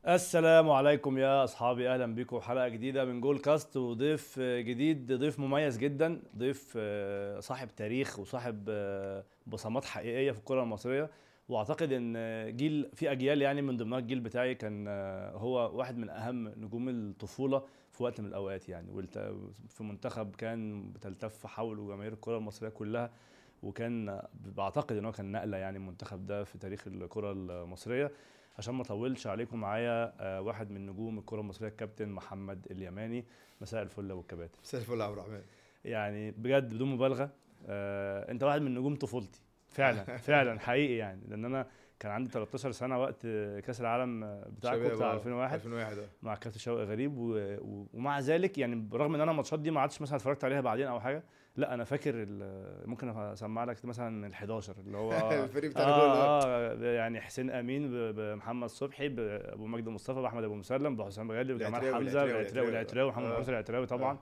السلام عليكم يا اصحابي، اهلا بكم حلقه جديده من جول كاست، وضيف جديد، ضيف مميز جدا، ضيف صاحب تاريخ وصاحب بصمات حقيقيه في الكره المصريه. واعتقد ان في اجيال، يعني من ضمنها الجيل بتاعي، كان هو واحد من اهم نجوم الطفوله في وقت من الاوقات يعني. في منتخب كان بتلتف حوله جماهير الكره المصريه كلها، وكان بعتقد ان هو كان نقله يعني المنتخب ده في تاريخ الكره المصريه. عشان ما اطولش عليكم، معايا واحد من نجوم الكره المصريه، الكابتن محمد اليماني. مساء الفل والكباتن. مساء الفل يا عبد الرحمن. يعني بجد بدون مبالغه، انت واحد من نجوم طفولتي فعلا فعلا حقيقي يعني، لان انا كان عندي 13 سنه وقت كاس العالم بتاعكم بتاع 2001 مع كابتن شوقي غريب ومع ذلك يعني برغم ان انا الماتشات دي ما عادش مثلا اتفرجت عليها بعدين او حاجه، لا انا فاكر ممكن اسمع لك مثلا ال11 اللي هو الفريق بتاعنا كله. يعني حسين امين بمحمد صبحي بابو مجدي مصطفى باحمد ابو مسلم بحسام غالي بجمال حمزه والعتراوي ومحمد محمود العتراوي طبعا،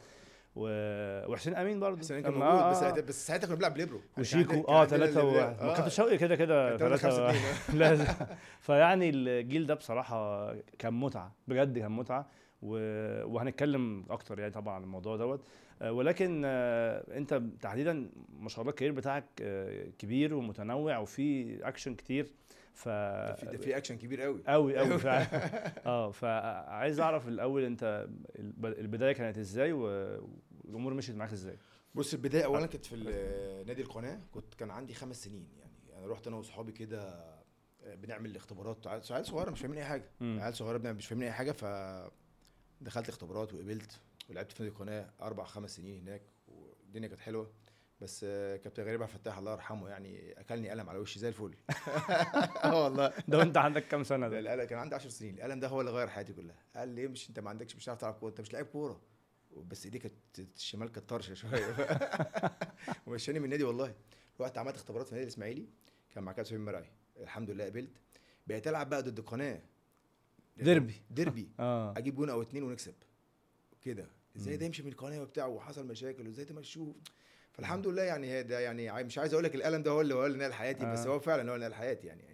وحسين امين برضه حسين كان موجود. بس ساعتها كنا بنلعب بليبرو وشيكو 3-1 وكابتن شوقي كده 3 لازم. فيعني الجيل ده بصراحه كان متعه بجد، كان متعه وهنتكلم اكتر يعني طبعا عن الموضوع دوت. ولكن انت تحديدا ما شاء الله الكارير بتاعك كبير ومتنوع وفي اكشن كتير. ده في اكشن كبير قوي قوي فعلا. فعايز اعرف الاول، انت البدايه كانت ازاي والامور مشيت معاك ازاي؟ بص، البدايه اولا كانت في نادي القناه. كان عندي 5 سنين يعني. انا رحت انا واصحابي كده بنعمل اختبارات. عيال صغيره مش فاهمين اي حاجه، عيال صغيره مش فاهمين اي حاجه. فدخلت اختبارات وقبلت ولعبت في نادي القناه 4-5 سنين هناك، والدنيا كانت حلوه. بس كابتن غريب عبد الفتاح الله يرحمه يعني اكلني قلم على وشي زي الفل. والله. ده وانت عندك كام سنه؟ ده القلم كان عندي 10 سنين. القلم ده هو اللي غير حياتي كلها. قال لي مش انت ما عندكش، مش هتعرف تلعب كوره، انت مش لاعب كوره. بس ايدي كانت الشمال كانت طرشه شويه. ومشاني من النادي والله. رحت عملت اختبارات في النادي الاسماعيلي، كان مع كابتن سليم مرعي. الحمد لله قبلت. بقيت العب بقى ضد القناه ديربي. اجيب جون او 2 ونكسب كده. ازاي ده يمشي من القناه وبتاع، وحصل مشاكل وازاي تمشوه. فالحمد لله يعني. ده يعني مش عايز اقول لك القلم ده هو اللي نقل حياتي، بس هو فعلا هو اللي نقل حياتي يعني.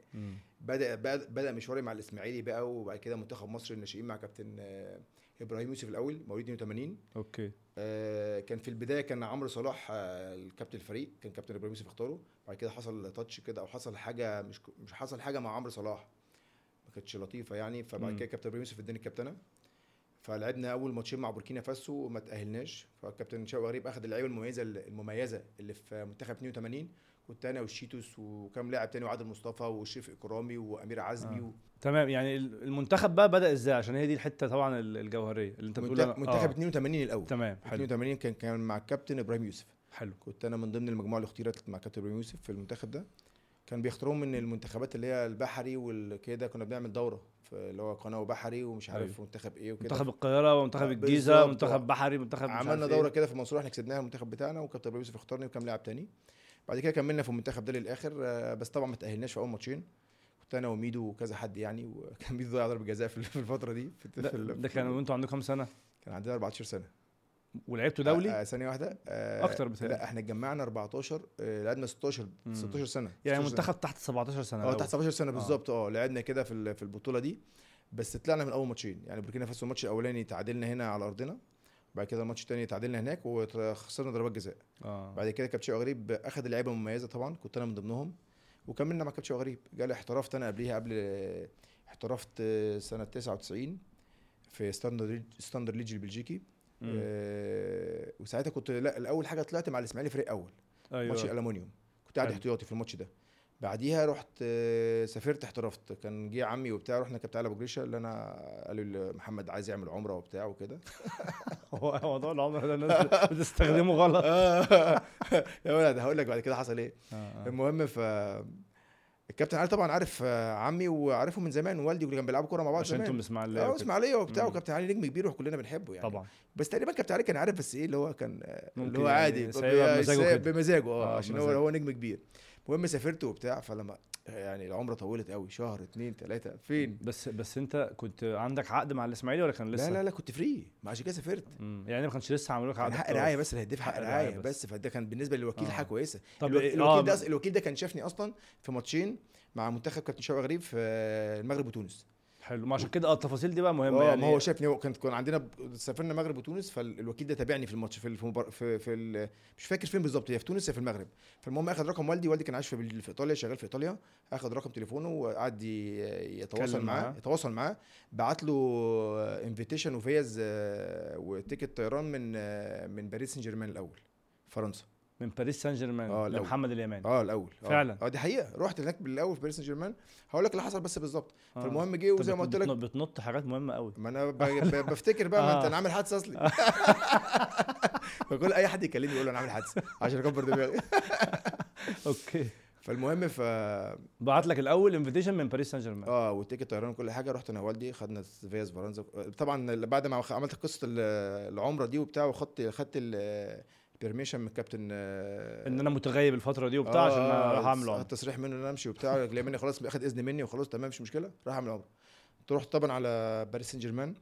بدا مشواري مع الاسماعيلي بقى، وبعد كده منتخب مصر الناشئين مع كابتن ابراهيم يوسف الاول، مواليد 82. اوكي. كان في البدايه كان عمرو صلاح الكابتن الفريق، كان كابتن ابراهيم يوسف اختاره. بعد كده حصل تاتش كده، او حصل حاجه، مش حصل حاجه مع عمرو صلاح، ما كانتش لطيفه يعني. فبعد كده كابتن ابراهيم يوسف اداني الكابتنه. فلعبنا اول ماتشين مع بوركينا فاسو وما تاهلناش. فالكابتن شوقي غريب اخذ اللعيبه المميزه اللي في منتخب 82. كنت انا والشيتوس وكام لاعب تاني، وعادل مصطفى والشريف اكرامي وامير عزمي تمام. يعني المنتخب بقى بدا ازاي؟ عشان هي دي الحته طبعا الجوهريه اللي انت بتقولها. منتخب 82 الاول. تمام. 82 كان مع الكابتن ابراهيم يوسف. حلو. كنت انا من ضمن المجموعه اللي اختيرت مع كابتن ابراهيم يوسف في المنتخب ده. كان بيختارون من المنتخبات اللي هي البحري والكده. كنا بنعمل دوره اللي هو قناه وبحري ومش عارف منتخب ايه وكده، منتخب القاهره ومنتخب الجيزه ومنتخب بحري منتخب عملنا دوره كده في المنصوره، احنا كسبناها المنتخب بتاعنا، وكابتن ابراهيم يوسف اختارني وكام لاعب تاني. بعد كده كملنا في المنتخب ده للاخر. بس طبعا ما تاهلناش في اول ماتشين. كنت انا وميدو وكذا حد يعني، وكان ميدو ضيع ضربه جزاء في الفتره دي. ده كان وانتوا عندكم كام سنه؟ كان عندنا 14 سنه. ولعبتوا دولي؟ ثانيه واحده. اكتر بتهيألي. لا احنا اتجمعنا 14. لعبنا 16 سنه يعني منتخب تحت 17 سنه. تحت 17 سنه بالظبط. لعبنا كده في البطوله دي. بس طلعنا من اول ماتشين يعني. بوركينا فاسو الماتش الاولاني تعادلنا هنا على ارضنا، بعد كده الماتش الثاني تعادلنا هناك وخسرنا ضربات جزاء. بعد كده كابتن شوقي غريب اخذ اللعيبه المميزه، طبعا كنت انا من ضمنهم، وكملنا مع كابتن شوقي غريب. جالي احترفت انا قبل احترفت سنه 99 في ستاندر ليج البلجيكي. وساعتها كنت الاول حاجه طلعت مع الاسماعيلي فريق اول. أيوة. ماتش الالومنيوم كنت قاعد احتياطي في الماتش ده. بعديها رحت سافرت احترفت. كان جه عمي وبتاع، رحنا كابتن علي ابو جريشه اللي انا قالوا محمد عايز يعمل عمره وبتاع وكده. هو موضوع العمره ده الناس بتستخدمه غلط. يا ولد هقول لك بعد كده حصل ايه. المهم الكابتن علي طبعا عارف عمي وعارفه من زمان، ووالدي كانوا بيلعبوا كوره مع بعض عشان زمان. انتم اسماعيليه اسماعيليه وبتاع. وكابتن علي نجم كبير وكلنا بنحبه يعني طبعا. بس تقريبا كابتن علي كان عارف، بس ايه اللي هو كان اللي هو يعني عادي بمزاجه عشان هو نجم كبير. المهم سافرت وبتاع. فلما يعني العمره طولت قوي، شهر 2 3 فين. بس انت كنت عندك عقد مع الاسماعيلي ولا كان لسه؟ لا كنت فري، عشان كده سافرت. يعني ما كانش لسه عملوا لك عقد حق رعايه، بس اللي هيدفع حق رعايه بس. فده كان بالنسبه للوكيل حاجه كويسه. طب الوكيل ده كان شافني اصلا في ماتشين مع منتخب كابتن شوقي غريب في المغرب وتونس. حلو. ما عشان كده التفاصيل دي بقى مهمه يعني. يعني. ما هو شافني، هو كان عندنا سافرنا المغرب وتونس، فالوكيل ده تابعني في الماتش مش فاكر فين بالظبط، هي في تونس يا في المغرب. فالمهم اخذ رقم والدي كان عايش في ايطاليا، شغال في ايطاليا. اخذ رقم تليفونه وقعد يتواصل معاه. بعت له انفيتيشن وفيز وتيكت طيران من باريس سان جيرمان الاول فرنسا. من باريس سان جيرمان لمحمد اليماني. الاول فعلا. دي حقيقه. رحت هناك بالاول في باريس سان جيرمان. هقول لك اللي حصل بس بالظبط. فالمهم جه وزي ما قلت لك بتنط حاجات مهمه قوي. ما انا بفتكر بقى. ما انت انا عامل حادثه اصلي. فكل اي حد يكلمني يقول له انا عامل حادثه عشان اكبر دماغي. اوكي. فالمهم بعت لك الاول انفيتيشن من باريس سان جيرمان. والتيكت طيران وكل حاجه. رحت انا ووالدي، خدنا فيز فرنسا. طبعا بعد ما عملت قصه العمره دي وبتاع، خدت البرميشن من الكابتن ان انا متغيب الفتره دي وبتاع عشان اروح اعمل عمره. تصريح منه ان انا امشي وبتاع. اليماني خلاص اخد اذن مني وخلاص تمام مش مشكله، راح اعمل عمره. رحت طبعا على باريس سان جيرمان.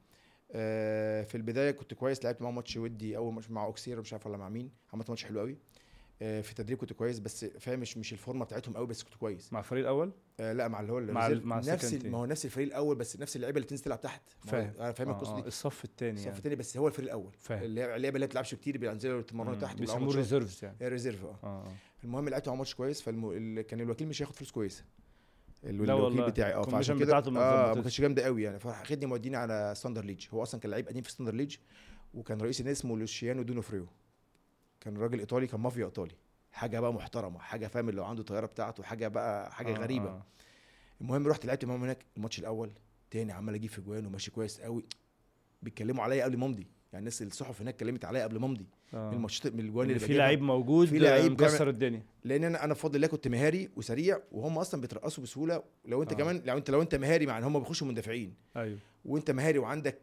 في البدايه كنت كويس، لعبت معاه ماتش ودي، اول ماتش مع اوكسير مش عارف ولا مع مين، عملت ماتش حلو قوي. في التدريب كنت كويس، بس فاهم مش الفورمه بتاعتهم قوي، بس كنت كويس. مع الفريق الاول؟ لا مع اللي هو مع ما هو نفس الفريق الاول، بس نفس اللعيبه اللي تنزل تلعب تحت. فاهم. فاهم القصه دي. الصف الثاني يعني. بس هو الفريق الاول. اللعيبه اللي ما بتلعبش كتير بينزلوا يتمرنوا تحت، بيسموه ريزيرفز يعني. ريزيرف. المهم لعبت مع ماتش كويس. كان الوكيل مش هياخد فلوس كويسه. الوكيل بتاعي فعشان كده ما كانش جامده قوي يعني. فاخدني موديني على ستاندر ليج. هو اصلا كان لعيب قديم في ستاندر ليج، وكان رئيس النادي اسمه لوشيانو دونوفريو. كان راجل ايطالي، كان مافيا ايطالي، حاجه بقى محترمه، حاجه فاهم، لو عنده طياره بتاعته حاجه بقى، حاجه غريبه. المهم رحت لعبت معاهم هناك الماتش الاول تاني، عمال اجيب في جوان وماشي كويس قوي. بيتكلموا عليا قبل ما امضي يعني. الناس الصحف هناك اتكلمت عليا قبل ما امضي من الماتشات، من الجوان اللي في لعيب موجود، في لعيب مكسر الدنيا. لان انا بفضل الله كنت مهاري وسريع، وهم اصلا بيترقصوا بسهوله. لو انت كمان لو انت مهاري، مع ان هم بيخشوا مندفعين. ايوه. وانت مهاري وعندك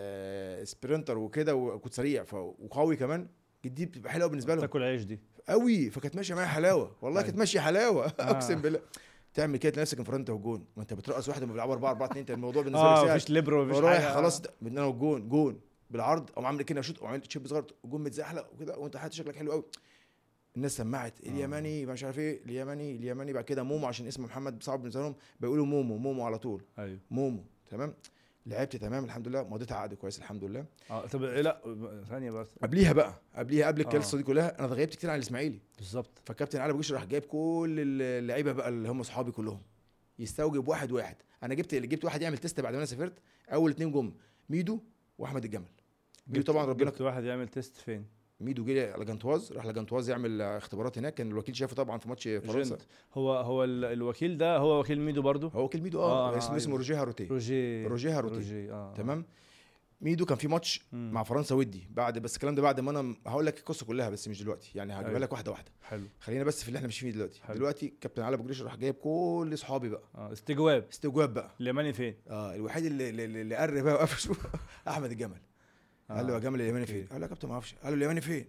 سبرينتر وكده، وكنت سريع وقوي كمان، دي بتبقى حلوه بالنسبه لهم. تاكل عيش دي قوي. فكانت ماشيه معايا حلاوه والله. كانت ماشيه حلاوه. اقسم بالله. تعمل كده نفسك انفراد والجون، ما انت بترقص واحد، ما بيلعبوا 4-4-2. انت الموضوع بالنسبه لي سهل. مفيش ليبرو مفيش حاجه. خلاص انا والجون جون بالعرض، او عامل كده شوط، او عملت شيب صغير، الجون متزحلق وكده، وانت حاطط شكلك حلو قوي. الناس سمعت اليماني مش عارف ايه، اليماني. بعد كده مومو، عشان اسمه محمد صعب بالنسبه لهم، بيقولوا مومو على طول. ايوه مومو. تمام. لعبت تمام الحمد لله، مضيت عقد كويس الحمد لله. طب لا ثانيه بس. قبل القصه دي كلها، انا اتغيبت كتير عن الاسماعيلي. بالظبط. فالكابتن علي بوجيش راح جايب كل اللعيبه بقى اللي هم اصحابي كلهم، يستوجب واحد. انا جبت واحد يعمل تيست بعد ما انا سافرت. اول 2 جم ميدو واحمد الجمل. ميدو طبعا ربنا. جبت واحد يعمل تيست فين؟ ميدو جه على جنطواز، راح لجنطواز يعمل اختبارات هناك. كان الوكيل شافه طبعا في ماتش فرنسا. هو الوكيل ده هو وكيل ميدو برضو. هو وكيل ميدو. اسمه روجيه هاروتي. تمام. ميدو كان في ماتش مع فرنسا ودي بس الكلام ده بعد ما انا هقول لك القصه كلها، بس مش دلوقتي يعني. هجيبها لك واحده. حلو. خلينا بس في اللي احنا ماشيين فيه دلوقتي. دلوقتي كابتن علي بوجريش راح جايب كل اصحابي بقى. استجواب بقى. اليماني فين؟ الوحيد اللي قرب بقى وقفش احمد الجمل. قال له يا جمل اليماني فين؟ قال له يا كابتن ما اعرفش. قال له اليماني فين؟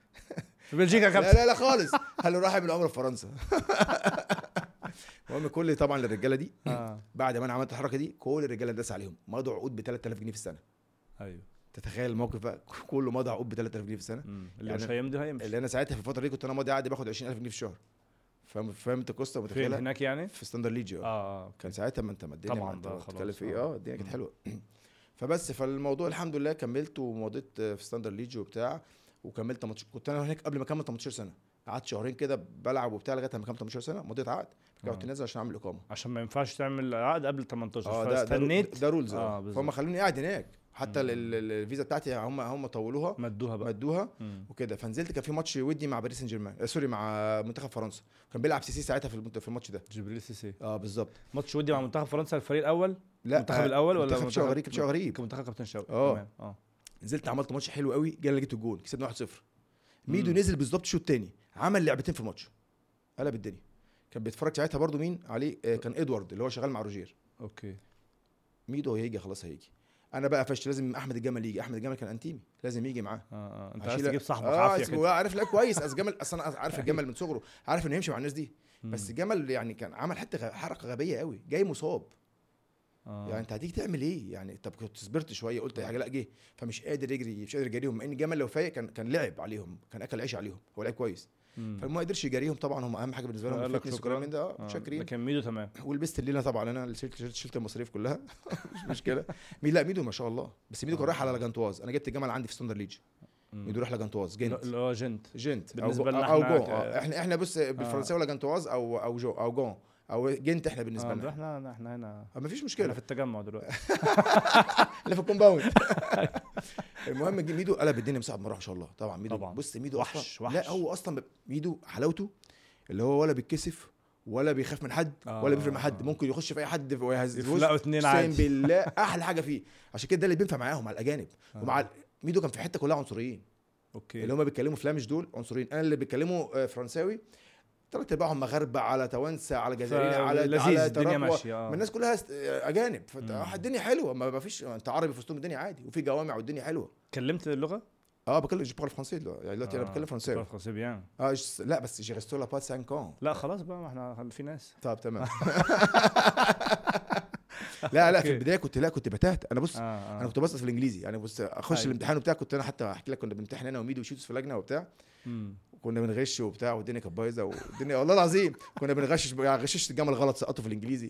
في بلجيكا يا كابتن. لا خالص. قال له راح يعمل عمره في فرنسا. المهم كل طبعا الرجاله دي بعد ما انا عملت الحركه دي، كل الرجاله داس عليهم، مضوا عقود ب 3000 جنيه في السنه. ايوه. تتخيل الموقف بقى، كله مضى عقود ب 3000 جنيه في السنه. اللي يعني مش هيمشي. اللي انا ساعتها في الفتره دي كنت انا ماضي عقد باخد 20000 جنيه في الشهر. فهمت القصه متخيلها هناك يعني في ستاندر ليج. كان ساعتها ما انت الدنيا طبعا بتتكلم في ايه. الدنيا كانت حلوه. فالموضوع الحمد لله كملت ومضيت في ستاندر ليج وبتاع، وكملت كنت انا هناك قبل ما اكمل 18 سنه. قعدت شهرين كده بلعب وبتاع لغايه ما كملت 18 سنه، مضيت عقد. رجعت نازل عشان اعمل اقامه، عشان ما ينفعش تعمل عقد قبل 18. فاستنيت. ده رولز. فهم خلوني قاعد هناك حتى الفيزا بتاعتي هم طولوها، مدوها وكده. فنزلت كان في ماتش ودي مع باريس سان جيرمان، سوري مع منتخب فرنسا. كان بيلعب سيسي ساعتها في الماتش ده، جبريل سيسي. بالظبط. ماتش ودي مع منتخب فرنسا الفريق الاول. لا المنتخب الاول ولا منتخب شوقي غريب. منتخب كابتن شوقي. تمام. نزلت عملت ماتش حلو قوي، جالي لقيت الجول، كسبنا 1-0. ميدو نزل بالظبط شوط تاني، عمل لعبتين في الماتش، قلب الدنيا. كان بيتفرج ساعتها برضو مين عليه؟ كان ادوارد اللي هو شغال مع روجير. اوكي. ميدو هيجي خلاص، هيجي. انا بقى فشت، لازم احمد الجمل يجي. احمد الجمل كان انتيمي، لازم يجي معاه. انت عايز تجيب صاحبك عافيه كده. عارف لا كويس. الجمل اصلا عارف الجمل من صغره، عارف انه يمشي مع الناس دي. بس الجمل يعني كان عمل حتى حركه غبيه قوي، جاي مصاب. يعني انت هتيجي تعمل ايه يعني؟ طب كنت صبرت شويه، قلت يا حاجه لا جه، فمش قادر يجري، مش قادر يجريهم، مع ان الجمل لو فايق كان لعب عليهم، كان اكل عيش عليهم. هو لعب كويس فما قدرش يجاريهم طبعا، هم اهم حاجه بالنسبه لهم الفتنس والكلام من ده. شاكرين. لكن ميدو تمام. ولبست الليله طبعا انا شلت المصاريف كلها مش مشكله. لا ميدو ما شاء الله، بس ميدو كان رايح على لاجانتواز، انا جبت الجمل عندي في ستاندر ليج. ميدو راح لاجانتواز جنت، اللي هو جنت بالنسبه لنا او جو. احنا بص بالفرنساوي لاجانتواز او جو او جون او جنت احنا بالنسبه لنا. احنا هنا ما فيش مشكله، احنا في التجمع دلوقتي احنا في الكومباوند. المهم ميدو قلب الدنيا مساعد ما راح ان شاء الله. طبعا ميدو بص ميدو وحش. لا هو اصلا ميدو حلاوته اللي هو ولا بيتكسف ولا بيخاف من حد ولا بيفرق مع حد، ممكن يخش في اي حد ويهزوه لا اتنين عادي بالله. احلى حاجه فيه عشان كده ده اللي بينفع معاهم مع الاجانب. ومع ميدو كان في حته كلها عنصريين. اوكي. اللي هم بيتكلموا فلامش دول عنصريين، انا اللي بيتكلموا فرنساوي ثلاث ارباعهم مغاربه على توانسه على جزائريين على الدنيا ماشيه. الناس كلها اجانب، فالدنيا حلوه، ما فيش انت عربي في وسطهم الدنيا عادي، وفي جوامع والدنيا حلوه. كلمت اللغه؟ بكلم جو بارل فرنسي يعني دلوقتي انا بتكلم فرنساوي. فرنسي بيان. لا بس جي ريستو لا با 5 ans. لا خلاص بقى، ما احنا في ناس. طب تمام. لا في البدايه كنت بتهت انا. بص انا كنت بسقط في الانجليزي يعني. بص اخش الامتحان وبتاع، كنت انا حتى احكي لك كنا بنمتحن انا وميدو وشيتوس في لجنه وبتاع، كنا بنغش وبتاع والدنيا كانت بايظه والدنيا والله العظيم كنا بنغشش يعني غششت الجمل غلط سقطته في الانجليزي.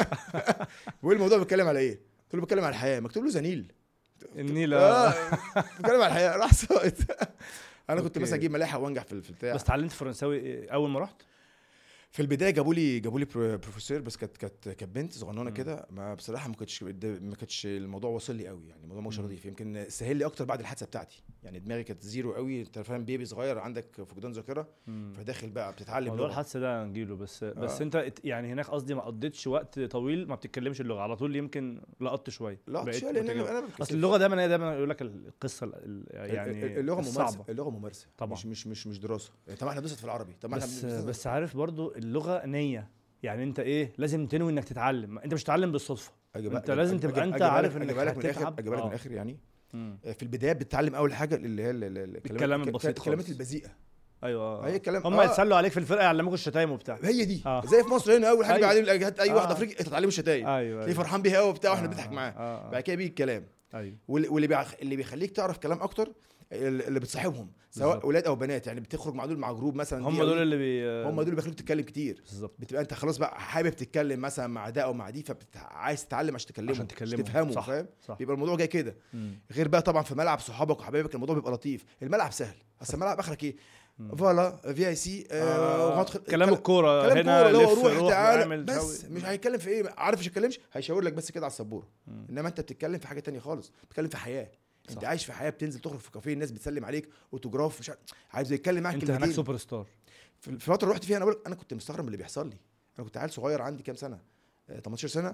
بيقول الموضوع بيتكلم على ايه؟ قلت له بيتكلم على الحياه، مكتوب له زنيل النيل. بيتكلم على الحياه، راح سقط. انا كنت مثلا اجيب ملاحق وانجح في البتاع. بس اتعلمت فرنساوي اول ما رحت؟ في البدايه جابوا لي بروفيسور، بس كانت بنت صغنونه كده، ما بصراحه ما كانتش الموضوع واصل لي قوي يعني، الموضوع مش راضي. يمكن سهل لي اكتر بعد الحادثه بتاعتي يعني، دماغي كانت زيرو قوي، انت فاهم بيبي صغير عندك فقدان ذاكره، فداخل بقى بتتعلم موضوع الحادثه ده نجيله بس انت يعني هناك قصدي ما قضيتش وقت طويل ما بتتكلمش اللغه على طول، يمكن لقطت شويه. لان انا اصل اللغه دايما يقول لك القصه يعني اللغه ممارسه، اللغه ممارسه طبعا، مش دراسه. طبعا احنا درست في العربي، طبعا بس عارف برضو اللغه نيه يعني، انت ايه لازم تنوي انك تتعلم، انت مش تتعلم بالصدفه، انت لازم تبقى انت عارف انك هتتعب. اجيب لك من الاخر يعني. في البدايه بتتعلم اول حاجه اللي هي الكلام البسيط، الكلمات البذيئه. ايوه هي الكلام هم يتسلوا عليك في الفرقه يعلموكوا الشتايم وبتاع، هي دي زي في مصر هنا اول حاجه بعدين اي واحد افريقي تتعلموا الشتايم. ايوه فرحان بيها قوي وبتاع، واحنا بنضحك معاه. بعد كده بيجي الكلام. ايوه واللي بيخليك تعرف كلام اكتر اللي بتصاحبهم سواء اولاد او بنات يعني، بتخرج مع دول مع جروب مثلا، هم دول اللي بيخلوك تتكلم كتير بالظبط. بتبقى انت خلاص بقى حابب تتكلم مثلا مع ده او مع دي، فعايز تتعلم عشان تفهمه، فاهم؟ بيبقى الموضوع جاي كده. غير بقى طبعا في ملعب صحابك وحبايبك الموضوع بيبقى لطيف، الملعب سهل، اصل الملعب اخرك ايه؟ فوالا في اي سي كلام الكوره هنا روح تعال بس مش هيتكلم في ايه، عارف مش هيتكلمش، هيشاور لك بس كده على السبوره. انما انت بتتكلم في حاجه تانية خالص، بتتكلم في حياه. انت عايش في حياه، بتنزل تخرج في كافيه الناس بتسلم عليك اوتوجراف، مش عايز يتكلم معاك كلمتين. انت هناك سوبر ستار. في الفتره اللي رحت فيها انا كنت مستغرب من اللي بيحصل لي. انا كنت عيل صغير عندي كام سنه، 18 سنه،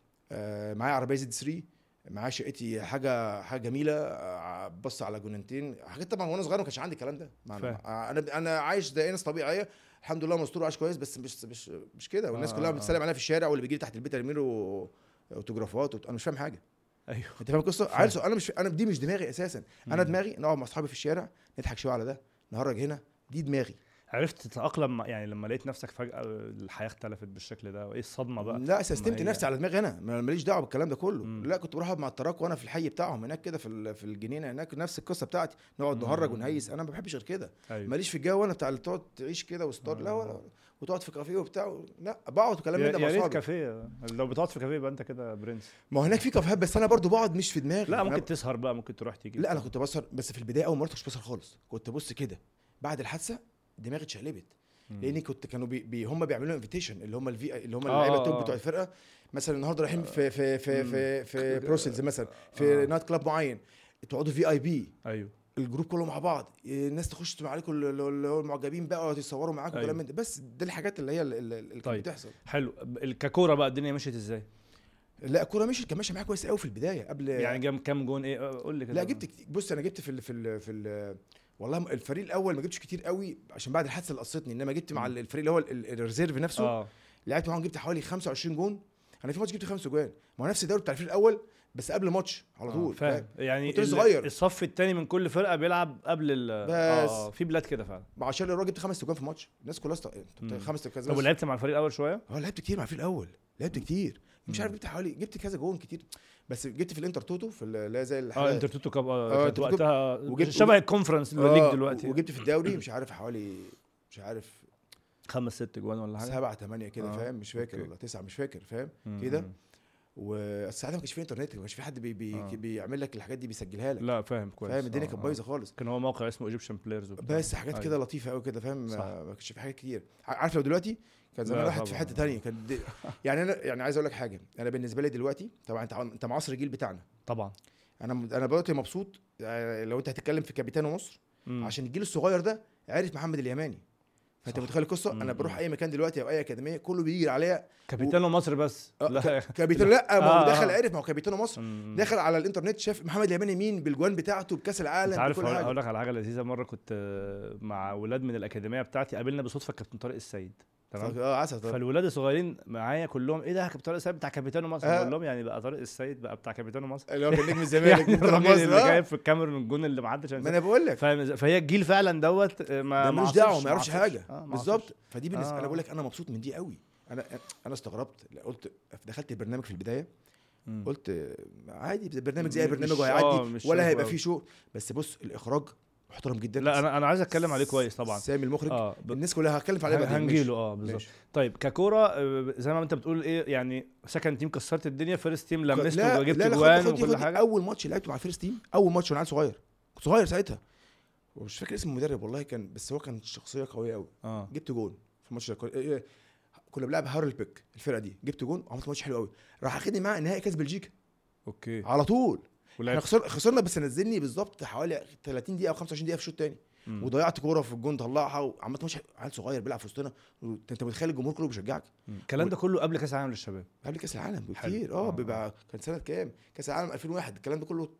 معايا عربيه زد 3، معايا شقتي حاجه جميله، بص على جنينتين، حاجات طبعا وانا صغير ما كانش عندي الكلام ده. انا عايش زي ناس طبيعيه الحمد لله، مستور عايش كويس، بس مش كده. والناس كلها بتسلم عليا في الشارع، واللي بيجي لي تحت البيت يرميله اوتوجرافات انا مش فاهم حاجه. ايوه انت فاهم القصه؟ عيل انا دي مش دماغي اساسا. انا دماغي نقعد مع اصحابي في الشارع نضحك شويه على ده، نهرج هنا، دي دماغي. عرفت تتأقلم يعني لما لقيت نفسك فجأة الحياة اختلفت بالشكل ده، وايه الصدمة بقى؟ لا سستمت نفسي على دماغي، انا ماليش دعوه بالكلام ده كله. لا كنت بروح مع التراك وانا في الحي بتاعهم هناك كده في الجنينه هناك، نفس القصه بتاعتي، نقعد نهرج ونهيس. انا ما بحبش غير كده. ماليش في الجو انا بتاع اللي تقعد تعيش كده وستار، لا وتقعد في كافيه وبتاع، لا بقعد وكلام من ده مع اصحابي. يا ريت كافيه، لو بتقعد في كافيه يبقى انت كده برنس. ما هناك في كافيهات، بس انا برضو بقعد مش في دماغي. لا ممكن تسهر بقى، ممكن تروح تيجي. لا انا كنت بسهر، بس في البدايه اول ما رحت مش بسهر خالص، كنت بص كده بعد الحادثه دماغي اتشقلبت. لاني كانوا هم بيعملوا انفيتيشن، اللي هم اللي هم اللعيبه التوب بتوع الفرقه، مثلا النهارده رايحين في بروسلز مثلا، في نايت كلاب معين، تقعدوا في اي بي. ايوه الجروب كله مع بعض، الناس تخش عليكم اللي هو المعجبين بقى ويتصوروا معاكم كلام من ده. بس دي الحاجات اللي هي اللي كانت بتحصل. حلو. الكوره بقى الدنيا مشيت ازاي؟ لا الكوره كان ماشيه معايا كويس قوي في البدايه قبل يعني جاب كام جون ايه قول لي كده. لا جبت بص انا جبت في والله الفريق الاول ما جبتش كتير قوي عشان بعد الحادثه اللي قصتني، انما جبت مع الفريق اللي هو الريزيرف نفسه. لعبت معاهم جبت حوالي 25 جون. انا في ماتش جبت 5 جوان، ما هو نفس الدوري بتاع الفريق الاول بس قبل ماتش على طول. فاهم يعني كنت صغير. الصف الثاني من كل فرقه بيلعب قبل في بلاد كده فعلا. عشان الراجل جبت 5 جوان في ماتش، الناس كلها 5 كذا. طب لعبت مع الفريق الاول شويه؟ لعبت كتير مع الفريق الاول، لعبت كتير، مش عارف جبت كذا جون كتير، بس جبت في الانتر توتو في اللي زي انتر توتو كاب كانت وقتها شبه الكونفرنس ليج دلوقتي. وجبت في الدوري مش عارف حوالي مش عارف 5-6 جوان ولا حاجه 7-8 كده فاهم، مش فاكر أوكي. ولا 9 مش فاكر فاهم كده. وساعتها ما كانش في انترنت، ما كانش في حد بيعمل لك الحاجات دي بيسجلها لك. لا فاهم كويس. فاهم الدنيا كانت بايظه خالص. كان هو موقع اسمه ايجيبشن بلايرز بس حاجات كده لطيفه قوي كده فاهم. ما كانش في حاجات كتير. عارف لو دلوقتي كان زمان واحد في حته ثانيه كان يعني انا يعني عايز اقول لك حاجه، انا بالنسبه لي دلوقتي طبعا انت معاصر الجيل بتاعنا طبعا. انا دلوقتي مبسوط لو انت هتتكلم في كابيتانو مصر عشان الجيل الصغير ده عارف محمد اليماني. فانت متخيل القصه. انا بروح اي مكان دلوقتي او اي اكاديميه كله بيجي عليها كابيتانو مصر بس. لا كابيتانو لا ما هو دخل عرف، ما هو كابيتانو مصر دخل على الانترنت شاف محمد اليماني مين بالجوان بتاعته بكاس العالم عارف. بكل حاجه. هقول لك على حاجه لذيذه. مره كنت مع ولاد من الاكاديميه بتاعتي، قابلنا بالصدفه كابتن طارق السيد. تمام. عسل. فالولاد الصغيرين معايا كلهم ايه ده كابتن طارق السيد بتاع كابيتانو مصر. بقول لهم يعني بقى طارق السيد بقى بتاع كابيتانو مصر اللي هو كان نجم الزمالك يعني الراجل اللي جايب في الكاميرون الجون اللي ما حدش. ما انا بقول لك فهي الجيل فعلا دوت ما ملوش دعوه ما يعرفش حاجه بالظبط. فدي بالنسبه انا بقول لك انا مبسوط من دي قوي. انا استغربت قلت دخلت البرنامج في البدايه قلت عادي برنامج زي برنامج هيعدي ولا هيبقى فيه شو. بس بص الاخراج محترم جدا. لا انا عايز اتكلم عليه كويس طبعا. سامي المخرج الناس كلها هتكلم عليه بعدين هنجيله بالظبط. طيب ككوره زي ما انت بتقول ايه يعني سكند تيم كسرت الدنيا، فيرست تيم لمست وجبت جوان وكل حاجه. اول ماتش لعبته مع الفيرست تيم اول ماتش وانا عيل صغير ساعتها ومش فاكر اسم المدرب والله كان، بس هو كان شخصيه قويه قوي. جبت جون في الماتش ده. كنا بنلعب هارلبيك الفرقه دي، جبت جون وعملت ماتش حلو قوي. راح اخدني معاه نهائي كاس بلجيكا اوكي على طول. احنا خسرنا بس نزلني بالظبط حوالي 30 دقيقه او 25 دقيقه في الشوط الثاني وضيعت كوره في الجون طلعها وعملت ماتش. عيل صغير بيلعب في وسطنا انت متخيل الجمهور كله بيشجعك. الكلام ده كله قبل كاس العالم للشباب. قبل كاس العالم بكتير. بيبقى كان سنه كام كاس العالم 2001 الكلام ده كله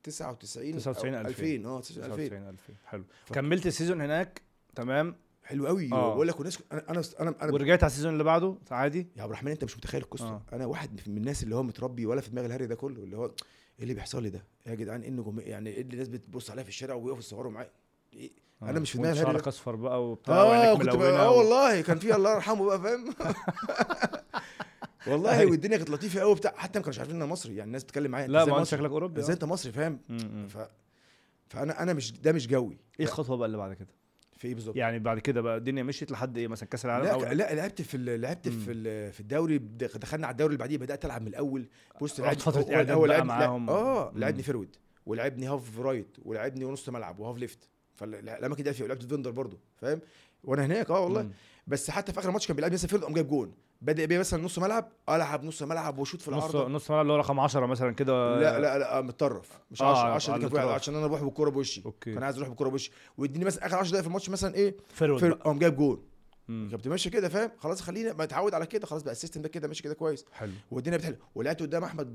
99 2000 حلو. كملت السيزون هناك تمام حلو قوي. بقول لك والناس انا ورجعت على السيزون اللي بعده عادي. يا عبد الرحمن انت مش متخيل القصه. انا واحد من الناس اللي هو متربي ولا في دماغ الهري ده كله اللي هو ايه اللي بيحصل لي ده يا جدعان. انه يعني ايه اللي الناس بتبص عليا في الشارع ويقفوا يصوروا معايا. انا مش في دماغي الهري. شعرك اصفر بقى وبتاع وعينك ملونه والله كان في الله يرحمه بقى فاهم. والله والدنيا كانت لطيفه قوي بتاع. حتى ما كانوش عارفين ان انا مصري يعني الناس بتتكلم معايا لا ما شكلك اوروبي ازاي انت مصري فاهم. فانا مش ده مش جوي. ايه الخطوه بقى اللي بعد كده في ايه بالظبط؟ يعني بعد كده بقى الدنيا مشيت لحد ايه مثلا كاس العالم؟ لا لعبت في الدوري. دخلنا على الدوري اللي بعديه بدات العب من الاول. بص لعبت فتره اعداد بقى معاهم. لعبني فيرود ولعبني هاف رايت ولعبني ونص ملعب وهاف ليفت. فالاماكن دي لعبت ديفندر برضو فاهم وانا هناك والله. بس حتى في اخر ماتش كان بيلعب مثلا فيرود قام جايب جون بدا بيه مثلا نص ملعب العب نص ملعب وشوط في العارضه نص ملعب اللي هو رقم 10 مثلا كده. لا متطرف مش 10 دي كان عشان انا اروح بالكوره بوشي. كان عايز اروح بالكوره بوشي ويديني مثلا اخر 10 دقايق في الماتش مثلا ايه فيرود قام جايب جون. كنت ماشي كده فاهم خلاص خلينا ما اتعود على كده خلاص بقى السيستم ده كده ماشي كده كويس حلو. والدنيا بتحلو. ولعبت قدام احمد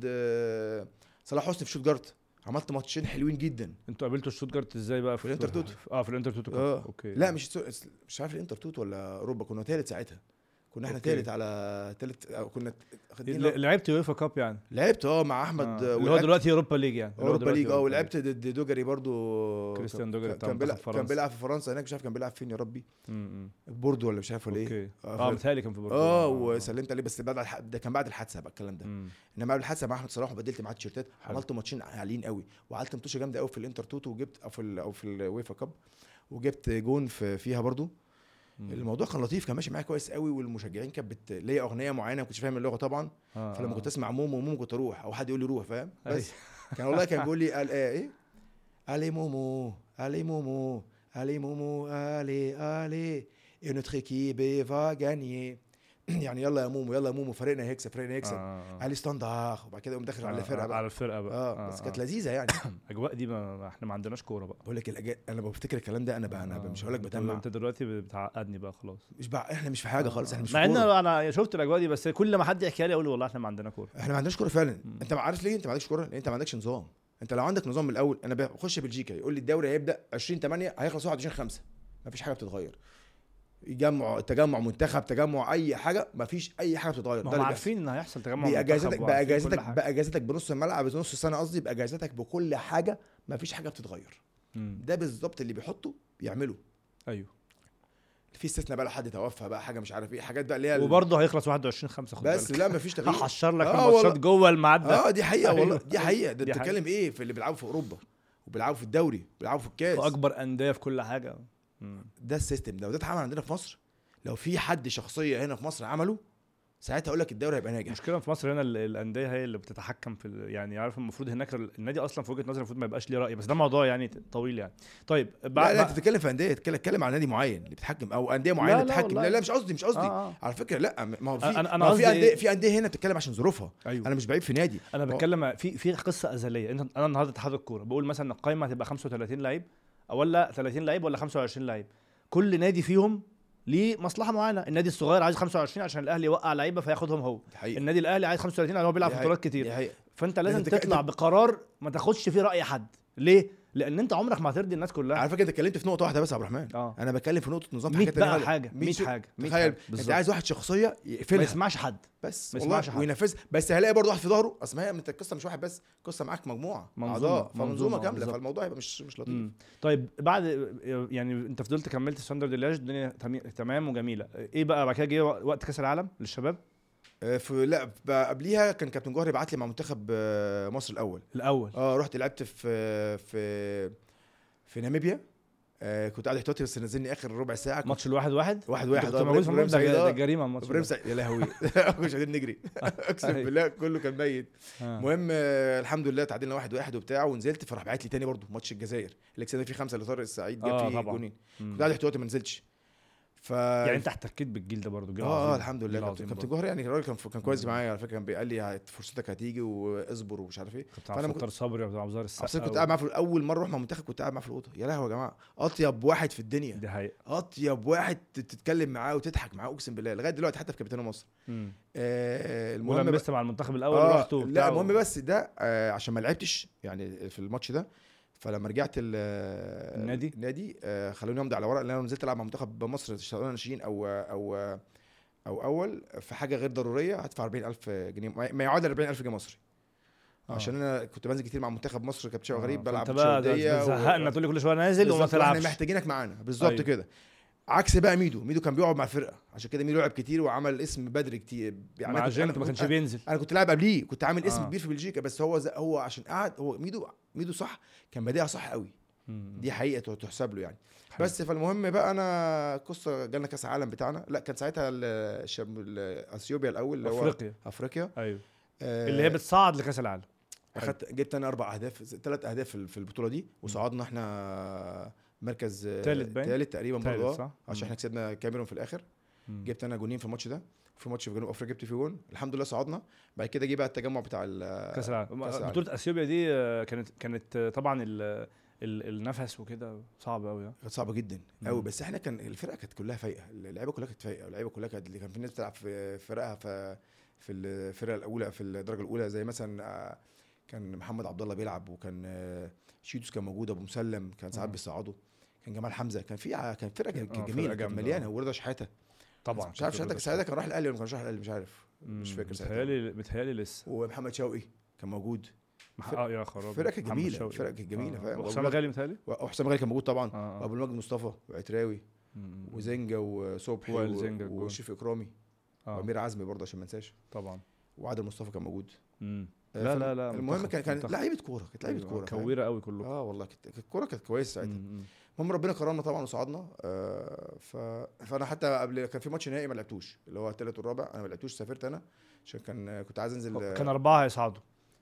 صلاح حسني في شوتجارت عملت ماتشين حلوين جدا. انتوا قابلتوا الشوتجارت ازاي بقى في الانتر توتو؟ في الانتر توتو. اوكي لا مش عارف الانتر توتو ولا اوروبا. كنا ثالث ساعتها كنا احنا ثالث على ثالث كنا لعبت يويفا كاب يعني لعبت مع احمد اللي هو دلوقتي اوروبا ليج يعني اوروبا ليج ولعبت ضد دوجري برضو. كريستيان دوجري كان بيلعب في فرنسا هناك مش عارف كان بيلعب فين يا ربي بوردو ولا مش عارف ولا ايه. متهيألي كان في بوردو. وسلمت عليه بس ده كان بعد الحادثه بقى الكلام ده. انما قبل الحادثه مع احمد صلاح وبدلت معاه التيشيرتات عملت ماتشين عاليين قوي وعملت ماتش جامده قوي في الانتر توتو وجبت او في الويفا كاب وجبت جون فيها برضو. الموضوع كان لطيف كان ماشي معايا كويس قوي والمشجعين كانت ليا اغنيه معينه ما كنتش فاهم اللغه طبعا. فلما كنت اسمع مومو كنت اروح او حد يقول لي روح فاهم. بس كان والله كان بيقول لي قال ايه الي مومو الي مومو الي مومو الي notre équipe va gagner يعني يلا يا مومو فريقنا هيكسب علي ستاندر. وبعد كده قوم داخل على الفرقه بقى على الفرقه بقى بس كانت لذيذه يعني. اجواء دي ما احنا ما عندناش كوره بقى. بقول لك انا بفتكر الكلام ده انا مش هقول لك بتمع. انت دلوقتي بتعقدني بقى خلاص. احنا مش في حاجه خالص. احنا مش مع ان انا شفت الاجواء دي بس كل ما حد يحكي لي اقول والله احنا ما عندنا كوره. احنا ما عندناش كوره فعلا. انت عارف ليه انت ما عندكش كوره؟ لان انت ما عندكش نظام. انت لو عندك نظام من الاول انا بخش بلجيكا يقول لي الدوري هيبدا 20/8 هيخلص 21/5 ما فيش حاجه بتتغير. تجمع منتخب تجمع اي حاجه ما فيش اي حاجه بتتغير. ما عارفين ان هيحصل تجمع منتخب باجازتك بنص الملعب بنص السنه قصدي باجازتك بكل حاجه ما فيش حاجه بتتغير. ده بالظبط اللي بيحطه بيعمله. ايوه في استثناء بقى لحد توفى بقى حاجه مش عارف ايه حاجات بقى اللي هي وبرضه هيخلص 21/5 بس لا مفيش تغيير. هحشر لك الماتشات جوه الميعاد ده. دي حقيقه والله دي حقيقه. ده بتتكلم ايه في اللي بيلعبوا في اوروبا وبيلعبوا في الدوري بيلعبوا في الكاس واكبر انديه في كل حاجه ده السيستم ده، وده اتعمل عندنا في مصر. لو في حد شخصيه هنا في مصر عمله ساعتها اقول لك الدوري هيبقى ناجح. المشكله في مصر هنا الانديه هي اللي بتتحكم في يعني عارف المفروض هناك النادي اصلا في وجهه نظري المفروض ما يبقاش ليه راي، بس ده موضوع يعني طويل يعني. طيب لا انت بتتكلم في انديه، تتكلم عن نادي معين اللي بتحكم او انديه معينه بتحكم. لا مش قصدي على فكره. لا ما هو في أنا في انديه في انديه هنا بتتكلم عشان ظروفها. أيوه. انا مش بعيب في نادي، انا بتكلم في قصه ازليه. انا النهارده اتحاد الكوره بقول مثلا القائمه هتبقى 35 لعيب ولا 30 لعيب ولا 25 لعيب، كل نادي فيهم ليه مصلحه معينه. النادي الصغير عايز 25 عشان الاهلي يوقع لعيبه فياخدهم هو، النادي الاهلي عايز 35 عشان هو بيلعب في بطولات كتير. فانت لازم تطلع بقرار ما تاخدش فيه راي حد. ليه؟ لان انت عمرك ما هترضي الناس كلها. على فكره انت اتكلمت في نقطه واحده بس يا عبد الرحمن. انا بتكلم في نقطه نظام 100 بقى حاجه 100 حاجه. تخيل انت عايز واحد شخصيه يقفلها، ما يسمعش حد بس والله وينفذ، بس هلاقي برضه واحد في ظهره. اصل هي انت القصه مش واحد بس، القصه معاك مجموعه اعضاء فمنظومه كامله، فالموضوع هيبقى مش لطيف. طيب بعد يعني انت فضلت كملت ستاندرد اللاج، الدنيا تمام وجميله. ايه بقى بعد كده جه وقت كاس العالم للشباب؟ لا قبليها كان كابتن جوهر يبعت لي مع منتخب مصر الاول. رحت لعبت في ناميبيا. كنت قاعد احتياطي بس نزلني اخر ربع ساعه. ماتش الواحد واحد كنت موجود في الماتش ده جريمه. الماتش يا لهوي مش قادرين نجري اقسم بالله كله كان ميت. المهم الحمد لله تعادلنا 1-1 وبتاع، ونزلت فراح بعت لي تاني برضو ماتش الجزائر اللي كسبنا فيه 5 لطارق السعيد جاب فيه جونين. كنت قاعد احتياطي ما نزلتش. يعني انت احتكيت بالجيل ده برضو؟ الحمد لله. كابتن جوهر يعني الراجل كان كويس معايا على فكره. كان بيقول لي فرصتك هتيجي واصبر ومش عارف ايه. فانا كنت صبري وعبد العزيز السقا كنت قاعد معاه في اول مره رحنا منتخب، كنت قاعد معاه في الاوضه. يا لهوي يا جماعه، اطيب واحد في الدنيا. دي حقيقه. اطيب واحد تتكلم معاه وتضحك معاه اقسم بالله لغايه دلوقتي حتى في كابتن مصر. المهم لبست مع المنتخب الاول رحت لا المهم بس ده عشان ما لعبتش يعني في الماتش ده. فلما رجعت النادي خلوني امضي على ورق ان انا نزلت العب مع منتخب مصر اشتغلنا ناشئين او اول في حاجه غير ضروريه هدفع 40,000 جنيه ما يعادل 40,000 جنيه مصري. عشان انا كنت بنزل كتير مع منتخب مصر كابتن شوقي غريب بلعب السعوديه زهقنا تقول لي كل شويه نازل وما تلعبش. احنا محتاجينك معانا بالظبط كده. عكس بقى ميدو كان بيقعد مع الفرقه، عشان كده ميدو لعب كتير وعمل اسم بدري كتير يعني. مع جيمت ما كانش بينزل. انا كنت لاعب قبليه، كنت عامل اسم كبير في بلجيكا، بس هو عشان قعد. هو ميدو صح كان بادئها صح قوي. دي حقيقه تحسب له يعني. بس فالمهم بقى انا قصه جالنا كاس العالم بتاعنا. لا كان ساعتها اثيوبيا الاول اللي هو افريقيا. ايوه اللي هي بتصعد لكاس العالم. جبت انا 4 اهداف 3 اهداف في البطوله دي، وصعدنا احنا مركز ثالث تقريبا برضه عشان احنا كسبنا كاميرون في الاخر. جبت انا جونين في الماتش ده. في ماتش في جنوب افريقيا جبت فيه جون الحمد لله صعدنا. بعد كده جه بقى التجمع بتاع كاس العالم. بطوله اثيوبيا دي كانت طبعا النفس وكده صعب قوي. كانت صعبه جدا قوي، بس احنا كان الفرقه كانت كلها فايقه، اللعيبه كلها كانت فايقه، اللعيبه كلها كانت اللي كان في ناس بتلعب في فرقها في الفرقه الاولى في الدرجه الاولى، زي مثلا كان محمد عبد الله بيلعب، وكان شيتوس كان موجود، ابو مسلم كان ساعات بيصعدوا، كان جمال حمزه، كان فرقه جميله كانت مليانه، ورضا شحاته طبعا مش عارف شحاته ساعتها كان راح الاهلي ولا ما كانش راح الاهلي مش عارف مش فاكر ساعتها بيتهيألي لسه. ومحمد شوقي كان موجود. يا خراب فرقه جميله فاهم. وحسام غالي متهيألي وحسام غالي كان موجود طبعا. وابو المجد مصطفى وعتراوي وزنجه وصبحي وشيف اكرامي وامير عزمي برضه عشان ما انساش طبعا، وعادل مصطفى كان موجود. لا المهم كان لعيبه كوره، كانت لعيبه كوره كويره قوي كلهم. والله الكوره كانت كويسه ساعتها. المهم ربنا كرمنا طبعا وصعدنا. فانا حتى قبل كان في ماتش نهائي ما لعبتوش اللي هو الثالث والرابع، انا ما لعبتوش، سافرت انا عشان كنت عايز انزل. كان 4 هيصعدوا.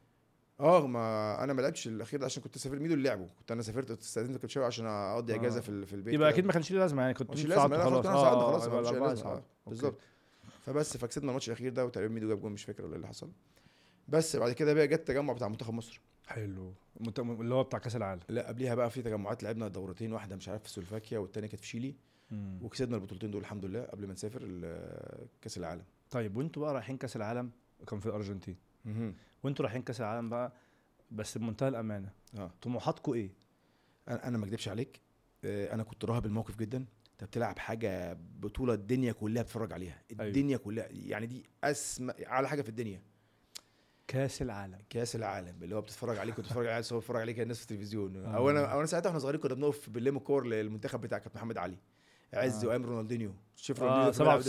ما انا ما لعبتش الاخير ده عشان كنت سافرت. ميدو اللي لعبه كنت انا سافرت استاذنت كنت شويه عشان اقضي اجازه في البيت. يبقى اكيد ما كانش ليه لازمه يعني، كنت مش لازم خلاص بالظبط. فبس فكسبنا الماتش الاخير ده، وتقريبا ميدو جاب جون مش فاكر ولا اللي حصل. بس بعد كده بقى جت التجمع بتاع منتخب مصر. حلو اللي هو بتاع كاس العالم. لا قبليها بقى في تجمعات لعبنا دورتين، واحده مش عارف في سلوفاكيا والثانيه كانت في شيلي. وكسبنا البطولتين دول الحمد لله قبل ما نسافر كاس العالم. طيب وانتوا بقى رايحين كاس العالم كان في الارجنتين. وانتوا رايحين كاس العالم بقى بس بمنتهى الامانه طموحاتكم ايه؟ انا ما اكدبش عليك، انا كنت راهب الموقف جدا. انت بتلعب حاجه بطوله الدنيا كلها بتتفرج عليها. الدنيا كلها يعني دي اسمى على حاجه في الدنيا. كاس العالم اللي هو بتتفرج عليه، كنت بتتفرج عليه صور بتتفرج عليه كان الناس في التلفزيون. او انا ساعتها واحنا صغيرين كنا بنقف بنلم الكور للمنتخب بتاع كابتن محمد علي عز وايام رونالدينيو. شوف رونالدينيو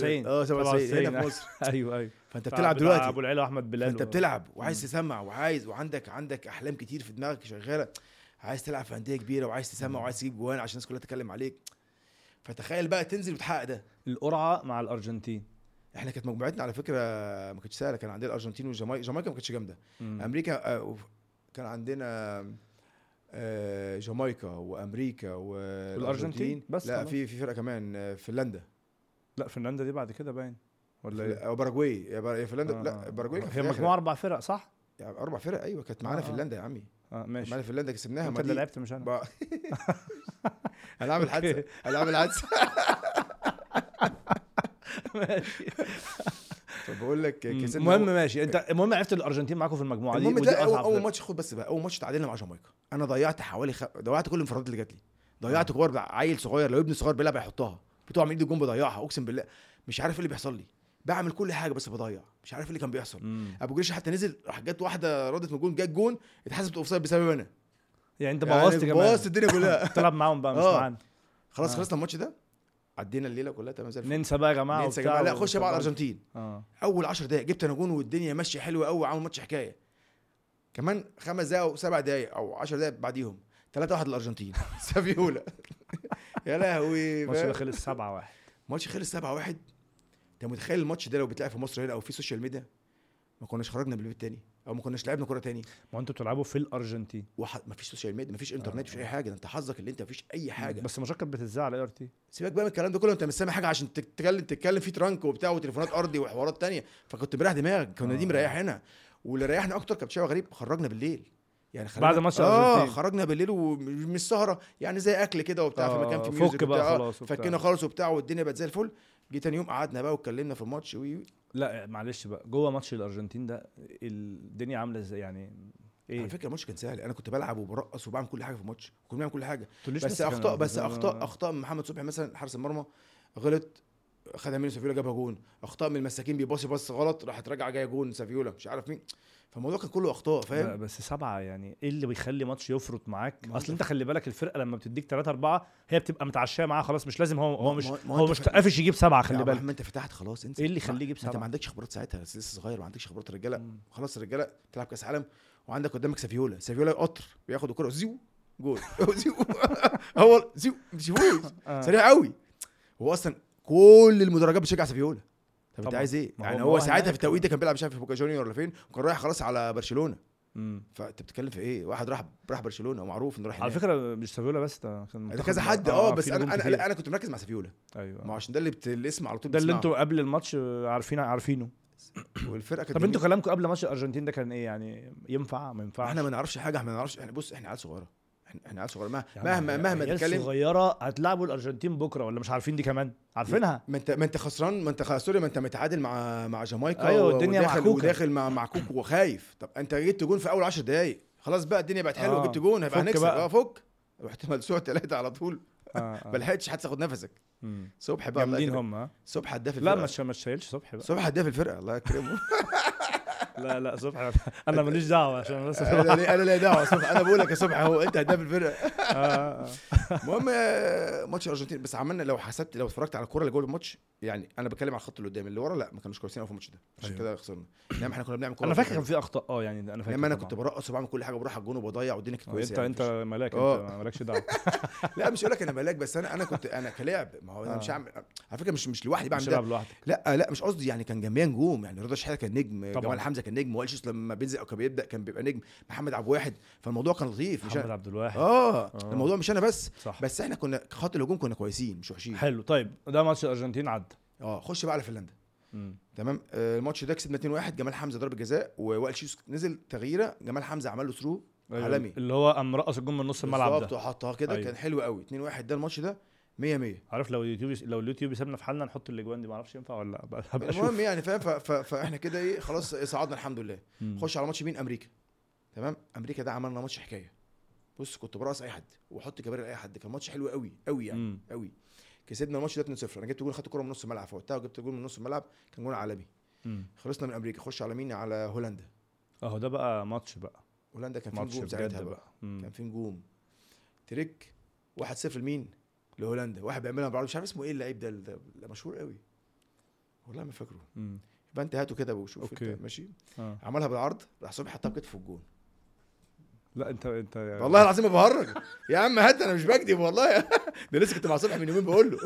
97 هنا في مصر. ايوه فانت بتلعب دلوقتي ابو العلا واحمد بلال، فانت بتلعب وعايز تسمع وعندك احلام كتير في دماغك شغاله، عايز تلعب في انديه كبيره وعايز تسمع وعايز تجيب جوان عشان الناس كلها تتكلم عليك. فتخيل بقى تنزل وتحقق ده. القرعه مع الارجنتين، احنا كانت مجموعتنا على فكره ما كانتش سهله، كان عندنا الارجنتين وجامايكا. جامايكا ما كانتش جامده. امريكا كان عندنا جامايكا وامريكا والارجنتين بس لا في فرقه كمان فنلندا. لا فنلندا دي بعد كده باين ولا ايه؟ او باراجواي يا فنلندا. لا باراجواي هي مجموعه 4 فرق صح؟ يعني 4 فرق ايوه. كانت معانا فنلندا يا عمي. ماشي. معانا فنلندا كسبناها. انت اللي لعبت مش انا. انا عامل حادثه. ماشي. فبقول لك كسبنا. المهم ماشي. انت المهم عرفت الارجنتين معاكم في المجموعه دي. المهم ده اول ماتش. خد بس بقى، اول ماتش تعادلنا مع جامايكا. انا ضيعت ضيعت كل الانفرادات اللي جات لي. ضيعت كور عيل صغير، لو ابني صغير بيلعب هيحطها، بتوع من ايد الجون بضيعها. اقسم بالله مش عارف ايه اللي بيحصل لي. بعمل كل حاجه بس بضيع، مش عارف ايه اللي كان بيحصل. ابو جريشه حتى نزل، راح جت واحده ردت من الجون، جت جون اتحسبت اوفسايد بسبب انا. يعني انت بوظت كمان، بوظت الدنيا كلها. تلعب معاهم بقى مش معانا. خلاص خلصنا الماتش ده، عدينا الليله كلها تمام زي الفل. ننسى بقى يا جماعه ننسى يا جماعه. لا خش بقى على الارجنتين. اول 10 دقائق جبت انا جون والدنيا ماشيه حلوه قوي، عامل ماتش حكايه. كمان 5 دقائق او 7 دقائق او 10 دقائق بعديهم 3-1 للارجنتين. سافيولا. يا لهوي. الماتش ده خلص 7-1. ماتش خلص 7-1. انت متخيل الماتش ده لو بيتلعب في مصر هنا او في سوشيال ميديا ما كناش خرجنا بالبيت تاني، او ما كناش لعبنا كوره تاني. ما انتوا بتلعبوا في الارجنتين ما فيش سوشيال ميديا، ما فيش انترنت، مفيش اي حاجه. انت حظك اللي انت ما فيش اي حاجه. بس الماتشات كانت بتذاع على ار تي. سيبك بقى من الكلام ده كله، انت مش سامع حاجه عشان تتكلم في ترانك وبتاع وتليفونات ارضي وحوارات تانية. فكنت مريح دماغك. كنا دي مريح هنا. واللي ريحنا اكتر كابتن شاوي غريب، خرجنا بالليل يعني بعد ماتش الارجنتين. خرجنا بالليل ومش سهره يعني، زي اكل كده وبتاع في مكان في ميوزك فك بقى خلاص فكنا خالص وبتاع والدنيا بقت زي الفل. جه تاني يوم قعدنا بقى واتكلمنا في الماتش لا معلش بقى، جوه ماتش الارجنتين ده الدنيا عامله ازاي يعني؟ ايه على فكره الماتش كان سهل. انا كنت بلعب وبرقص وبعمل كل حاجه في الماتش، كنا بنعمل كل حاجه. بس اخطاء من محمد صبحي مثلا حارس المرمى، غلط خدها منه سافيولا جابها جون. اخطاء من المساكين بيباصي بس غلط، راحت راجعه جايه جون سافيولا مش عارف مين. فالموضوع كان كله اخطاء فاهم. بس 7 يعني ايه اللي بيخلي ماتش يفرط معاك؟ اصل انت خلي بالك الفرقه لما بتديك 3-4 هي بتبقى متعشيه معاها خلاص، مش لازم هو مش قافش يجيب 7. خلي بالك ما انت فتحت خلاص. انت ايه اللي يخليه يجيب 7؟ انت ما عندكش خبرات ساعتها، لسه صغير ما عندكش خبرات. الرجاله خلاص، الرجاله تلعب كاس عالم وعندك قدامك سافيولا قطر بياخد الكره زيو جول. زيو هو زيو مش سريع قوي. هو اصلا كل المدرجات بتشجع سافيولا. طب انت عايز ايه يعني؟ هو ساعتها في التوقيت ده كان بيلعب مش عارف في بوكا جونيور ولا فين، وكان رايح خلاص على برشلونه. فانت بتتكلم في ايه؟ واحد راح برشلونه ومعروف انه راح على فكره مش سافيولا بس، ده كان كذا حد. بس انا كنت مركز مع سافيولا. ايوه ما عشان ده اللي الاسم على طول ده اللي انتوا قبل الماتش عارفينه. والفرقه كانت طب انتوا كلامكم قبل ماتش الارجنتين ده كان ايه يعني؟ ينفع ما ينفعش؟ احنا ما نعرفش حاجه. احنا ما نعرفش. احنا بص احنا عيال صغيره. احنا عيال صغيره. مهما تتكلم صغيره. هتلعبوا الارجنتين بكره ولا مش عارفين؟ دي كمان عارفينها. ما انت خسران. ما انت سوري، ما انت متعادل مع جامايكا. ايوه الدنيا وداخل مع كوكو وخايف. طب انت جبت جون في اول 10 دقايق خلاص بقى الدنيا بقت حلوه. جبت جون هيبقى هنكسب. فك رحت ملسوع 3 على طول. ما لحقتش حتى تاخد نفسك. صبحي بقى جامدين هم. صبحي هداف الفرقه. لا مش شايلش صبحي بقى. صبحي هداف الفرقه الله يكرمه. لا صبحي انا ماليش دعوه عشان بس انا لا دعوه صبحي. انا بقول لك يا صبحي هو انت هداف الفرقه. المهم ماتش الارجنتين بس عملنا، لو اتفرجت على الكوره اللي جوه الماتش يعني، انا بتكلم على الخط اللي قدام اللي ورا، لا ما كانوش كويسين قوي في الماتش ده عشان كده خسرنا. انما احنا كنا بنعمل كوره. انا فاكر كان في اخطاء يعني انا فاكر. انما انا كنت برقص وبعمل كل حاجه وبروح على الجون وبضيع والدنيا كانت كويسه. انت ملاك. انت مالكش دعوه. لا مش هقول لك انا ملاك، بس انا كنت كلاعب. ما هو انا مش هعمل على فكره، مش لوحدي بعمل ده. لا مش قصدي يعني. كان جنبيا نجوم يعني. رضا شحاته كان نجم، جمال حمزه كان نجم، وائل شيس لما بينزل او كان بيبدا كان بيبقى نجم، محمد عبد الواحد. فالموضوع كان لطيف. محمد عبد الواحد. الموضوع مش انا بس. صح. بس احنا كنا خط الهجوم كنا كويسين مش وحشين. حلو. طيب ده ماتش الارجنتين عدى. خش بقى على فنلندا. تمام. الماتش ده كسبنا 2-1. جمال حمزه ضربه جزاء ووائل شيس نزل تغييره. جمال حمزه عمل له ثرو عالمي اللي هو قام مرقص الجون من نص الملعب ده بالظبط وحطها كده. كان حلو قوي. 2-1 ده الماتش ده 100. عارف لو اليوتيوب يسيبنا في حالنا نحط الاجوان دي ما اعرفش ينفع ولا لا. المهم يعني فاهم. فاحنا كده ايه خلاص صعدنا الحمد لله. خش على ماتش مين؟ امريكا. تمام. امريكا ده عملنا ماتش حكايه. بص كنت براس اي حد واحط كباري اي حد. كان ماتش حلو قوي يعني قوي. كسبنا الماتش ده 2-0. انا جبت جول، خدت كوره من نص الملعب فوتها وجبت جول من نص الملعب. كان جول عالمي. خلصنا من امريكا. خش على مين؟ على هولندا. ده بقى ماتش بقى. هولندا كان في نجوم ساعتها بقى. كان في نجوم. تريك 1-0 لمين؟ لهولندا. واحد بيعملها بعرض مش عارف اسمه ايه اللعيب ده مشهور قوي والله ما فاكره. يبقى انت هاته كده وشوف. ماشي. عملها بالعرض راح صبحي حطها بكتفه في الجون. لا انت يعني والله العظيم ما بهرج يا عم، هات انا مش بكذب والله. ده لسه كنت مع صبحي من يومين بقول له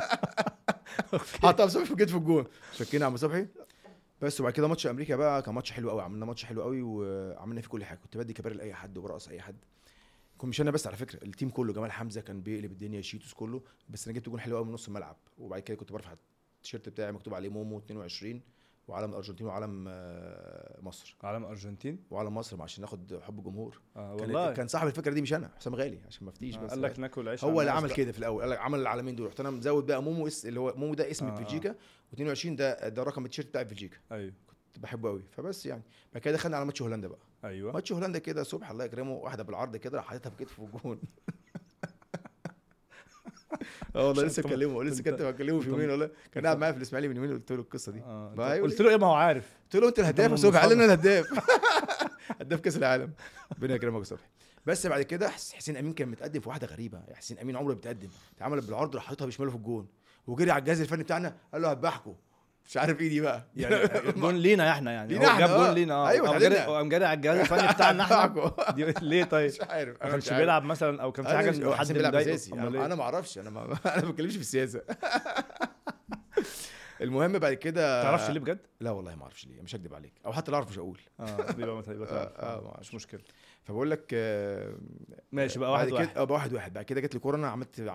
حطها صبحي جيت في الجون، شكينا عم صبحي. بس وبعد كده ماتش امريكا بقى كان ماتش حلو قوي، عملنا ماتش حلو قوي وعملنا فيه كل حاجه، كنت بدي كبار لاي حد وبرقص اي حد. كنت مش انا بس على فكره، التيم كله، جمال حمزه كان بيقلب الدنيا، شيتوس كله. بس انا جبت جون حلو قوي من نص الملعب. وبعد كده كنت برفع التيشيرت بتاعي مكتوب عليه مومو 22 وعلم الارجنتين وعلم مصر، علم ارجنتين وعلم مصر عشان ناخد حب الجمهور. والله كان صاحب الفكره دي مش انا، حسام غالي، عشان ما افتيش بس قال لك ناكل عيش هو اللي عمل كده في الاول، قال لك عمل العالمين دول، رحت انا مزود بقى مومو اللي هو مومو ده اسم بلجيكا، و22 ده رقم التيشيرت بتاع بلجيكا. ايوه كنت بحبه قوي. فبس يعني بعد كده دخلنا على ماتش هولندا بقى. ايوه ماتش هولندا كده صبح الله يكرمه، واحده بالعرض كده راح حاططها في كتفه في الجون. والله لسه كنت بكلمه في يومين، والله كان قاعد معايا في الاسماعيلي من يومين، قلت له القصه دي. قلت له ايه؟ ما هو عارف. قلت له انت الهداف يا صبحي؟ قال لي انا الهداف. هداف كاس العالم. ربنا يكرمك يا صبحي. بس بعد كده حسين امين كان متقدم في واحده غريبه، حسين امين عمره بيتقدم، اتعملت بالعرض راح حاططها بشماله في الجون، وجري على الجهاز الفني بتاعنا قال له هذبحكم، مش عارف ايه دي بقى يعني جون لينا احنا، يعني لينا هو جاب احنا جون لينا ايوه قام جاري على الجهاز الفني بتاعنا احنا. ليه طيب؟ مش عارف، ما كانش بيلعب مثلا او كان في حاجه حد بيلعب اساسي؟ انا ما اعرفش، انا ما بتكلمش في السياسه. المهم بعد كده تعرفش ليه بجد؟ لا والله ما اعرفش ليه، مش هكدب عليك، او حتى لو اعرف مش هقول. بيبقى مش مشكله. فبقول لك ماشي بقى واحد واحد. واحد بعد كده جت لي كورونا،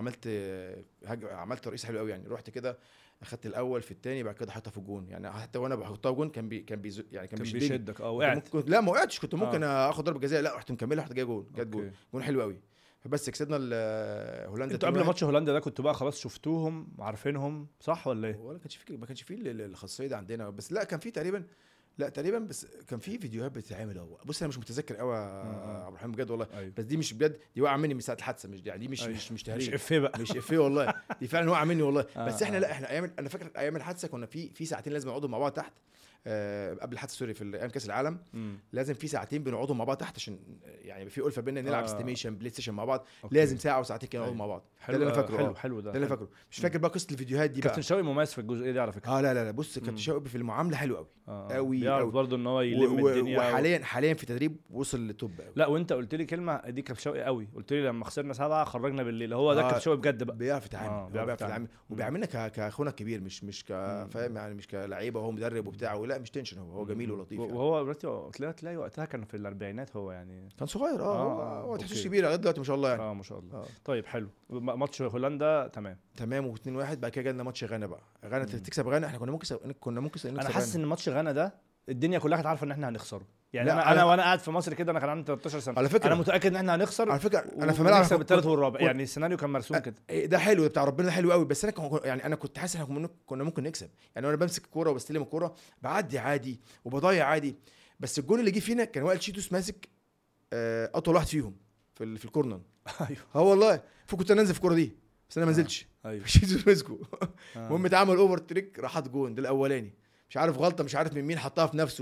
عملت رئيس حلو قوي يعني. رحت كده اخدت الاول في الثاني، بعد كده حطها في الجون يعني. حتى وانا بحطها جون كان بيشدك. وقعت. لا ما وقعتش، كنت ممكن اخد ضربه جزاء، لا رحت مكمله، رحت جاي جون، جت جون حلو قوي. فبس كسبنا هولندا. انتوا قبل ماتش هولندا ده كنتوا بقى خلاص شفتوهم عارفينهم صح ولا ايه؟ ولا ما كانش فيه الخاصيه دي عندنا، بس لا كان فيه تقريبا بس كان في فيديوهات بتتعمل. بص انا مش متذكر قوي يا عبد الرحمن بجد والله. أيوه. بس دي مش بجد، دي وقع مني من ساعه الحادثه، مش دي يعني، مش أيوه. مش تهريج، مش افيه بقى، مش افيه والله، دي فعلا وقع مني والله. بس احنا لا احنا انا فاكر ايام الحادثه كنا في ساعتين لازم نقعدوا مع بعض تحت، قبل الحادثه سوري في ايام كاس العالم. لازم في ساعتين بنقعدوا مع بعض تحت عشان يعني في ألفة بيننا، نلعب استيميشن بلاي ستيشن مع بعض. لازم ساعه وساعتين كده نقعد مع بعض. ده اللي انا فاكره. حلو ده اللي انا فاكره. مش فاكر بقى قصه الفيديوهات دي بقى. كابتن شوقي مميز في الجزئيه دي على فكره. لا بص كابتن شوقي في المعامله حلو قوي قوي بيعرف برضه ان هو يلم الدنيا. وحاليا في تدريب وصل للتوب قوي. لا وانت قلت لي كلمه دي كابتن شوقي قوي، قلت لي لما خسرنا 7 خرجنا بالليل، هو ده كابتن شوقي بجد بقى. بيعرف يتعامل، بيعرف يتعامل وبيعاملنا كاخونا الكبير، مش فاهم يعني، مش كلعيبه وهو مدرب وبتاع، لا مش تنشن، هو جميل ولطيف يعني. وهو دلوقتي تلاقي وقتها كان في الاربعينات، هو يعني كان صغير. هو تحسوش كبير لغايه دلوقتي ما شاء الله يعني. ما شاء الله. طيب حلو. ماتش هولندا تمام و2-1. بعد كده جالنا ماتش غانا بقى. غانا تكسب غانا، احنا كنا ممكن نكسب. انا حاسس ان ماتش غانا ده الدنيا كلها كانت عارفه ان احنا هنخسره يعني. انا وانا قاعد في مصر كده، انا كان عندي 13 سنه على فكره، انا متاكد ان احنا هنخسر على فكره. انا في ملعب نكسب الثالث والرابع يعني، السيناريو كان مرسوم كده. ده حلو، ده بتاع ربنا، ده حلو قوي. بس انا كنت حاسس ان احنا كنا ممكن نكسب يعني. وانا بمسك الكوره وبستلم الكوره بعدي عادي وبضيع عادي. بس الجون اللي جه فينا كان وائل شيتوس ماسك اطول واحد فيهم في الكورنر. ايوه والله كنت انزل في الكوره دي، بس انا ما نزلتش. ايوه شيتوس مسكه. المهم اتعمل اوفر تريك، راح حط جون. ده الاولاني، مش عارف غلطه، مش عارف من مين حطها في نفسه،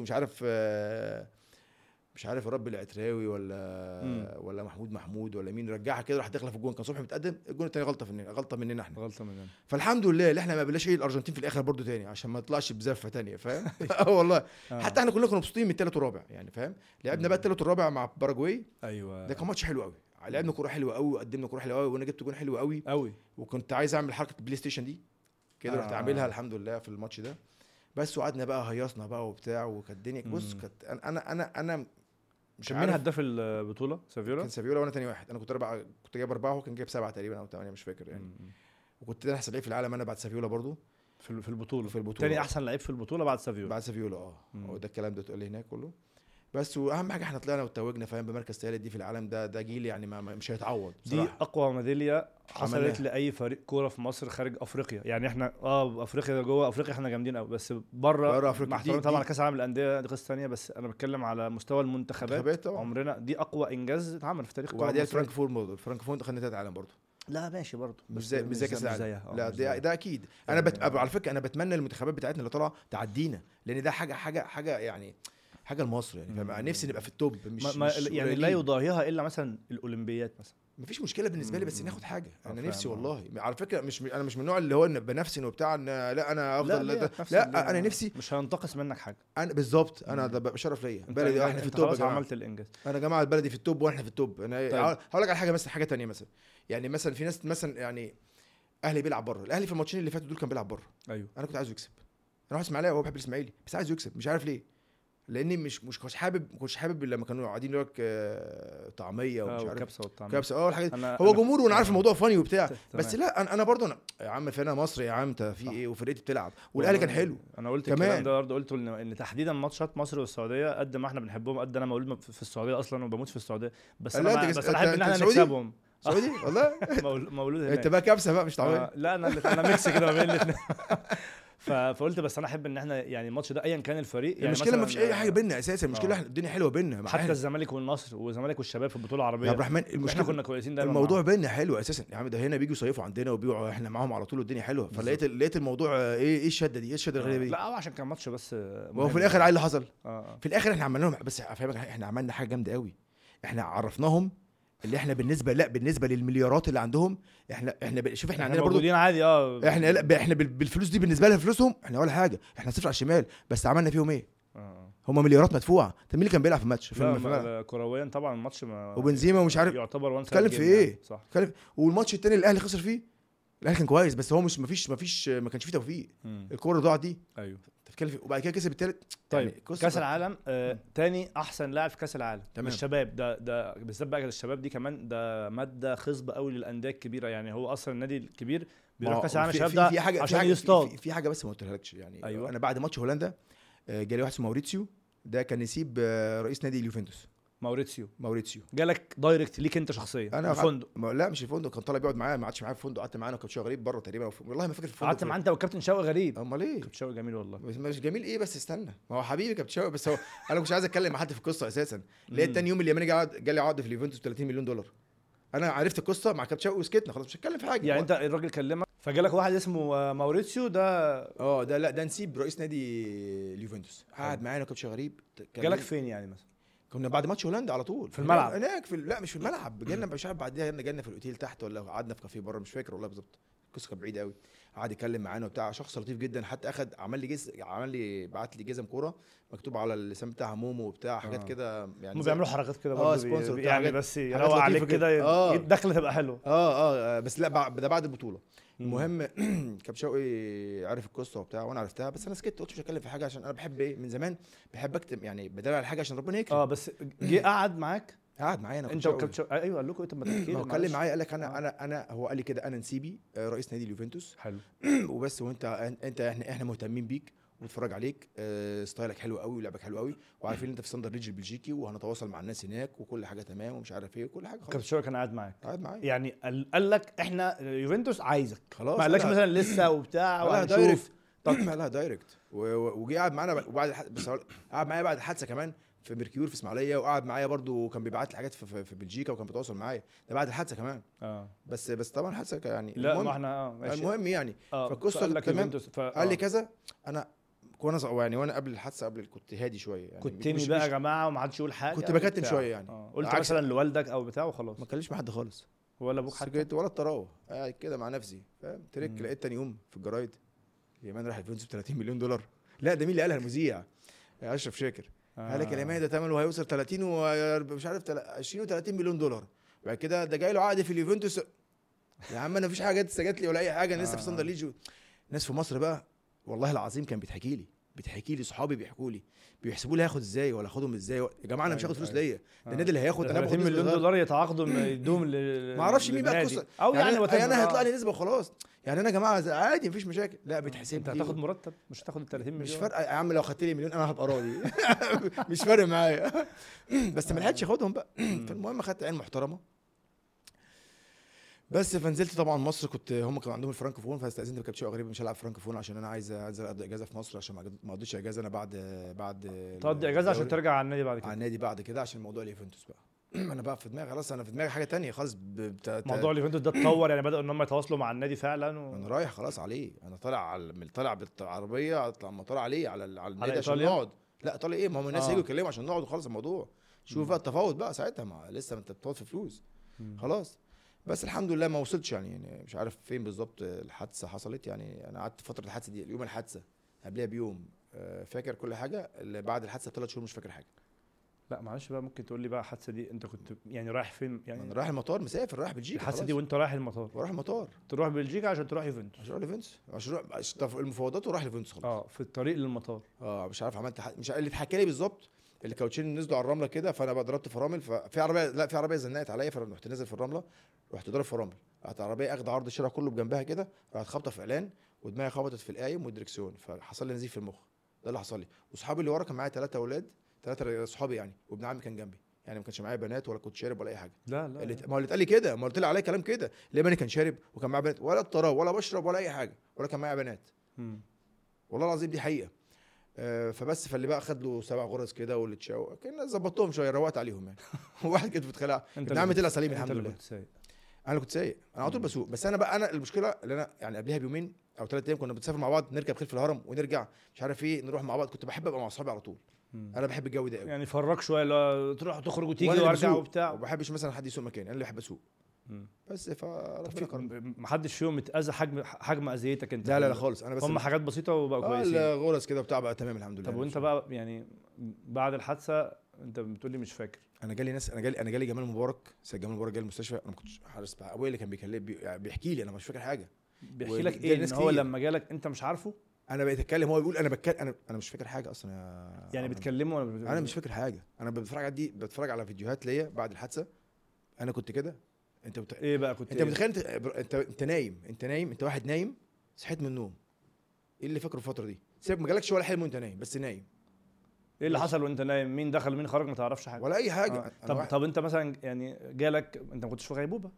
مش عارف رب العتراوي ولا محمود ولا مين، رجعها كده راح داخله في الجون. كان صبحي متقدم، الجون الثاني غلطه مننا احنا. فالحمد لله اللي احنا ما قابلناش الارجنتين في الاخر برضو تاني، عشان ما يطلعش بزفه تانية، فاهم؟ والله حتى احنا كنا مبسوطين من الثالث والرابع يعني، فاهم؟ لعبنا بقى الثالث والرابع مع باراجواي. ايوه ده كان ماتش حلو قوي، لعبنا كوره حلوه قوي وقدمنا كوره حلوه قوي، وانا جبت جون حلو قوي وكنت عايز اعمل حركه البلاي ستيشن دي كده، رحت اعملها الحمد لله في الماتش ده. بس وقعدنا بقى هيصنا بقى وبتاع، وكانت الدنيا بص كانت انا مش عارف. مين هداف البطوله؟ سافيولا. كان سافيولا وانا تاني واحد. انا كنت جايب 4 وكان جايب 7 تقريبا او 8 مش فاكر يعني. وكنت انا احسن لعيب في العالم انا بعد سافيولا برضو في البطوله. تاني احسن لعيب في البطوله بعد سافيولا. هو ده الكلام ده تقول لي هناك كله. بس واهم حاجه احنا طلعنا وتوجنا، فاهم، بمركز ثالث دي في العالم. ده جيل يعني مش هيتعوض بصراحة. دي اقوى ميداليه حصلت لاي فريق كوره في مصر خارج افريقيا يعني. احنا افريقيا، جوه افريقيا احنا جامدين قوي، بس بره افريقيا طبعا كاس العالم للانديه دي قصه ثانيه. بس انا بتكلم على مستوى المنتخبات عمرنا، دي اقوى انجاز اتعمل في تاريخ الكوره. وبعدين فرانكفورت خدنا 3 عالم برضه. لا ماشي برضه، مش زي كاس العالم. لا ده اكيد. على فكره انا بتمنى المنتخبات بتاعتنا اللي طالعه تعدينا، لان ده حاجه يعني حاجه لمصر يعني. نفسي نبقى في التوب، مش يعني لا يضاهيها الا مثلا الاولمبيات مثلا. مفيش مشكله بالنسبه لي، بس ناخد حاجه. انا نفسي والله على فكره انا مش من النوع اللي هو بنفسي وبتاع لا انا افضل لا انا نفسي مش هنتقص منك حاجه. انا بالظبط انا ده بشرف ليا بلدي، احنا في التوب يا جماعه. عملت الانجاز. انا يا جماعه البلدي في التوب واحنا في التوب. انا هقول لك على حاجه مثلا، حاجه تانية مثلا، يعني مثلا في ناس مثلا يعني اهلي بيلعب بره، الاهلي في الماتشين اللي فاتوا دول كان بيلعب بره. ايوه انا كنت عايزه يكسب، انا رايح اسماعيليه وهو بحب الاسماعيلي بس عايزه يكسب، مش عارف ليه، لاني مش حابب لما كانوا قاعدين يقول لك طعميه ومش عارف كبسه والطعميه كبسه الحاجات هو جمهور وانا عارف الموضوع فاني وبتاع بس لا انا برضه يا عم فانا مصري يا عم انت في ايه وفرقتي بتلعب والاهلي كان حلو. انا قلت الكلام ده برضه، قلت ان تحديدا ماتشات مصر والسعوديه قد ما احنا بنحبهم قد انا مولود في السعوديه اصلا وبموت في السعوديه، بس انا احب ان احنا نكسبهم. سعودي والله مولود هناك. انت بقى كبسه بقى مش طعميه. لا انا ميكس كده ما بين الاثنين. فقلت بس انا احب ان احنا يعني الماتش ده ايا كان الفريق يعني المشكله ما فيش اي حاجه بينا اساسا، المشكله احنا الدنيا حلوه بينا حتى الزمالك والنصر والزمالك والشباب في البطوله العربيه يا عبد الرحمن احنا كنا كويسين دايما. الموضوع بينا حلو اساسا يا عم، ده هنا بيجوا يصيفوا عندنا وبيقعوا احنا معاهم على طول والدنيا حلوه. فلقيت الموضوع ايه الشده دي، ايه الشده الغريبه دي؟ لا عشان كان ماتش بس وفي الاخر ايه اللي حصل؟ في الاخر احنا عملنا لهم، بس افهمك احنا عملنا حاجه جامده قوي، احنا عرفناهم اللي احنا بالنسبه للمليارات اللي عندهم احنا شوف احنا عندنا برضو عادي احنا لا احنا بالفلوس دي بالنسبه لها فلوسهم احنا ولا حاجه، احنا صفر على الشمال، بس عملنا فيهم ايه؟ هم مليارات مدفوعه. طب مين اللي كان بيلعب في الماتش؟ كرويا طبعا الماتش وبنزيما ومش عارف يعتبر وان اتكلم في ايه صح. والماتش الثاني اللي الاهلي خسر فيه، الاهلي كان كويس بس هو مش ما كانش فيه توفيق. الكوره ضاعت دي ايوه تتكلم فيه، وبعد كده كسب الثالث. طيب يعني كاس العالم تاني احسن لاعب في كاس العالم تمام. الشباب ده بالذات بقى الشباب دي كمان ده ماده خصبه قوي للانديه الكبيره، يعني هو اصلا النادي الكبير بيروح كاس العالم الشباب ده عشان يصطاد. في حاجه بس ما قلتلكش يعني. أيوة. انا بعد ماتش هولندا جالي واحد اسمه ماوريتسيو، ده كان نسيب رئيس نادي اليوفنتوس. ماوريتسيو جالك دايركت ليك انت شخصيا انا الفندق؟ لا مش الفندق، كان طالع بيقعد معايا، ما قعدش معايا في الفندق، قعدت معانا وكابتن شوقي غريب بره تقريبا، والله ما فاكر الفندق. قعدت معاه انت والكابتن شوقي غريب؟ امال ايه؟ كابتن شوقي جميل والله. مش جميل ايه بس استنى، ما هو حبيبي كابتن شوقي، بس هو انا مش عايز اتكلم مع حد في القصه اساسا. لقيت تاني يوم اليماني جالي عقد في اليوفنتوس $30 مليون. انا عرفت القصه مع كابتن شوقي وسكتنا خلاص، مش هتكلم في حاجه. يعني انت الراجل كلمك فجالك واحد اسمه ماوريتسيو ده ده لا ده نسيب رئيس نادي اليوفنتوس، قعد معانا كابتن شوقي غريب. جالك فين يعني مثلا؟ كنا بعد ماتش هولندا على طول في الملعب هناك لا مش في الملعب، جالنا مش عارف بعديها جالنا في الاوتيل تحت ولا قعدنا في كافيه بره، مش فاكر والله بالظبط، القصه كانت بعيده قوي. قعد يتكلم معانا وبتاع، شخص لطيف جدا، حتى عمل لي بعت لي جزم كوره مكتوب على اللسان بتاعها مومو وبتاع حاجات كده يعني، هم بيعملوا حركات كده برضه سبونسر يعني بس يروق عليك كده الدخله تبقى حلوه. بس لا ده بعد البطوله. المهم كابتن شوقي عرف القصه وبتاع وانا عرفتها، بس انا سكت قلت مش هتكلم في حاجه عشان انا بحب ايه من زمان، بحب اكتب يعني بدل على حاجه عشان ربنا يكرم. بس جه قعد معاك؟ قعد معايا انا انت وكابتن شوقي. ايوه قال لكم انت ما تحكي لي. اتكلم معايا قال لك انا هو قال لي كده، انا نسيبي رئيس نادي اليوفنتوس حلو وبس، وانت احنا مهتمين بيك ونتفرج عليك، ستايلك حلو قوي ولعبك حلو قوي، وعارفين ان انت في ساندر ريدج البلجيكي، وهنتواصل مع الناس هناك وكل حاجه تمام ومش عارف ايه وكل حاجه خلاص. كابتن شوقي كان قاعد معاك؟ قاعد معايا يعني قال لك احنا يوفنتوس عايزك خلاص، ما قالكش مثلا لسه وبتاع وهنشوف؟ لا دايركت، وجي قعد معانا وبعد بس قعد معايا بعد الحادثه كمان في ميركيور في اسماعيليه، وقعد معايا برضو كان بيبعت لي حاجات في بلجيكا وكان بيتواصل معايا، ده بعد الحادثه كمان. بس طبعا الحادثه يعني لا ما احنا ماشي المهم يعني فالقصه تمام. قال لي كذا، انا وانا قبل الحادثه كنت هادي شويه يعني، كنت تاني بقى يا جماعه وما حدش يقول حاجه، كنت بكتم شويه يعني. قلت مثلا لوالدك او بتاع وخلاص؟ ما اتكلمش مع حد خالص ولا ابوك حتى ولا الطراوه، قاعد كده مع نفسي فاهم. لقيت تاني يوم في الجرايد اليماني راح اليوفنتوس $30 مليون. لا ده مين اللي قالها؟ المذيع اشرف شاكر. قال لك اليماني ده ثمنه هيوصل 30 ومش عارف 20 و30 مليون دولار. بعد كده ده جاي له عقد في اليوفنتوس. يا عم انا مفيش حاجه لسه جات لي ولا اي حاجه، انا لسه في ساندر ليج. ناس في مصر بقى والله العظيم كان بتحكي لي صحابي بيحكوا لي بيحسبوا لي هاخد ازاي ولا اخدهم ازاي. يا جماعه انا مش هاخد فلوس ليا، ده النادي اللي هياخد. انا $30 مليون يتعاقدوا يدوم ما اعرفش مين بقى القصه او يعني انا هيطلع لي نسبه وخلاص يعني. انا يا جماعه عادي مفيش مشاكل. لا بتحسب انت هتاخد مرتب مش هتاخد ال 30 مليون. مش فارقه يا عم، لو خدت لي مليون انا هبقى راضي مش فارق معايا بس ما لحقتش اخدهم بقى. فالمهم خدت عين محترمه بس. فنزلت طبعا مصر، هم كانوا عندهم الفرانكوفون، فاستاذنت بكابتن شوقي غريب مش هلعب فرانكوفون عشان انا عايز اقضي اجازه في مصر، عشان ما اقضيش اجازه انا بعد تقضي اجازه عشان ترجع على النادي بعد كده عشان موضوع اليوفنتوس بقى. انا بقى في دماغي خلاص، انا في دماغي حاجه تانية خالص. موضوع اليوفنتوس ده اتطور يعني، بدأوا ان هم يتواصلوا مع النادي فعلا انا رايح خلاص عليه، انا طالع بالعربيه لما طالع عليه على النادي عشان نقعد. لا ايطاليا ايه، ما هم الناس هيجوا يتكلموا عشان نقعد وخلاص الموضوع. شوف بقى التفاوض بقى ساعتها، ما لسه انت بتفاوض في فلوس خلاص. بس الحمد لله ما وصلتش يعني مش عارف فين بالظبط الحادثه حصلت. يعني انا قعدت فتره الحادثه دي، يوم الحادثه قبلها بيوم فاكر كل حاجه، اللي بعد الحادثه ب3 شهور مش فاكر حاجه. لا معلش بقى، ممكن تقول لي بقى الحادثه دي انت كنت يعني رايح فين يعني؟ انا رايح المطار، مسافر رايح بلجيكا. الحادثه خلاص دي وانت رايح المطار؟ ورايح المطار تروح بلجيكا عشان تروح يوفنتوس؟ عشان اروح ليفنتوس، عشان اروح المفاوضات وراح ليفنتوس خلاص. في الطريق للمطار. مش عارف عملت مش اللي اتحكى لي بالظبط. الكاوتشين نزلوا على الرمله كده، فانا بقى ضربت فرامل، ففي عربيه، لا في عربيه زنقت عليا، فرحت نازل في الرمله، رحت ضارب فرامل، راحت العربيه اخد عرض الشارع كله بجنبها كده، راحت خبطه في اعلان، ودماغي خبطت في القايم والدركسيون، فحصل لي نزيف في المخ. ده اللي حصل لي. واصحابي اللي ورا كان معايا 3 اولاد، 3 صحابي يعني، وابن عمي كان جنبي، يعني ما كانش معايا بنات ولا كنت شارب ولا اي حاجه. لا ما هو اللي اتقال لي كده، ما قلت لي عليه كلام كده، ليه ماني كان شارب وكان معايا بنات، ولا الطراوه ولا بشرب ولا اي حاجه، ولا كان معايا بنات. والله العظيم دي حقيقه. فبس فاللي بقى خد له 7 غرز كده، واللي اتشاو كنا ظبطتهم شويه، روقت عليهم يعني. واحد كده بيتخلع، ابن عمي طلع سليم الحمد لله. انا اللي كنت سايق، انا على طول بسوق. بس انا بقى، انا المشكله اللي انا يعني قبلها بيومين او 3 ايام كنا بنسافر مع بعض، نركب خلف الهرم ونرجع مش عارف ايه، نروح مع بعض. كنت بحب ابقى مع اصحابي على طول. انا بحب الجو ده قوي يعني فرق شويه، لا تروح تخرج وتيجي وارجع وبتاع، وما بحبش مثلا حد يسوق مكاني، انا اللي بحب اسوق. بس فربنا كرم. محدش فيهم اتاذى حجم اذيتك انت؟ لا خالص. انا بس هم حاجات بسيطه وبقى كويسين. الغرز كده بتاع بقى تمام الحمد لله. طب وانت بقى يعني بعد الحادثه انت بتقول لي مش فاكر؟ انا جالي ناس، انا جالي جمال مبارك، سيد جمال مبارك جالي المستشفى، انا ما كنتش حارس بقى، ابويا اللي كان بيكلم بيحكي لي، انا مش فاكر حاجه. بيحكي لك ايه؟ ان هو لما جالك انت مش عارفه؟ انا بقيت اتكلم، هو بيقول انا بتكلم، انا مش فاكر حاجه اصلا يعني بتكلمه ولا انا مش فاكر حاجه. انا بتفرج على فيديوهات ليا بعد الحادثه، انا كنت كده. ايه بقى كنت انت متخيل؟ انت نايم، انت واحد نايم، صحيت من النوم، ايه اللي فاكره الفتره دي؟ سيبك ما جالكش ولا حلم وانت نايم، بس نايم. ايه اللي حصل وانت نايم؟ مين دخل مين خرج؟ ما تعرفش حاجه ولا اي حاجه. طب انت مثلا يعني جالك، انت ما كنتش في غيبوبه؟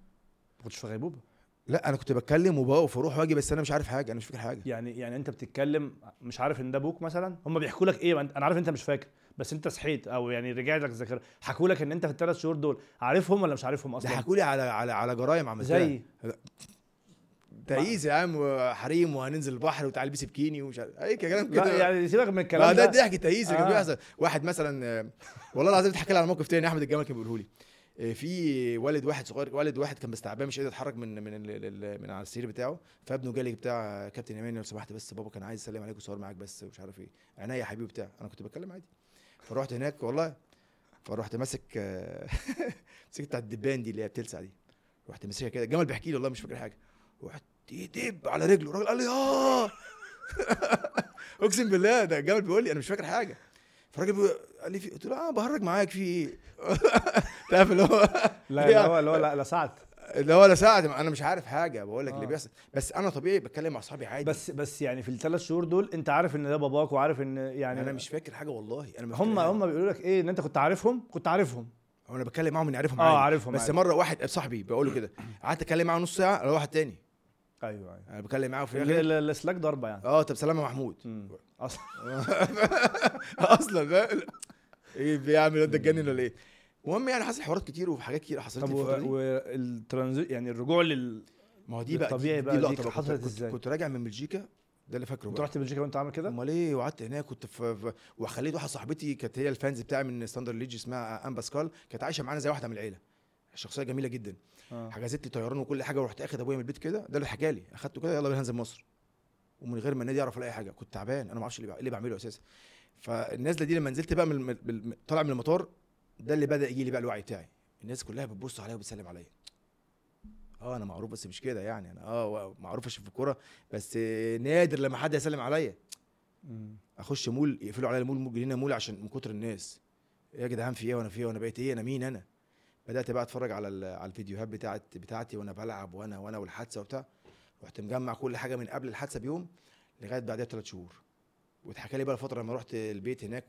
لا انا كنت بتكلم وبقف واروح واجي، بس انا مش عارف حاجه، انا مش فاكر حاجه. يعني انت بتتكلم مش عارف ان ده ابوك مثلا؟ هم بيحكوا لك ايه؟ انا عارف انت مش فاكر، بس انت صحيت او يعني رجعت لك الذاكره، حكوا لك ان انت في ال3 شهور دول عارفهم ولا مش عارفهم اصلا؟ ده حكوا لي على جرايم عملتها، زي تأييز يا عم، وحريم، وهننزل البحر وتعالى البسي بكيني ومش عارف اي كلام كده. لا يعني سيبك من الكلام ده ضحك تأييز اللي كان بيحصل. واحد مثلا والله العظيم اتحكى لي على موقف تاني، احمد الجمل كان بيقوله لي. في والد واحد صغير، والد واحد كان مستعبان مش قادر يتحرك من على السرير بتاعه، فابنه جالي بتاع كابتن يماني لو سمحت بس بابا كان عايز يسلم عليك ويصور معاك بس ومش عارف ايه، عينيا يا حبيبي بتاع. انا كنت بتكلم عادي، فرحت هناك والله، فرحت ماسك مسكت بتاع الدبان دي اللي هي بتلسع دي، رحت ماسكها كده. الجمل بيحكي لي والله مش فاكر حاجه، رحت يدب على رجله، الراجل قال لي اقسم بالله ده الجمل بيقول لي انا مش فاكر حاجه. فالراجل قال لي قلت له بهرج معاك في ايه؟ تعرف اللي هو لا لسعت، اللي هو لسعت، انا مش عارف حاجه بقول لك اللي بيحصل. بس انا طبيعي بتكلم مع اصحابي عادي. بس يعني في ال3 شهور دول انت عارف ان ده باباك، وعارف ان يعني انا مش فاكر حاجه والله. انا هم بيقولوا لك ايه؟ ان انت كنت عارفهم؟ هو انا بتكلم معاهم اني عارفهم عادي. عارفهم بس عادي. مره واحد صاحبي بقول له كده، قعدت اتكلم معاه نص ساعه على واحد تاني. ايوه انا بكلم معاه في الاسلاك ضربه يعني. طب سلام يا محمود. اصلا اصلا ايه بيعمل ده؟ اتجنن ولا ايه؟ المهم يعني حصل حوارات كتير وحاجات كتير حصلت لي الفتره دي. والترانزيت يعني الرجوع ما هو دي بقى طبيعي بقى. دي حصلت ازاي؟ كنت راجع من بلجيكا، ده اللي فاكره. انت رحت بلجيكا وانت عامل كده؟ امال ايه؟ وقعدت هناك، كنت وخليت واحده صاحبتي كانت هي الفانز بتاعي من ستاندر ليج، اسمها ام باسكال، كانت عايشه معانا زي واحده من العيله، شخصيه جميله جدا. حجزت لي طيران وكل حاجه، ورحت اخد ابويا من البيت كده، ده اللي حكى لي، اخدته كده يلا بينا ننزل مصر، ومن غير ما النادي يعرف ولا اي حاجه. كنت تعبان، انا ما اعرفش اللي بعمله اساسا. فالنازله دي لما نزلت بقى طالع من المطار، ده اللي بدا يجي لي بقى الوعي بتاعي. الناس كلها بتبص عليا وبتسلم عليا. انا معروف بس مش كده يعني، انا معروف في الكوره، بس نادر لما حد يسلم عليا. اخش مول يقفلوا عليا المول جنينه مول عشان من كتر الناس. يا جدعان في ايه وانا في ايه وانا بقيت ايه؟ انا مين انا؟ بدات بقى اتفرج على الفيديوهات بتاعتي وانا بلعب وانا والحادثه وبتاع. رحت مجمع كل حاجه من قبل الحادثه بيوم لغايه بعدها ب3 شهور. واتحكى لي بقى الفتره لما رحت البيت هناك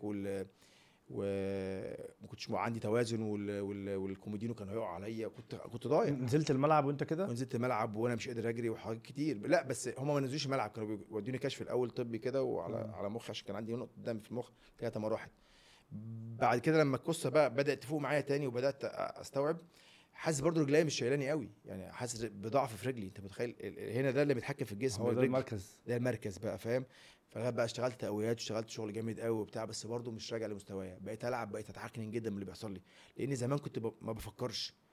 وما كنتش عندي توازن والكوميدينو كانوا هيقعوا عليا، كنت ضايع. نزلت الملعب وانت كده؟ نزلت الملعب وانا مش قادر اجري وحاجات كتير. لا بس هم ما نزلوش الملعب، كانوا بيودوني كشف الاول طبي كده وعلى مخي، عشان كان عندي نقطه دم في المخ 3 مراحل. بعد كده لما القصه بقى بدات تفوق معايا تاني وبدات استوعب، حاسس برضو رجلي مش شايلاني قوي، يعني حاسس بضعف في رجلي. انت متخيل هنا ده اللي بيتحكم في الجسم، هو ده المركز، ده المركز بقى، فاهم؟ فلغايه بقى اشتغلت تقويات واشتغلت شغل جامد قوي وبتاع، بس برضو مش راجع لمستوايا. بقيت العب، بقيت اتعكنن جدا من اللي بيحصل لي، لان زمان كنت ما بفكرش.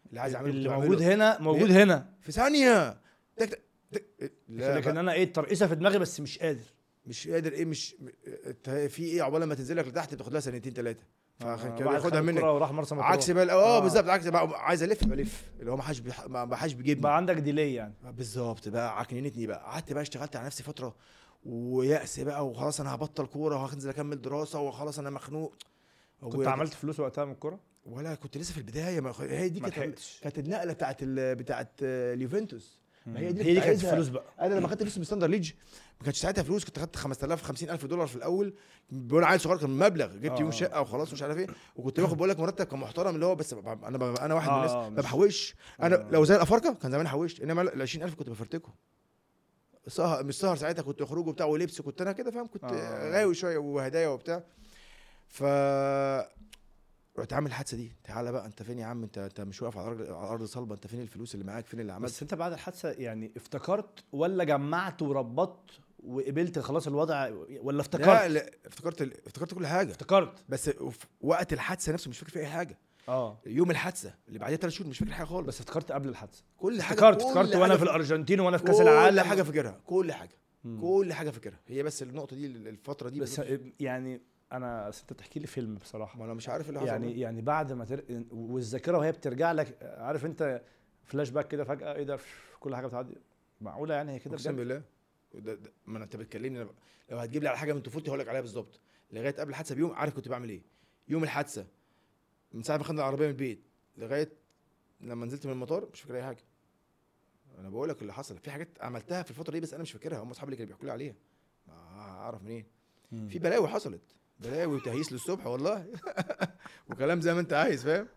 اللي عايز اعمله اللي موجود هنا موجود هنا في ثانيه. لكن انا ايه الترقيصه في دماغي بس مش قادر ايه مش في ايه عقبال ما تنزل لك لتحت بتاخد لها سنتين 3 كان ياخدها منك وراح مرسى مطروح عكس بقى بالظبط عكس بقى عايز بلف اللي هو ما حدش بيجيبني بقى عندك ديلي يعني بالظبط بقى عكننتني بقى قعدت بقى اشتغلت على نفسي فتره ويأس بقى وخلاص انا هبطل كوره وهنزل اكمل دراسه وخلاص انا مخنوق. كنت عملت فلوس وقتها من الكوره ولا كنت لسه في البدايه هي دي كانت النقله بتاعت اليوفنتوس. ما هي دي كانت فلوس بقى. انا لما خدت فلوس من ستاندر ليج ما كانتش ساعتها فلوس كنت خدت 5000 50000 دولار في الاول بقول عيل صغير كان مبلغ جبت يوم شقه وخلاص مش عارف ايه وكنت باخد بقول لك مرتب كان محترم اللي هو بس انا واحد من الناس ما بحوش انا لو زي الافارقه كان زمان حوشت انما ال 20000 كنت بفرتكم مش سهر ساعتها كنت اخرج وبتاع ولبس كنت انا كده فاهم كنت غاوي شويه وهدايا وبتاع ف رحت عامل الحادثه دي. تعالى بقى انت فين يا عم انت مش واقف على ارض صلبه انت فين الفلوس اللي معاك فين اللي عملت. بس انت بعد الحادثه يعني افتكرت ولا جمعت وربطت وقبلت خلاص الوضع ولا افتكرت؟ لا افتكرت كل حاجه افتكرت بس وقت الحادثه نفسه مش فاكر في اي حاجه. يوم الحادثه اللي بعدها 3 شهور مش فاكر حاجه خالص. بس افتكرت قبل الحادثه كل حاجه افتكرت وانا في الارجنتين وانا في كاس العالم كل حاجه فاكرها كل حاجه فاكرها. هي بس النقطه دي الفتره دي بس يعني انا انت بتحكي لي فيلم بصراحه ما انا مش عارف اللي حصل يعني بعد ما والذاكره وهي بترجع لك عارف انت فلاش باك كده فجاه ايه ده كل حاجه بتعدي معقوله يعني هي كده اقسم بالله ما انت بتكلمني لو هتجيب لي على حاجه من طفولتي هقول لك عليها بالظبط. لغايه قبل الحادثه بيوم عارف كنت بعمل ايه. يوم الحادثه من ساعه ما خدنا العربيه من البيت لغايه لما نزلت من المطار مش فاكر اي حاجه. انا بقول لك اللي حصل في حاجات عملتها في الفتره دي بس انا مش فاكرها. هم اصحابي اللي كانوا بيحكوا لي عليها اعرف منين في بلاوي حصلت بلاوي وتهييس للصبح والله وكلام زي ما انت عايز فاهم.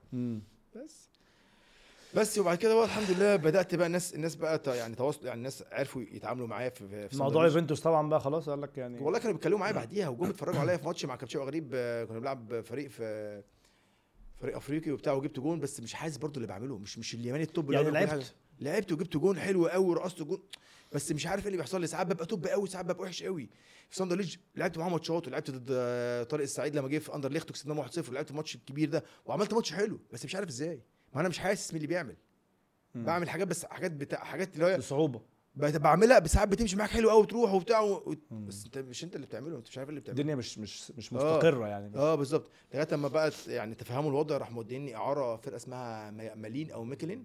بس وبعد كده بقى الحمد لله بدات بقى الناس بقى يعني تواصل يعني الناس عرفوا يتعاملوا معايا في موضوع يوفنتوس طبعا بقى خلاص قال لك يعني والله كانوا بيتكلموا معايا بعديها وجم اتفرجوا عليا في ماتش مع كابتن غريب كنا بنلعب فريق افريقي وبتاع وجبت جون بس مش حاسس برضو اللي بعمله مش اليماني التوب يعني لعبت وجبت جون حلو قوي ورقصت جون بس مش عارف ايه اللي بيحصل لي. ساعات ببقى توب قوي ساعات ببقى وحش قوي. في ساندر ليج لعبت معاه ماتشات ولعبت ضد طارق السعيد لما جه في اندر ليخت وكسبناه 1-0 ولعبت الماتش الكبير ده وعملت ماتش حلو بس مش عارف ازاي. ما انا مش حاسس مين اللي بيعمل بعمل حاجات بس حاجات اللي هي بصعوبه بعملها بس ساعات بتمشي معاك حلو قوي وتروح وبتاع بس انت مش انت اللي بتعمله انت مش عارف اللي بتعمله. الدنيا مش مستقره يعني بالظبط. لغايه اما بقى يعني تفهموا الوضع راح موديني اعاره فرقه اسمها مالين او ميكلين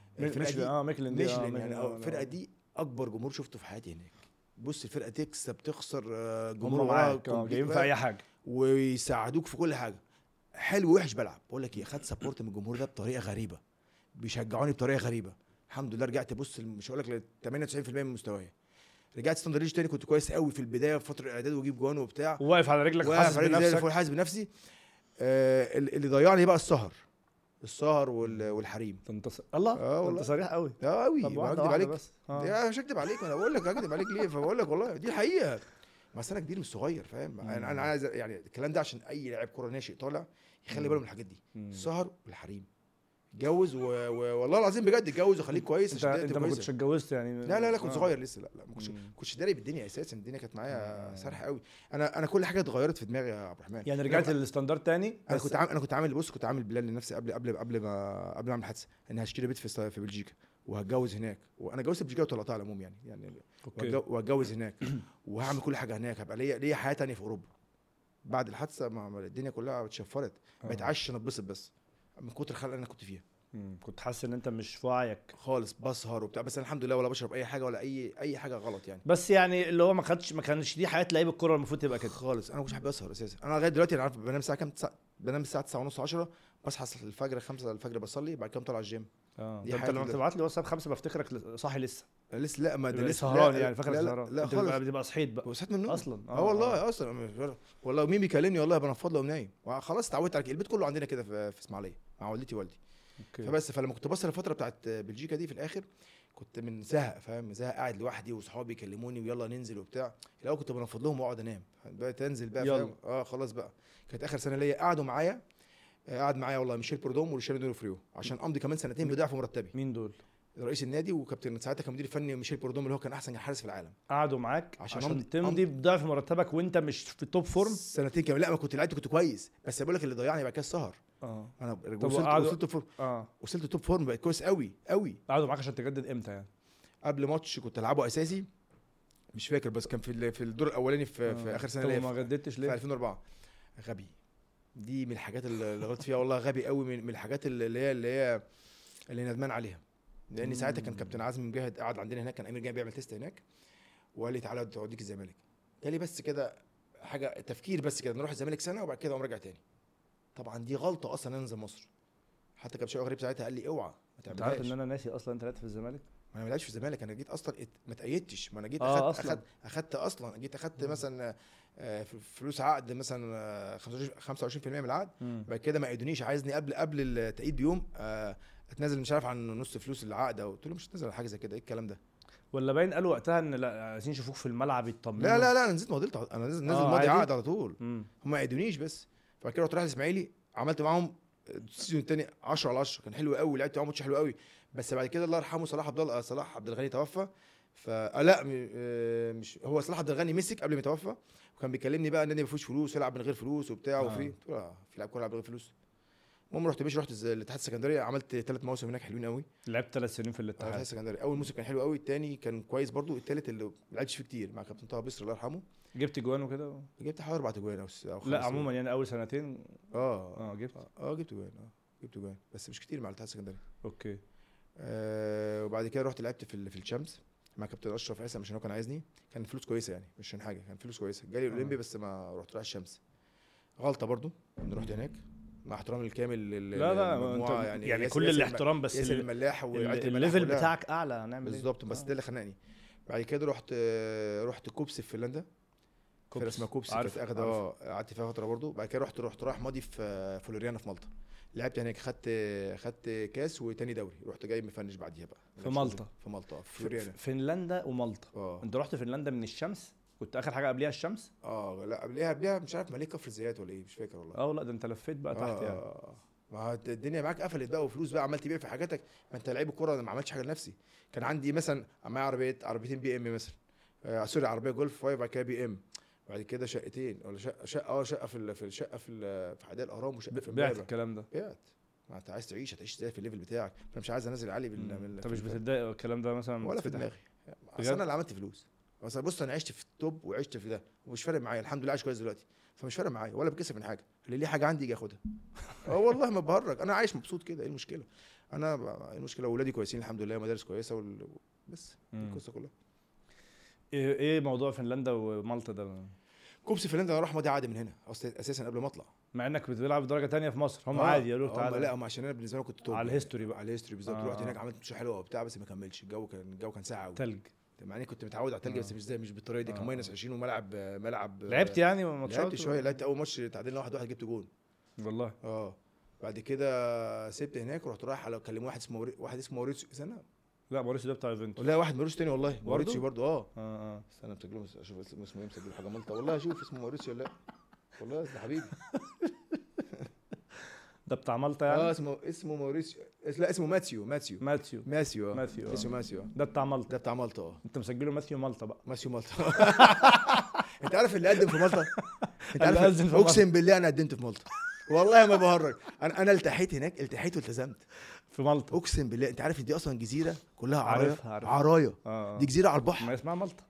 ميكلين دي يعني الفرقه دي اكبر جمهور شفته في حياتي هناك. بص الفرقه تكسب تخسر جمهور معاك جايين في اي حاجه ويساعدوك في كل حاجه. حلو وحش بلعب بقول لك ايه خدت سبورت من الجمهور ده بطريقه غريبه بيشجعوني بطريقه غريبه. الحمد لله رجعت بص مش هقول لك ل 98% من مستواي. رجعت ستاندر ليج تاني كنت كويس قوي في البدايه في فتره الاعداد واجيب جوان وبتاع واقف على رجلك حاسس بنفسك حاسس بنفسي. اللي ضيعني بقى السهر والحريم تنتصر الله انت صريح قوي قوي بكدب عليك بس مش هكدب عليك انا بقول لك هكدب عليك ليه فبقول لك والله دي الحقيقه. بس انا كبير مش صغير فاهم. انا عايز يعني الكلام ده عشان اي لاعب كوره ناشئ طالع يخلي باله من الحاجات دي. السهر والحريم اتجوز والله العظيم بجد اتجوز وخليك كويس. انت ما كنتش اتجوزت يعني لا كنت صغير لسه لا ما كنتش داري بالدنيا اساسا. الدنيا كانت معايا سرحه قوي. انا كل حاجه اتغيرت في دماغي يا عبد الرحمن يعني رجعت للستاندرد تاني. انا كنت عامل بص كنت عامل بلان لنفسي قبل ما اعمل الحادثه ان هشتري بيت في بلجيكا وهتجوز هناك. وانا اتجوزت في بلجيكا وطلعتها على العموم يعني وهتجوز هناك وهعمل كل حاجه هناك هبقى ليا حياه تانية في اوروبا. بعد الحادثه الدنيا كلها اتشفرت بقيت عايش عشان اتبسط بس من كتر الخلق اللي انا كنت فيها. كنت حاسس ان انت مش في وعيك خالص بسهر وبتاع بس الحمد لله ولا بشرب اي حاجه ولا اي حاجه غلط يعني. بس يعني اللي هو ما كانش دي حياه لعيب الكوره المفروض تبقى كده خالص. انا ما كنتش حابب اسهر اساسا. انا لغايه دلوقتي انا عارف بنام الساعه كام بنام الساعه 9:30 10 بصحى الفجر 5 الفجر بصلي بعد كده طالع الجيم. دي انت لما بتبعت لي واتساب 5 بفتكرك صاحي لسه لا ما ده لسه سهران يعني فاكرك سهران. لا خالص بتبقى صحيت بقى وصحيت من النوم اصلا والله اصلا والله مين بيكلمني والله بنفض له ونايم وخلاص اتعودت على البيت كله عندنا كده في اسماعيليه مع والدتي والدي. فبس فلما كنت بصل الفتره بتاعت بلجيكا دي في الاخر كنت من زهق فاهم زهق قاعد لوحدي واصحابي يكلموني ويلا ننزل وبتاع. الاول كنت بنفض لهم واقعد انام بقيت انزل بقى فاهم خلاص بقى. كانت اخر سنه ليا قعدوا معايا قعد معايا والله ميشيل بوردوم وريشارد دونوفريو عشان امضي كمان سنتين بضعف مرتبي. مين دول؟ رئيس النادي وكابتن ساعتها كان مدير فني ميشيل بوردوم اللي هو كان احسن حارس في العالم. قعدوا معاك عشان تمضي بضعف مرتبك وانت مش في التوب فورم سنتين كمان. لا ما كنت لعبت كنت كويس بس بقول لك اللي ضيعني بعد كده السهر. انا وصلت توب فورم، بقيت كويس قوي قوي. قعدوا معاك عشان تجدد امتى يعني؟ قبل ماتش كنت العبه اساسي، مش فاكر، بس كان في الدور الاولاني في اخر سنه ليا. ما جددتش ليه؟ في 2004. غبي، دي من الحاجات اللي غلطت فيها والله، غبي قوي، من الحاجات اللي ندمان عليها. لان ساعتها كان كابتن عزمي مجاهد قاعد عندنا هناك، كان امير جاي بيعمل تيست هناك، وقال لي تعالى توديك الزمالك. قال لي بس كده حاجه تفكير بس كده، نروح الزمالك سنه وبعد كده اقوم راجع تاني. طبعا دي غلطه اصلا انزل مصر. حتى كابتن شوقي غريب ساعتها قال لي اوعى ما تعملهاش. انت عارف ان انا ناسي اصلا انت لعبت في الزمالك؟ ما انا ما لعبتش في الزمالك، انا جيت اصلا ما تأيدتش، ما انا جيت اخدت اصلا، جيت اخدت مثلا فلوس عقد مثلا 25% من العقد. بعد كده ما ايدونيش، عايزني قبل التأييد بيوم اتنازل مش عارف عن نص فلوس العقد، قلت له مش هتنزل على حاجه زي كده، ايه الكلام ده؟ ولا باين قالوا وقتها ان لا عايزين يشوفوك في الملعب يطمنوا؟ لا انا نزلت ماضي، انا نازل ماضي عقد على طول. هم ما ايدونيش، بس فبعد كده رحت رايح الاسماعيلي، عملت معاهم السيزون الثاني 10/10، كان حلو قوي، لعبت معاهم ماتش حلو قوي. بس بعد كده الله يرحمه صلاح عبد الغني توفى. فلا مش هو صلاح عبد الغني مسك قبل ما يتوفى، وكان بيكلمني بقى ان النادي ما فيهوش فلوس، يلعب من غير فلوس وبتاع وفي في لعب كوره يلعب من غير فلوس. المهم رحت الاتحاد السكندري، عملت 3 مواسم هناك حلوين قوي. لعبت 3 سنين في الاتحاد السكندري. اول موسم كان حلو قوي، الثاني كان كويس برضو، الثالث اللي ما لعبتش فيه كتير مع كابتن طه بصر الله يرحمه. جبت جوان وكده؟ جبت حوالي 4 جوان او 5. لا عموما يعني اول سنتين جبت جوان بس مش كتير مع الاتحاد السكندري. اوكي. وبعد كده رحت لعبت في الشمس مع كابتن اشرف عيسى، عشان هو كان عايزني، كان فلوس كويسه يعني، مش عشان حاجه، كان فلوس كويسه. جالي الاولمبي بس ما رحت رايح الشمس. غلطه برضو ان رحت هناك، مع احترامي الكامل لا يعني كل الاحترام، بس ياسر الملاح الليفل بتاعك اعلى، هنعمل بالظبط. بس ده اللي خنقني. بعد كده رحت كوبس في فنلندا، فرقه اسمها كوبس، كانت اخده قعدت فيها فتره برضو. بعد كده رحت رايح ماضي في فلوريانا في مالطا، لعبت هناك، خدت كاس وتاني دوري، رحت جاي مفنش بعديها بقى في مالطا. في فلوريانا، فنلندا ومالطا. انت رحت فنلندا من الشمس؟ كنت اخر حاجه قبليها الشمس؟ لا قبليها مش عارف ملك كفر الزيات ولا ايه، مش فاكر والله. لا ده انت لفيت بقى تحت يعني. ما الدنيا معاك قفلت بقى، وفلوس بقى، عمال تبيع في حاجاتك، ما انت لعيب الكوره. انا ما عملتش حاجه لنفسي. كان عندي مثلا معايا عربيتين بي ام مثلا، سوري عربيه جولف 5، بعد كده بي ام، بعد كده شقتين ولا شقه في حدائق الاهرام، وشقه في بعت الكلام ده. بعت. ما انت عايز هتعيش ازاي في الليفل بتاعك، فانا مش عايز انزل عالي انت مش بتتضايق الكلام ده مثلا ولا في دماغي؟ اصل انا اللي عملت فلوس. بص انا عشت في التوب وعشت في ده، ومش فارق معايا، الحمد لله عايش كويس دلوقتي، فمش فارق معايا ولا بكسب من حاجه. اللي ليه حاجه عندي يجي ياخدها. والله ما بهرج، انا عايش مبسوط كده. ايه المشكله؟ ايه المشكله؟ اولادي كويسين الحمد لله، مدارس كويسه بس القصه كلها. ايه موضوع فنلندا ومالطا ده؟ كوبس فنلندا انا راح ماضي عادي من هنا اساسا قبل ما اطلع، مع انك بتلعب درجه تانية في مصر. هم عادي قالوا تعالى. لا هم عشان انا بالنسبه لي كنت توب على الهيستوري بقى. على الهيستوري بالظبط. رحت هناك عملت ماتش حلو وبتاع، بس ما كملش. الجو كان ساقع قوي، تلج. مع اني كنت متعود على التلج، بس مش بالطريقه دي. كان ماينس 20 وملعب لعبت يعني ماتشات؟ لعبت شويه. لعبت اول ماتش تعادلنا 1-1، جبت جون والله. بعد كده سبت هناك ورحت رايح على كلم واحد اسمه موريسيو. استنى، لا موريسيو ده بتاع يوفنتوس. لا واحد موريسيو تاني والله. موريسيو برضه استنى بتجيله اشوف اسمه ايه، مسجل حاجه مالطا والله. اشوف اسمه موريسيو ولا لا والله، ده حبيبي. ده بتاع مالطا يعني؟ اسمه موريسيو. لا اسمه ماتيو. ده بتاع مالطا. ده بتاع مالطا. انت مسجله مالطا بقى. مالطا. انت عارف اللي قدم في مالطا؟ انت عارف اقسم بالله انا قدمت في مالطا والله ما بهرج. انا التحيت هناك، والتزمت في مالطا اقسم بالله. انت عارف دي اصلا جزيره كلها عرايا. دي جزيره على البحر، ما اسمها مالطا.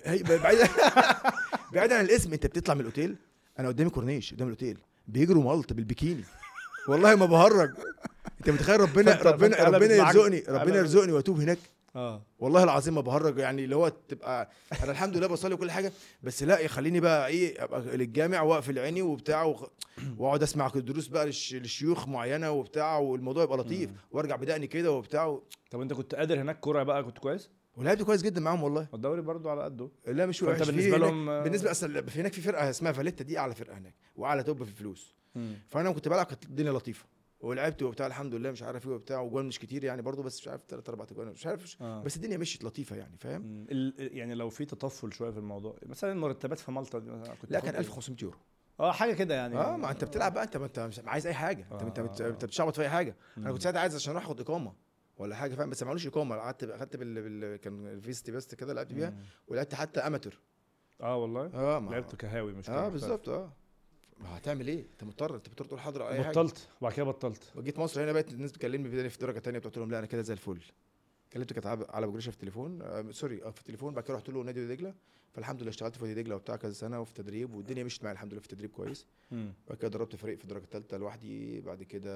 بعيد عن الاسم. انت بتطلع من الاوتيل، انا قدامي كورنيش قدام الاوتيل، بيجروا مالطا بالبيكيني والله ما بهرج. انت متخيل؟ ربنا يرزقني واتوب هناك. والله العظيم ما بهرج. يعني اللي هو تبقى انا الحمد لله بصلي وكل حاجه، بس لا يخليني بقى ايه، ابقى للجامع واقف العيني وبتاع واقعد اسمع دروس بقى للشيوخ معينه وبتاع، والموضوع يبقى لطيف، وارجع بدقني كده وبتاع. طب انت كنت قادر هناك كوره بقى؟ كنت كويس ولعبت كويس جدا معاهم والله. الدوري برضو على قده؟ لا مش وحش. بالنسبه لهم بالنسبه اصلا في هناك في فرقه اسمها فاليتا، دي اعلى فرقه هناك واعلى توب في الفلوس. فانا كنت بلعب، كانت الدنيا لطيفه ولعبت وبتاع الحمد لله، مش عارف ايه وبتاع، وجوان مش كتير يعني برضو، بس مش عارف 3-4 جوان مش عارف. بس الدنيا مشيت لطيفه يعني، فاهم؟ يعني لو في تطفل شويه في الموضوع، مثلا المرتبات في مالطا دي لا كان 1500 يورو. حاجه كده يعني. ما انت بتلعب بقى، انت مش عايز اي حاجه. انت بتشعبط في اي حاجه. انا كنت ساعتها عايز عشان اروح اخد اقامه ولا حاجه، فاهم؟ بس ما عملوش اقامه. قعدت اخدت كان الفيستي بس كده لعبت بيها، ولعبت حتى اماتور. والله. لعبت كهاوي مش بالظبط. ما هتعمل ايه؟ انت مضطر تقول حاضر اي حاجه. بطلت وبعد كده بطلت. جيت مصر هنا بقت الناس بتكلمني بدني في درجه ثانيه، قلت لهم لا انا كده زي الفل. كلمت كانت على ابو جريشه في التليفون، سوري في التليفون. بعد كده رحت له نادي وادي دجله، فالحمد لله اشتغلت في وادي دجله وبتاع كذا سنه وفي تدريب، والدنيا مشيت معايا الحمد لله في التدريب كويس. بعد كده دربت فريق في الدرجه الثالثه لوحدي. بعد كده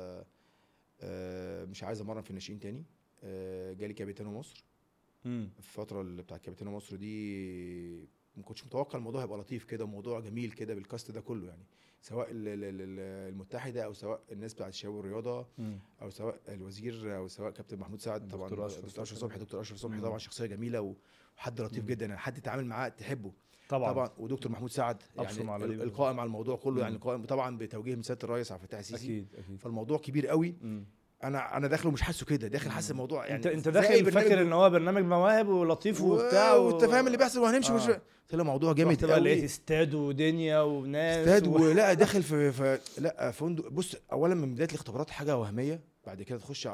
مش عايز امرن في الناشئين تاني. جالي كابتن مصر. في الفتره اللي بتاع كابتن مصر دي ما كنتش متوقع الموضوع هيبقى لطيف كده وموضوع جميل كده بالكاست ده كله يعني، سواء المتحده او سواء الناس بتاعت الشباب والرياضه او سواء الوزير او سواء كابتن محمود سعد طبعا، دكتور اشرف صبحي طبعا شخصيه جميله وحد لطيف جدا يعني، حد تتعامل معاه تحبه طبعا. ودكتور محمود سعد يعني القائم على الموضوع كله يعني، القائم طبعا بتوجيه من سياده الرئيس عبد الفتاح السيسي. اكيد فالموضوع كبير قوي. انا داخله مش حاسه كده، داخل حاسس الموضوع يعني انت داخل فاكر ان هو برنامج مواهب ولطيف وبتاع وانت فاهم اللي بيحصل وهنمشي مش طلع موضوع جامد قوي. لقيت استاد ودنيا وناس استاد ولا داخل في لا فندق. بص اولا من بدايه الاختبارات حاجه وهميه، بعد كده تخش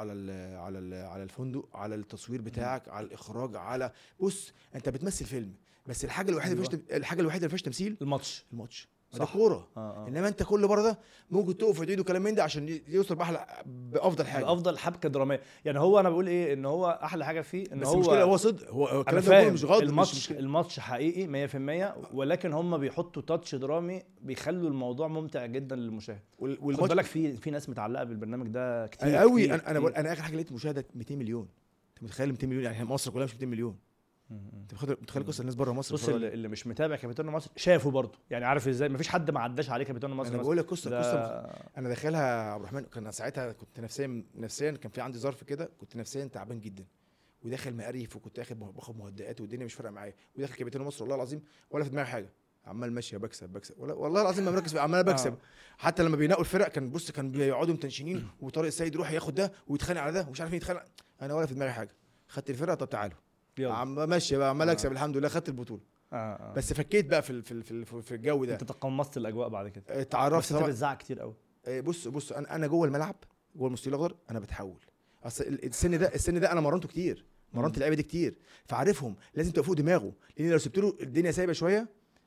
على الفندق، على التصوير بتاعك، على الاخراج، على بص انت بتمثل فيلم. بس الحاجه الوحيده اللي فيهاش تمثيل الماتش ده كوره. انما انت كل مره ده ممكن تقف في ايده كلام من ده عشان يوصل بافضل حاجه، افضل حبكه دراميه يعني. هو انا بقول ايه ان هو احلى حاجه فيه ان بس هو المشكله هو صدق، هو الكلام ده مش غلط. الماتش حقيقي 100%، ولكن هم بيحطوا تاتش درامي بيخلوا الموضوع ممتع جدا للمشاهد. خد بالك في ناس متعلقه بالبرنامج ده كتير قوي. انا اخر حاجه لقيت مشاهده 200 مليون. انت متخيل 200 مليون يعني مصر كلها مش 200 مليون. انت متخيل قصه الناس بره مصر؟ بص اللي مش متابع كابتن مصر شافه برضه يعني، عارف ازاي مفيش حد ما عداش عليه كابتن مصر. انا بقول لك قصه انا داخلها عبد الرحمن. كان ساعتها كنت نفسيا كان في عندي ظرف كده، كنت نفسيا تعبان جدا وداخل مقريف، وكنت باخد مهدئات والدنيا مش فارقه معايا، وداخل كابتن مصر والله العظيم ولا في دماغي حاجه، عمال ماشي بكسب والله العظيم ما مركز عمال بكسب. حتى لما بينقوا الفرق كان بيقعدوا متنشنين، وطارق السيد يروح ياخد ده ويتخانق على ده ومش عارف يتخانق. انا ولا في دماغي حاجه، خدت الفرقه. طب تعالوا ماشي بقى، عمال اكسب الحمد لله، خدت البطوله. بس فكيت بقى في الجو ده. انت تقمصت الاجواء بعد كده، اتعرفت. انت بتزعق كتير قوي. بص انا جوه الملعب، جوه المستطيل الاخضر انا بتحول. اصل السن ده انا مرنته كتير، مرنت اللعيبه دي كتير، فعارفهم لازم تبقى فوق دماغه، لان لو سبت له الدنيا سايبه شويه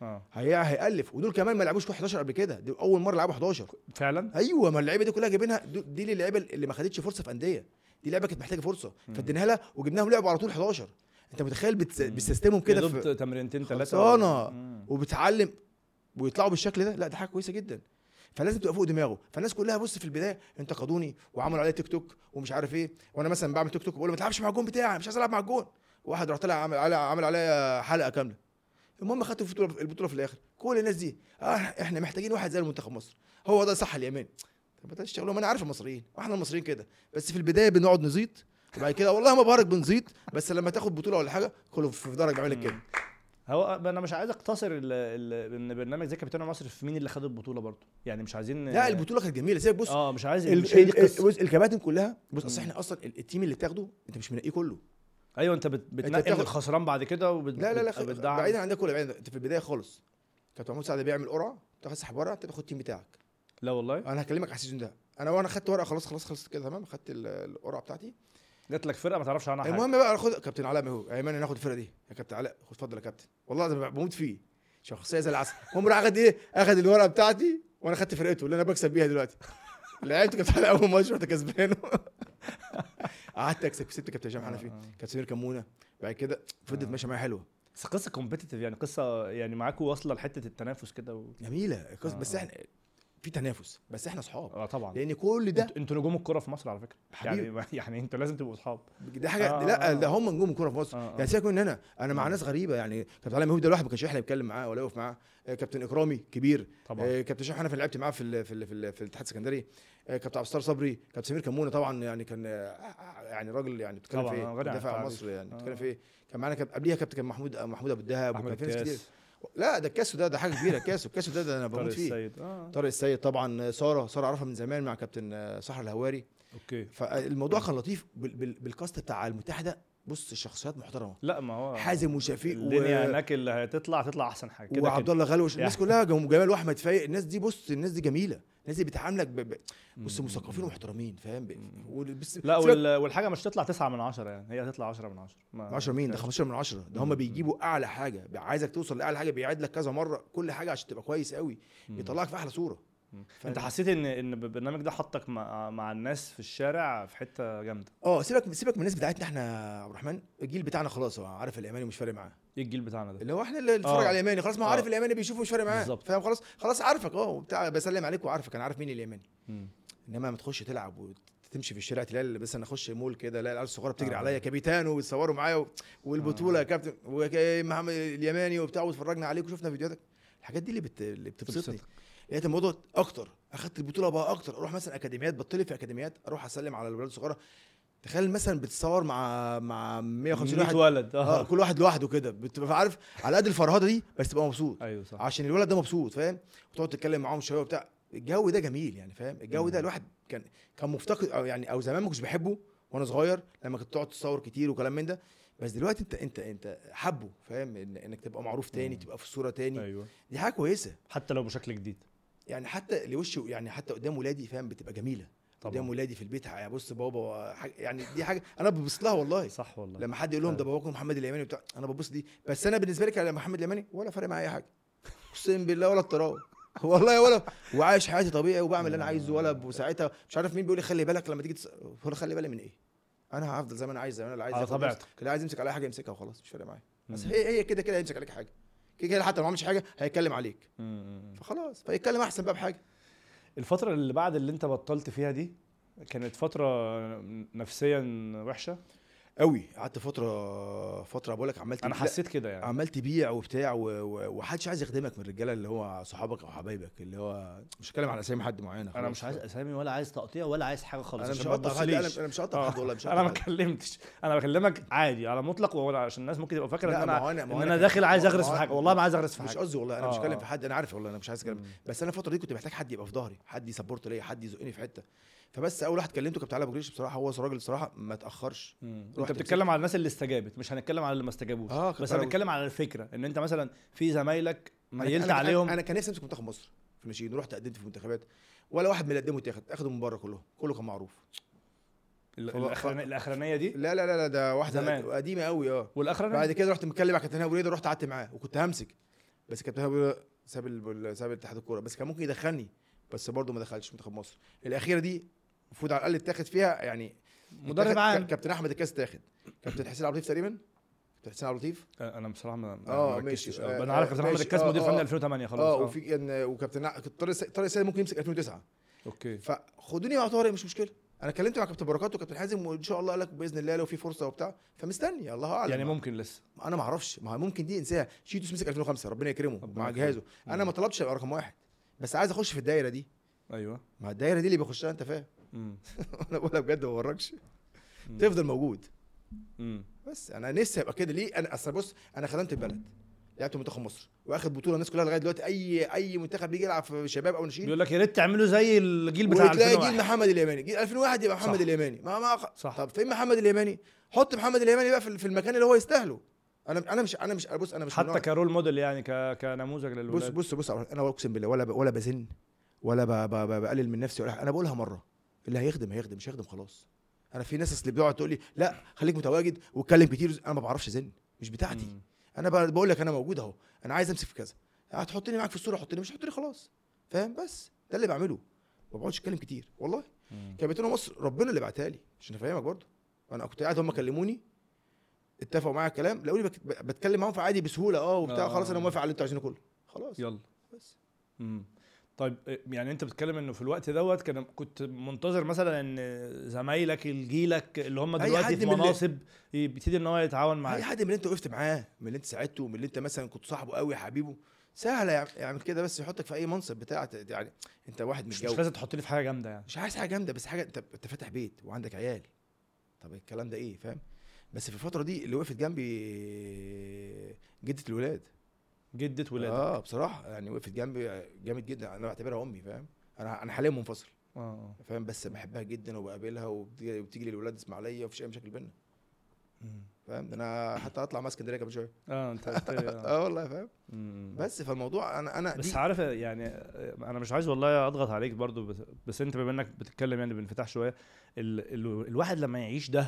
هيألف. ودول كمان ما لعبوش 11 قبل كده، دي اول مره لعبوا 11 فعلا. ايوه، ما اللعيبه دي كلها جايبينها، دي اللعيبه اللي ما خدتش فرصه في انديه، دي لعبه كانت محتاجه فرصه فاديناها لها وجبناهم لعبوا على طول 11. انت متخيل بتسيستمهم كده في تمرينتين ثلاثه وبتعلم ويطلعوا بالشكل ده؟ لا ده حاجه كويسه جدا. فلازم تبقى فوق دماغه. فالناس كلها بص في البدايه انتقدوني وعملوا عليا تيك توك ومش عارف ايه، وانا مثلا بعمل تيك توك بقول ما تلعبش مع الجون بتاعي، مش عايز العب مع الجون. واحد رحت لها عمل عليا حلقه كامله. المهم خدت البطوله في الاخر. كل الناس دي احنا محتاجين واحد زي المنتخب مصر، هو ده صح اليمين. طب ما تشتغلوا، ما انا عارف المصريين واحنا المصريين كده، بس في البدايه بنقعد نزيط، وبعد كده والله ما بهرج بنزيط، بس لما تاخد بطوله ولا حاجه كله في دارك بيعمل كده. هو انا مش عايز اقتصر ان برنامج زي كابتن مصر في مين اللي خد البطوله برضه يعني، مش عايزين. لا البطوله كانت جميله. سيبك بص مش عايز مش هي دي القصه. الكباتن كلها بص، اصل احنا اصلا التيم اللي بتاخده انت مش منقيه كله. ايوه انت بتنقي الخسران بعد كده لا بعيدا عن ده كله، انت في البدايه خالص كابتن محمود سعد بيعمل قرعه، تاخد سحب ورقه تاخد التيم بتاعك. لا والله انا هكلمك على السيزون ده. وانا خدت ورقه خلاص كده تمام، خدت القرعه بتاعتي، جات لك فرقه ما تعرفش عنها حاجه. المهم بقى خد كابتن علاء اهو، ايمن ناخد الفرقه دي يا كابتن علاء، خد اتفضل يا كابتن، والله انا بموت فيه، شخصيه زي العسل. المهم راح اخد الورقه بتاعتي وانا خدت فرقته اللي انا بكسب بيها دلوقتي. لعبت كابتن علاء اول ماتش رحت كسبانه. قعدت اكسب، كسبت كابتن هشام حنفي، كابتن سمير كمونه، بعد كده فضلت ماشيه معايا حلوه. بس قصه كومبيتيتيف يعني، قصه يعني معاكم واصله لحته التنافس كده جميله قصه. بس احنا في تنافس، بس احنا اصحاب. طبعا، لان كل ده انتوا نجوم الكره في مصر على فكره يعني انتوا لازم تبقوا اصحاب. دي حاجه لا ده هم نجوم الكره في مصر. يعني سيبك من انا مع ناس غريبه يعني. كابتن علي مهوب ده الواحد ما كانش يحلم يتكلم معاه ولا يقف معاه. كابتن اكرامي كبير طبعا. كابتن شيخ حنفي لعبت معاه في الاتحاد السكندري. كابتن عبد الستار صبري، كابتن سمير كمونه طبعا يعني كان يعني راجل يعني بتتكلم في ايه، دافع عن مصر يعني بتتكلم في ايه. كان معانا قبليها كابتن محمود ابو الدهب، وكان في ناس كتير. لا ده الكاس ده حاجه كبيره. الكاس ده انا بموت فيه. طارق السيد طبعا، ساره اعرفها من زمان مع كابتن صحر الهواري. اوكي. فالموضوع كان لطيف بالكاست بتاع المتحده. بص الشخصيات محترمه. لا ما هو حازم وشفيق الدنيا هناك اللي هتطلع احسن حاجه كده وعبد الله غلوش، الناس يعني. كلها جمال واحمد فايق، الناس دي بص الناس دي جميله، الناس دي بتعاملك بص مثقفين ومحترمين فاهم. لا والحاجه مش تطلع 9 من 10 يعني، هي هتطلع 10 من 10. 10 مين ده 15 من 10 ده. هم بيجيبوا اعلى حاجه، عايزك توصل لاعلى حاجه، بيعيد لك كذا مره كل حاجه عشان تبقى كويس قوي، بيطلعك في احلى صوره. انت حسيت ان البرنامج ده حطك مع الناس في الشارع في حته جامده؟ سيبك من الناس بتاعتنا احنا عبد الرحمن، الجيل بتاعنا خلاص هو عارف اليماني مش فارق معاه. ايه الجيل بتاعنا ده اللي هو احنا اللي بنتفرج على اليماني خلاص، ما هو عارف اليماني بيشوفه مش فارق معاه فاهم. خلاص عارفك بتاع بسلم عليك وعارفك، انا عارف مين اليماني. انما ما تخش تلعب وتمشي في الشارع تلاقي بس انا اخش مول كده الاقي العيال الصغيره بتجري عليا كابيتانو وبيتصوروا معايا والبطوله يا كابتن ومحمد اليماني وبتاع، واتفرجنا عليك وشفنا فيديوهاتك. الحاجات دي اللي بتبسطني. لقيت الموضوع اكتر، اخدت البطوله بقى اكتر، اروح مثلا اكاديميات، بطلت في اكاديميات اروح اسلم على الولاد الصغيره. تخيل مثلا بتصور مع 150 واحد ولد كل واحد لوحده كده، بتبقى عارف على قد الفرهده دي بس تبقى مبسوط. ايوه صح. عشان الولد ده مبسوط فاهم، وتقعد تتكلم معاهم شويه وبتاع. الجو ده جميل يعني فاهم. الجو ده الواحد كان مفتقد او زمان ما كنتش بحبه وانا صغير، لما كنت تقعد تصور كتير وكلام من ده. بس دلوقتي انت حبه فاهم، انك تبقى معروف تاني، تبقى في الصوره تاني. أيوة. دي حاجه كويسه حتى لو بشكل جديد يعني، حتى لوشي يعني، حتى قدام ولادي فاهم بتبقى جميله. قدام ولادي في البيت بص بابا يعني دي حاجه انا ببص لها والله. صح والله. لما حد يقول لهم ده باباكم محمد اليماني بتاع، انا ببص دي. بس انا بالنسبه لي كان محمد اليماني ولا فارق معايا اي حاجه، اقسم بالله ولا الطراوه والله ولا، وعايش حياتي طبيعي وبعمل اللي انا عايزه. ولا ساعتها مش عارف مين بيقول لي خلي بالك لما تيجي ولا خلي بالي من ايه. انا هفضل زي ما انا عايز، زي ما انا عايز على طبيعتك. اللي عايز يمسك على حاجه يمسكها وخلاص مش فارق معايا. بس هي كده هيمسك عليك حاجه كده حتى لو ما عملش حاجه هيتكلم عليك. فخلاص فيتكلم احسن بقى بحاجه. الفتره اللي بعد اللي انت بطلت فيها دي كانت فتره نفسيا وحشه قوي. قعدت فتره بقول لك عملت، انا حسيت كده يعني، عملت بيع وبتاع وحدش عايز يخدمك من الرجاله اللي هو صحابك او حبايبك، اللي هو مش هتكلم على اسامي حد معينه. انا مش عايز اسامي ولا عايز تقطيع ولا عايز حاجه خالص. انا مش هقطع حد، انا مش هقطع حد والله، مش انا ما اتكلمتش، انا بكلمك عادي على مطلق، ولا عشان الناس ممكن تبقى فاكره ان انا داخل عايز اغرس في حاجه. والله ما عايز اغرس في حاجه، مش قصدي والله. انا مش بتكلم في حد، انا عارف والله انا مش عايز اتكلم. بس انا الفتره دي كنت محتاج حد يبقى في ظهري، حد يسبورت ليا، حد يزقني في حته. فبس اول واحد كلمته كابتن علي ابو جريش بصراحه، هو راجل الصراحه ما اتاخرش. انت بتتكلم على الناس اللي استجابت، مش هنتكلم على اللي ما استجابوش. بس هنتكلم على الفكره ان انت مثلا في زمايلك ميلت عليهم. انا كان نفسي امسك منتخب مصر في الناشئين، رحت قدمت في منتخبات ولا واحد من اللي قدموا اخدوا من بره، كله كان معروف. الاخرانيه دي لا ده واحده قديمه قوي والاخرانيه بعد كده رحت متكلم مع كابتن ابو ريده، رحت قعدت معاه وكنت همسك، بس كابتن ابو ساب اتحاد الكوره، بس كان ممكن يدخلني بس برضه ما دخلش منتخب مصر. الاخيره دي المفروض على الاقل اتاخد فيها يعني مدرب عام. كابتن احمد الكاس اتاخد، كابتن حسين عبد اللطيف تقريبا، كابتن حسين عبد اللطيف. انا بصراحه ما ماشي. انا عارف كابتن احمد الكاس مدير فني 2008 خلاص. وفي وكابتن طارق سيد ممكن يمسك 2009. اوكي فخدوني مع طارق مش مشكله. انا كلمت مع كابتن بركات وكابتن حازم وان شاء الله قال لك باذن الله لو في فرصه وبتاع، فمستني الله اعلم يعني. ممكن لسه انا ما اعرفش، ما ممكن دي انساها. شيتوس مسك 2005 ربنا يكرمه مع جهازه. انا ما طلبتش ابقى رقم واحد، بس عايز اخش في الدايره دي. ايوه ما الدايره دي اللي بيخشها انت فاهم. انا بقولها بجد ما بوركش، تفضل موجود. بس انا نفسي ابقى كده. ليه؟ انا اصل بص انا خدمت البلد، لعبت منتخب مصر واخد بطوله. الناس كلها لغايه دلوقتي اي منتخب بيجي يلعب في شباب او ناشئين بيقول لك يا ريت تعملوا زي الجيل بتاع 2001. وتلاقي جيل محمد اليماني، جيل 2001 يبقى محمد اليماني. صح. طب فين محمد اليماني؟ حط محمد اليماني بقى في المكان اللي هو يستاهله. انا مش بص انا مش حتى كرول موديل يعني كنموذج للولاد. بص انا اقسم بالله ولا بزن ولا بقلل من نفسي ولا انا بقولها مره. اللي هيخدم مش هيخدم خلاص. انا في ناس اللي بتقعد تقول لي لا خليك متواجد واتكلم كتير، انا ما بعرفش ازن، مش بتاعتي. انا بقول لك انا موجود اهو، انا عايز امسك في كذا، هتحطني معاك في الصوره حطني، مش هتحطني خلاص فاهم. بس ده اللي بعمله، ما بقعدش اتكلم كتير والله. كابتن مصر ربنا اللي بعتها لي عشان افهمك برضه. انا كنت قاعد هم كلموني اتفقوا معايا الكلام، لقوني بتكلم معاهم فعادي بسهوله وبتاع. خلاص انا موافق على اللي انتوا عايزينه كله خلاص يلا بس. طيب يعني انت بتتكلم انه في الوقت دوت كنت منتظر مثلا ان زمايلك الجيلك اللي هم دلوقتي في مناصب يبتدي ان هو يتعاون معاك؟ اي حد من اللي انت وقفت معاه، من اللي انت ساعدته، من اللي انت مثلا كنت صاحبه قوي حبيبه، سهل يعمل كده، بس يحطك في اي منصب بتاع يعني. انت واحد مش لازم تحطني في حاجه جامده يعني. مش عايز حاجه جامده، بس حاجه انت فاتح بيت وعندك عيال. طب الكلام ده ايه فاهم. بس في الفتره دي اللي وقفت جنبي جده الولاد. جدة ولادك بصراحه يعني وقفت جنبي جامد جدا. انا بعتبرها امي فاهم. انا حاليا منفصل فاهم، بس بحبها جدا وبقابلها وبتيجي للولاد اسماعيليه ومفيش اي مشاكل بينا. فاهم؟ انا حتى اطلع مع اسكندريه كمان شويه. انت قلت لي والله فاهم. بس فالموضوع انا بس دي عارف يعني، انا مش عايز والله اضغط عليك برضو، بس انت بما انك بتتكلم يعني بانفتاح شويه، الواحد لما يعيش ده،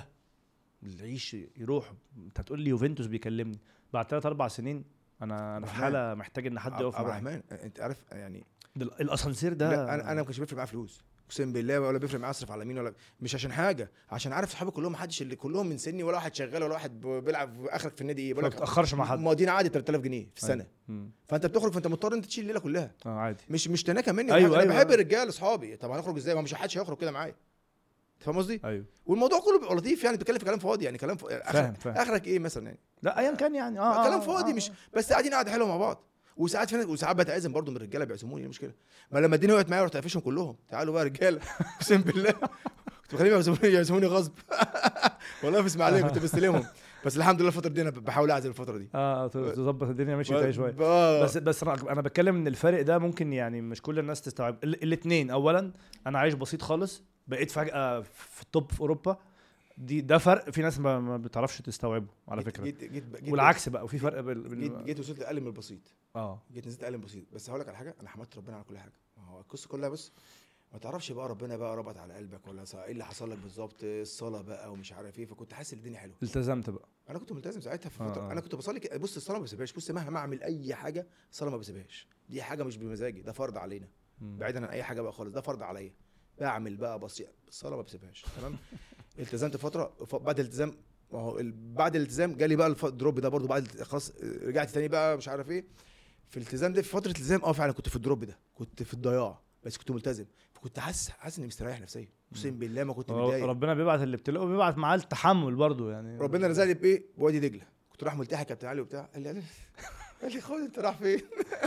يعيش يروح، انت تقول لي يوفنتوس بيكلمني بعد 3-4 سنين، انا في حاله محتاج ان حد يقف عبد معايا. الرحمن انت عارف يعني الاسانسير ده، لا انا ما كانش بيفرق معايا فلوس، اقسم بالله، ولا بيفرق معايا اصرف على مين، ولا مش عشان حاجه، عشان عارف صحابي كلهم ما حدش اللي كلهم من سني، ولا واحد شغال ولا واحد بيلعب في اخرك في النادي ايه، بقول ما لك بتاخرش مع حد، مواضيع عادي 3000 جنيه في السنه. فانت بتخرج، فانت مضطر انت تشيل الليله كلها. عادي، مش تناكه مني. أيوة انا بحب الرجاله اصحابي، طب هنخرج ازاي؟ ما مش حدش هيخرج كده معايا، فاهم قصدي؟ ايوه. والموضوع كله بيبقى لطيف يعني، بتتكلم في كلام فاضي يعني، كلام فاهم. اخرك ايه مثلا يعني؟ لا ايا كان يعني كلام فاضي، مش بس قاعدين قاعده حلوه مع بعض. وساعات في ناس، وساعات بتعزم برضو من الرجاله بيعزموني، ايه المشكله؟ ما لما الدنيا وقعت معايا رحت قافشهم كلهم، تعالوا بقى رجاله، اقسم بالله كنت بخليهم يعزموني غصب والله في اسماعيليه كنت بستلمهم. بس الحمد لله الفتره دي انا بحاول اعزم الفتره دي تظبط الدنيا ماشيه فيها شويه. بس انا بتكلم ان الفرق ده ممكن يعني مش كل الناس تستوعب. الاثنين، اولا انا عايش بسيط خالص، بقيت فجاه في التوب في اوروبا، ده فرق في ناس ما بتعرفش تستوعبه على فكره. جيت والعكس بقى، وفي فرق جيت وصلت اقل من البسيط. جيت نزلت اقل من البسيط. بس هقول لك على حاجه، انا حمدت ربنا على كل حاجه. هو القصه كلها بس ما تعرفش بقى ربنا بقى ربط على قلبك ولا ايه اللي حصل لك بالظبط، الصلاه بقى ومش عارف ايه، فكنت حاسس ان الدنيا حلوه. التزمت بقى. انا كنت ملتزم ساعتها في فتره. انا كنت بصلي بص الصلاه ما بسيبهاش، بص مهما اعمل اي حاجه الصلاه ما بسيبهاش، دي حاجه مش بمزاجي، ده فرض علينا. بعيدا عن اي حاجه بقى خالص، ده فرض عليا، بعمل بقى بسيط، الصلاه ما بسيبهاش. تمام. التزمت فتره، بعد الالتزام، بعد الالتزام جالي بقى الدروب ده برضو، بعد خلاص رجعت تاني بقى مش عارف ايه. في الالتزام ده، في فتره الالتزام فعلا كنت في الدروب ده، كنت في الضياع، بس كنت ملتزم، فكنت حاسس اني مستريح نفسيا، اقسم بالله ما كنت متضايق. ربنا بيبعت اللي بتلاقيه وبيبعت معاه التحمل برضو يعني. ربنا رزقني بايه؟ بوادي دجله، كنت رايح ملتحي كابتن علي وبتاع، قال لي خد انت رايح فين؟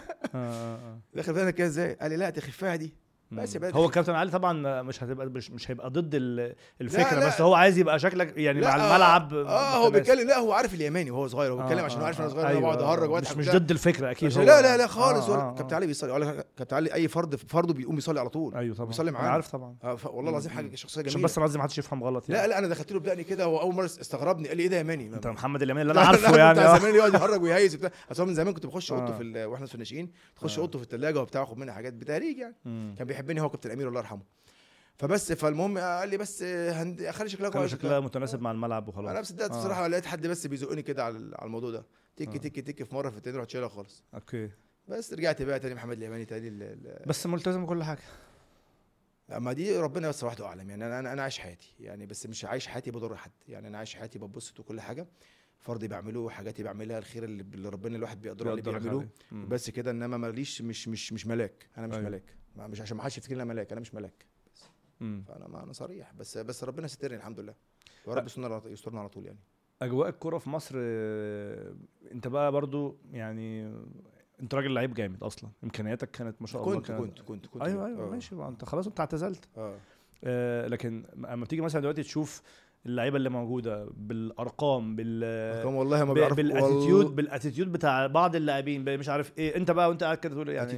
داخل بالك كده ازاي؟ قال لي لا تخفها دي بس. هو كابتن علي طبعا مش هيبقى ضد الفكره، لا بس هو عايز يبقى شكلك يعني مع الملعب. هو بيتكلم، لا هو عارف اليماني وهو صغير، هو بيتكلم عشان هو عارف انا صغير، انا بقعد اهرج واضحك، مش ضد الفكره اكيد. لا خالص. كابتن علي بيصلي، ولا كابتن علي اي فرضه بيقوم يصلي على طول. ايوه طبعا بيصلي معانا، عارف طبعا. والله العظيم حاجه شخصيه جميله، عشان بس لازم محدش يفهم غلط يعني. لا انا دخلت له بدقني كده، واول مره استغربني، قال لي ايه ده يماني؟ انت محمد اليماني اللي انا عارفه يعني. بتاع زمان يقعد يهرج ويهيس وبتاع. اصل من زمان كنت بخش اوضته في واحنا في الناشئين، تخش اوضته في الثلاجه وبتاع، اخد منها حاجات بتهريج يعني. كان بيحبني هو كابتن امير الله يرحمه. فبس فالمهم قال لي بس اخلي شكلها كويس، شكلها متناسب مع الملعب وخلاص. انا صدقت بصراحه، لقيت حد بس بيزقني كده على الموضوع ده، تك في مره، في التاني رحت شايلها خالص. اوكي. بس رجعت بقى تاني محمد اليماني تاني بس ملتزم كل حاجه. اما دي ربنا بس وحده اعلم يعني. انا عايش حياتي يعني، بس مش عايش حياتي بضر حد يعني. انا عايش حياتي ببسط وكل حاجه، فرضي بعمله، حاجاتي بعملها، الخير اللي ربنا الواحد بيقدره اللي بيعمله بس كده. انما ماليش مش ملاك، انا مش ملاك، مش عشان ما حدش يفتكرني انا ملاك، انا مش ملاك. فانا صريح، بس ربنا سترني الحمد لله، يا رب يسترنا على طول يعني. اجواء الكوره في مصر، انت بقى برضو يعني انت راجل لعيب جامد اصلا، امكانياتك كانت ما شاء الله. كنت ايوه ماشي، انت خلاص انت اعتزلت. لكن اما بتيجي مثلا دلوقتي تشوف اللعيبه اللي موجوده بالارقام، والله ما بيعرف، بالاتيتيود بتاع بعض اللاعبين، مش عارف ايه، انت بقى وانت قاعد كده تقول يعني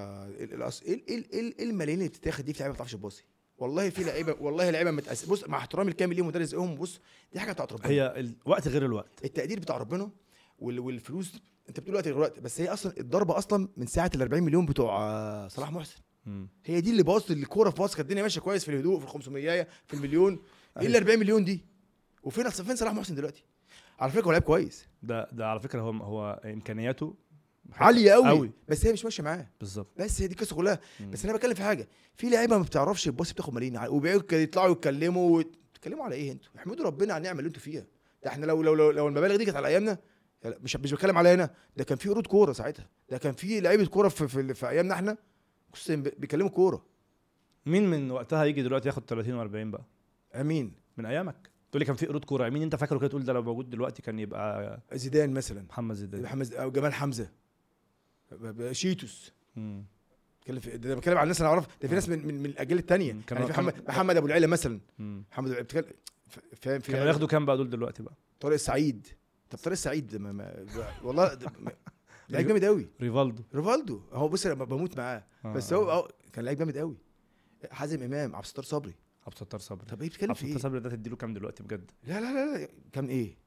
ايه الملايين اللي بتتاخد دي في لعيبه ما بتعرفش تباصي. والله في لعيبه، والله لعيبه بص مع احترامي الكامل ليهم مدرس ايهم، بص دي حاجه بتاعت ربنا. هي الوقت غير الوقت، التقدير بتاع ربنا والفلوس. انت بتقول وقت غير الوقت، بس هي اصلا الضربه اصلا من ساعه ال 40 مليون بتوع صلاح محسن. هي دي اللي باظت الكوره في مصر. كانت الدنيا ماشيه كويس في الهدوء، في ال 500 في المليون، ايه ال 40 مليون دي؟ وفين صلاح محسن دلوقتي؟ على فكره هو لعيب كويس، ده على فكره هو امكانياته عاليه قوي، بس هي مش ماشيه معاه بالظبط. بس هي دي القصه كلها. بس انا بتكلم في حاجه، في لعيبه ما بتعرفش تبص، بتاخد ملايين وبيقعدوا يطلعوا يتكلموا على ايه؟ انتوا احمدوا ربنا على النعمه اللي انتوا فيها. ده احنا لو المبالغ دي كانت على ايامنا، مش بتكلم على هنا، ده كان في قرود كوره ساعتها، ده كان في لعيبه كوره في ايامنا احنا بيكلموا كوره. مين من وقتها يجي دلوقتي ياخد 30 و40 بقى؟ امين من ايامك تقول لي كان في قرود كوره، مين انت فاكره كده تقول ده لو موجود دلوقتي كان يبقى؟ زيدان مثلا، محمد زيدان، او جمال حمزه، شيتوس. بتكلم على الناس اللي اعرفها، ده في ناس من الاجيال الثانيه يعني، في محمد ابو العيله مثلا، محمد بتكلم فاهم، كانوا ياخدوا كام بقى دول دلوقتي بقى؟ طارق السعيد. طب طارق السعيد والله لعيب جامد قوي. ريفالدو هو بص انا بموت معاه، بس هو كان لعيب جامد قوي. حازم امام، عبد الستار صبري. طب ايه بتتكلم في ايه؟ عبد الستار صبري ده تديله كام دلوقتي بجد؟ لا كام ايه؟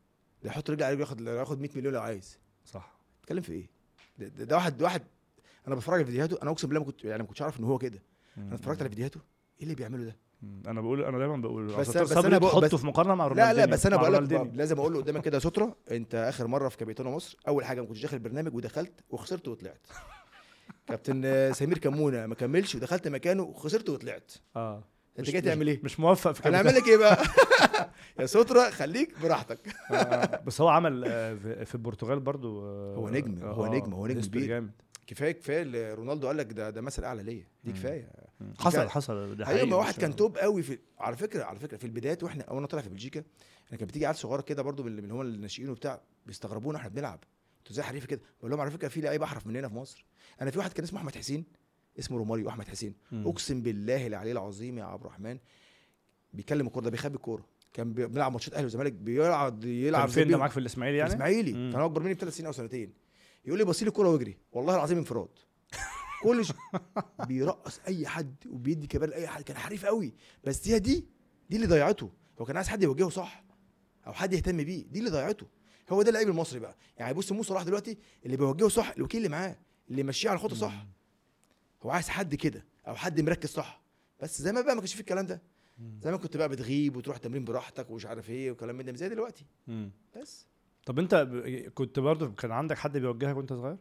ده يحط رجل على رجل ياخد 100 مليون لو عايز. صح. بتتكلم في ايه؟ ده واحد انا بتفرج على فيديوهاته، انا اقسم بالله ما كنتش عارف ان هو كده. انا اتفرجت على فيديوهاته، ايه اللي بيعمله ده؟ انا دايما بقول بس صبري تحطه في مقارنه مع رونالدينيو. لا بس انا بقول لك لازم اقول له قدامك كده سترة، انت اخر مره في كابيتانو مصر اول حاجه ما كنتش داخل البرنامج ودخلت وخسرت وطلعت. كابتن سمير كمونه ما كملش ودخلت مكانه وخسرت وطلعت. انت جاي تعمل ايه؟ مش موفق في انا اعمل لك ايه بقى؟ يا سترة خليك براحتك. بس هو عمل في البرتغال برضو. هو نجم كبير. كفايه رونالدو قال لك ده مثل اعلى ليا، دي كفايه. حصل ده حقيقي. واحد كان توب قوي على فكره في البدايات، وانا طالع في بلجيكا انا كان بتيجي عيال صغار كده برضو من هم الناشئين وبتاع بيستغربونا احنا بنلعب، انتوا زي حريفه كده. بقول لهم على فكره في لعيبه احرف مننا في مصر. انا في واحد كان اسمه احمد حسين، اسمه روماريو احمد حسين، اقسم بالله العلي العظيم يا عبد الرحمن بيكلم الكوره ده بيخبي الكوره. كان بنلعب ماتشات اهلي وزمالك يلعب كان فين ده معاك في الاسماعيلي يعني؟ الاسماعيلي كان اكبر مني ب3 سنين او سنتين. يقول لي بصي لي الكوره واجري، والله العظيم انفراد. كل بيرقص اي حد وبيدي كبار لاي حد، كان حريف قوي. بس دي اللي ضيعته. هو كان عايز حد يوجهه صح او حد يهتم بيه، دي اللي ضيعته. هو ده اللعيب المصري بقى. يعني بص مو صلاح دلوقتي اللي بيوجهه صح الوكيل اللي معاه اللي يمشيه على الخطه صح. هو عايز حد كده او حد مركز صح. بس زي ما بقى ما كانش في الكلام ده. زي ما كنت بقى بتغيب وتروح تمرين براحتك ومش عارف ايه وكلام من ده زي دلوقتي. بس طب انت كنت برضو كان عندك حد بيوجهك وانت صغير؟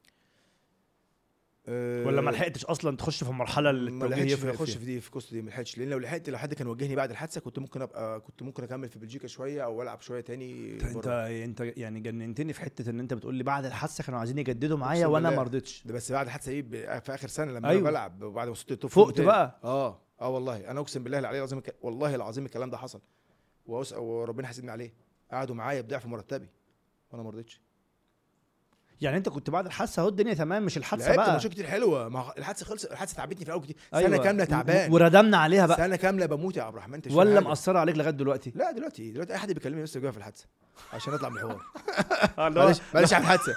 ولا ما لحقتش اصلا تخش في المرحله اللي التوجيه فيها؟ اخش في دي في قصه دي ما لحقتش، لان لو حد كان وجهني بعد الحادثه كنت ممكن اكمل في بلجيكا شويه او العب شويه تاني. انت يعني جننتني في حته ان انت بتقول لي بعد الحادثه كانوا عايزين يجددوا معايا وانا ما رضيتش. ده بس بعد الحادثه ايه في اخر سنه لما أيوه. انا بلعب وبعد ما وصلت التوب فقت بقى. والله انا اقسم بالله العلي العظيم والله العظيم الكلام ده حصل وربنا حاسبني عليه. قعدوا معايا بضعف مرتبي وانا ما رضيتش. يعني انت كنت بعد الحادثه اهو الدنيا تمام، مش الحادثه بقى. لعبت ماتشات كتير حلوه. ما الحادثه خلصت، الحادثه تعبتني في الاول كتير. سنه كامله تعبان وردمنا عليها بقى. سنه كامله بموت يا عبد الرحمن. انت ولا مأثره عليك لغايه دلوقتي؟ لا دلوقتي اي حد بيكلمني لسه جاي في الحادثه عشان اطلع من الحوار. بلاش على الحادثه.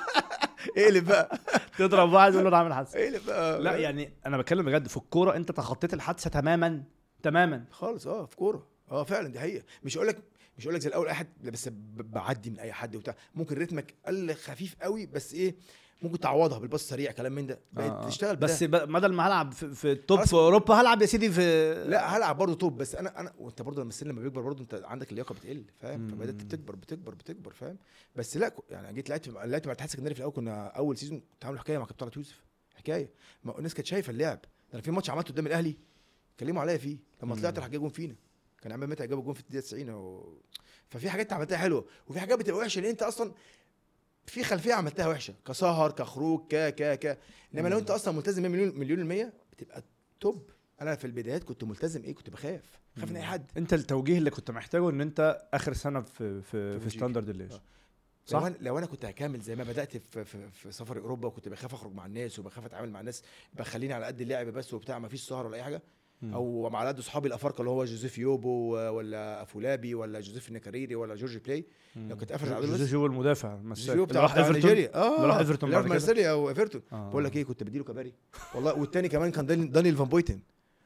اقلب بقى تضرب واحد يقول له انا عامل حادثه. اقلب بقى. لا يعني انا بتكلم بجد في الكوره، انت تخطيت الحادثه تماما خالص. في كوره فعلا دي حقيقه. مش هقول لك زي الاول اي حد، بس بعدي من اي حد وبتاع. ممكن رتمك قل خفيف قوي، بس ايه ممكن تعوضها بالباص سريع كلام من ده. بقيت تشتغل بس بدل ما هلعب في التوب في اوروبا هلعب يا سيدي في لا هلعب برضه توب. بس انا وانت برضه لما السن لما بيكبر برضه انت عندك اللياقه بتقل فاهم. فبدات بتكبر فاهم. بس لا يعني جيت لعبت مع الاتحاد السكندري في الاول. كنا اول سيزون كنت عامل حكايه مع كابتن طارق يوسف، حكايه ما الناس كانت شايفه اللعب. انا في ماتش عملته قدام الاهلي كلموا عليا فيه لما طلعت راح جاب جون فينا. كان عماد متعب جاب جون في الدقيقه 90 ففي حاجات عملتها حلوه وفي حاجات بتبقى وحشه لان انت اصلا في خلفيه عملتها وحشه كسهر كخروج انما لو انت اصلا ملتزم مليون المية بتبقى توب. انا في البدايات كنت ملتزم كنت بخاف من اي حد. انت التوجيه اللي كنت محتاجه ان انت اخر سنه في ستاندرد ليج صح. لو انا كنت هكمل زي ما بدات في سفر اوروبا وكنت بخاف اخرج مع الناس وبخاف اتعامل مع الناس بخليني على قد اللعب بس وبتاع ما فيش سهر ولا اي حاجه او مع قد اصحابي الافارقه اللي هو جوزيف يوبو ولا افولابي ولا جوزيف النكاريري ولا جورج بلاي. لو كنت قافل على جوزيف يوبو المدافع بتاع نيجيريا اللي راح ايفرتون بعد كده مارسيليا او ايفرتون. بقول لك ايه كنت بديله كباري والله. والتاني كمان كان دانيال فان بويتن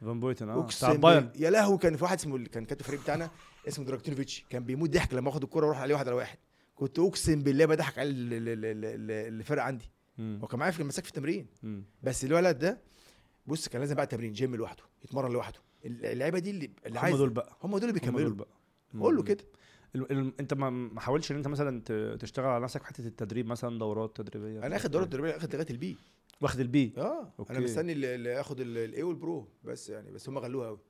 بتاع بايرن. يا لهوي كان في واحد اسمه كان كاتب فريق بتاعنا اسمه دراكتينوفيتش كان بيموت ضحك لما اخد الكوره واروح عليه واحد على واحد. كنت اقسم بالله بضحك على الفرق عندي. هو كان معايا في المساك في التمرين. بس الولد ده بص كان لازم بقى تمرين جيم لوحده يتمرن لوحده. اللعيبه دي اللي عايز هم دول بيكملوا بقى. قول له كده. انت ما حاولش ان انت مثلا تشتغل على نفسك في حته التدريب مثلا دورات تدريبيه؟ انا اخد دورات تدريبيه اخد لغايه البي. واخد البي انا مستني اللي اخد الاي والبرو بس يعني بس هم غلوها قوي.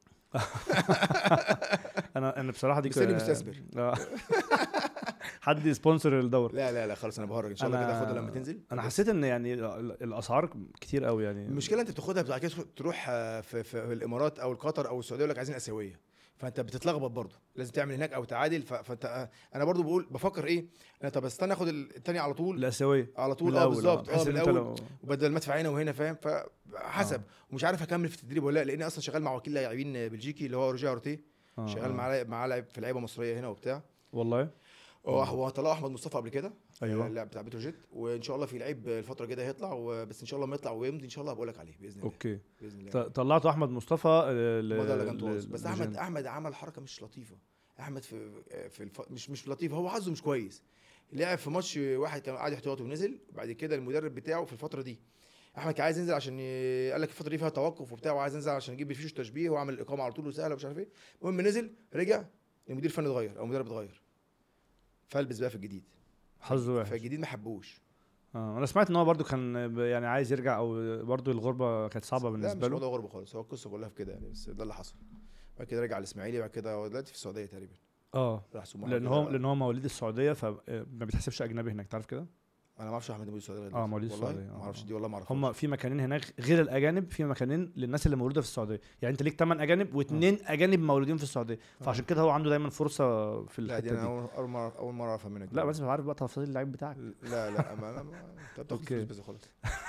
انا بصراحه دي مستني مستثمر. حد يسبونسر الدور. لا خلاص انا بهرج ان شاء الله كده اخدها لما تنزل. انا حسيت ان يعني الاسعار كتير قوي يعني. المشكله انت بتاخدها بعد كده تروح في الامارات او القطر او السعوديه يقول لك عايزين اسيويه فانت بتتلخبط برضه لازم تعمل هناك او تعادل. فانت انا برضه بفكر ايه انا طب استنى اخد الثاني على طول الاسيويه على طول بالظبط من الاول وبدل ما ادفع هنا وهنا فاهم. فحسب ومش عارف اكمل في التدريب ولا لا لان اصلا شغال مع وكيل لاعبين بلجيكي اللي هو روجيه اورتي. شغال معاه لاعب في لعيبه مصريه هنا وبتاع والله. هو طلع احمد مصطفى قبل كده. ايوه اللاعب بتاع بتروجيت وان شاء الله في لعيب الفتره الجايه هيطلع بس ان شاء الله ما يطلع ويمضي ان شاء الله هبقول لك عليه باذن الله. اوكي باذن الله. طلعت احمد مصطفى بس احمد عمل حركه مش لطيفه. احمد مش لطيف، هو حظه مش كويس. لعب في ماتش واحد كان قاعد احتياطي ونزل، بعد كده المدرب بتاعه في الفتره دي احمد كان عايز ينزل عشان قال لك الفتره دي فيها توقف وبتاع، وعايز ينزل عشان يجيب فيش تشبيه وعمل الاقامه على طول وسهله ومش عارف ايه. المهم نزل رجع، المدير الفني اتغير او المدرب اتغير، فلبس بقى في الجديد، حظه وحش. فالجديد ما حبوش. انا سمعت ان هو برضو كان يعني عايز يرجع، او برضو الغربه كانت صعبه بالنسبه له. لا مش موضوع غربه خالص، هو القصه كلها في كده يعني، بس ده اللي حصل. بعد كده رجع الاسماعيلي، بعد كده هو دلوقتي في السعوديه تقريبا. لان هو مواليد السعوديه، فما بيتحسبش اجنبي هناك، تعرف كده؟ انا ما اعرفش احمد مواليد السعوديه. مواليد السعوديه. ما اعرفش دي والله، ما اعرفش. هم في مكانين هناك غير الاجانب، في مكانين للناس اللي مولوده في السعوديه، يعني انت ليك 8 اجانب و2 اجانب مولودين في السعوديه، فعشان كده هو عنده دايما فرصه في الحته دي. لا دي انا اول مره افهم منك. لا بس مش عارف بقى تفاصيل اللعيب بتاعك. لا ما انت بتاخد فلوس بس خلاص.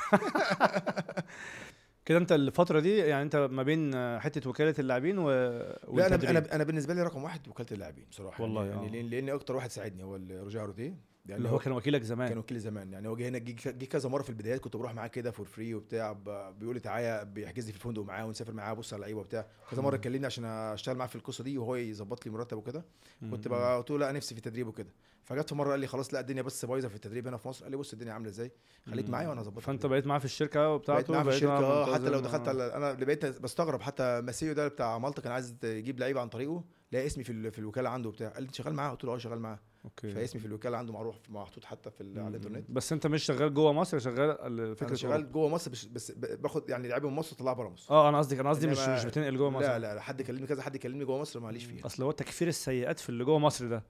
كده انت الفتره دي يعني انت ما بين حته وكاله اللاعبين لا انا بالنسبه لي رقم واحد وكاله اللاعبين بصراحه والله يعني لان اكتر واحد ساعدني هو روجيه عروتيه، يعني اللي هو كان وكيلك زمان. كان وكيلي زمان يعني. هو جه هنا، جه كذا مره في البدايات، كنت بروح معاه كده فور فري وبتاع، بيقول لي تعالى، بيحجز لي في الفندق معاه ونسافر معاه، بص على اللعيبه وبتاع. كذا مره كلمني عشان اشتغل معاه في القصه دي، وهو يظبط لي مرتب وكده. كنت بقى قلت له لا نفسي في التدريب وكده. فجت في مره قال لي خلاص لا الدنيا بس بايظه في التدريب هنا في مصر، قال لي بص الدنيا عامله ازاي، خليك معايا وانا هظبطك. فانت بقيت معاه في الشركه بتاعته؟ بقيت معاه في الشركه. حتى لو دخلت انا بقيت بستغرب، حتى ماسيو ده بتاع مالطا كان عايز يجيب لعيبه عن طريقه، لا اسمي في الوكاله عنده وبتاع، قال لي انت شغال معاه؟ قلت له اه شغال معاه. اوكي. فاسمي في الوكاله عنده معروف محطوط حتى على الانترنت. بس انت مش شغال جوه مصر، شغال انا شغال جوه مصر، بس باخد يعني لعيبه من مصر طلع بره مصر. انا قصدي مش بتنقل جوه مصر. لا حد كلمني كذا، حد كلمني جوه مصر ماليش فيها. اصل هو تكفير السيئات في اللي جوه مصر ده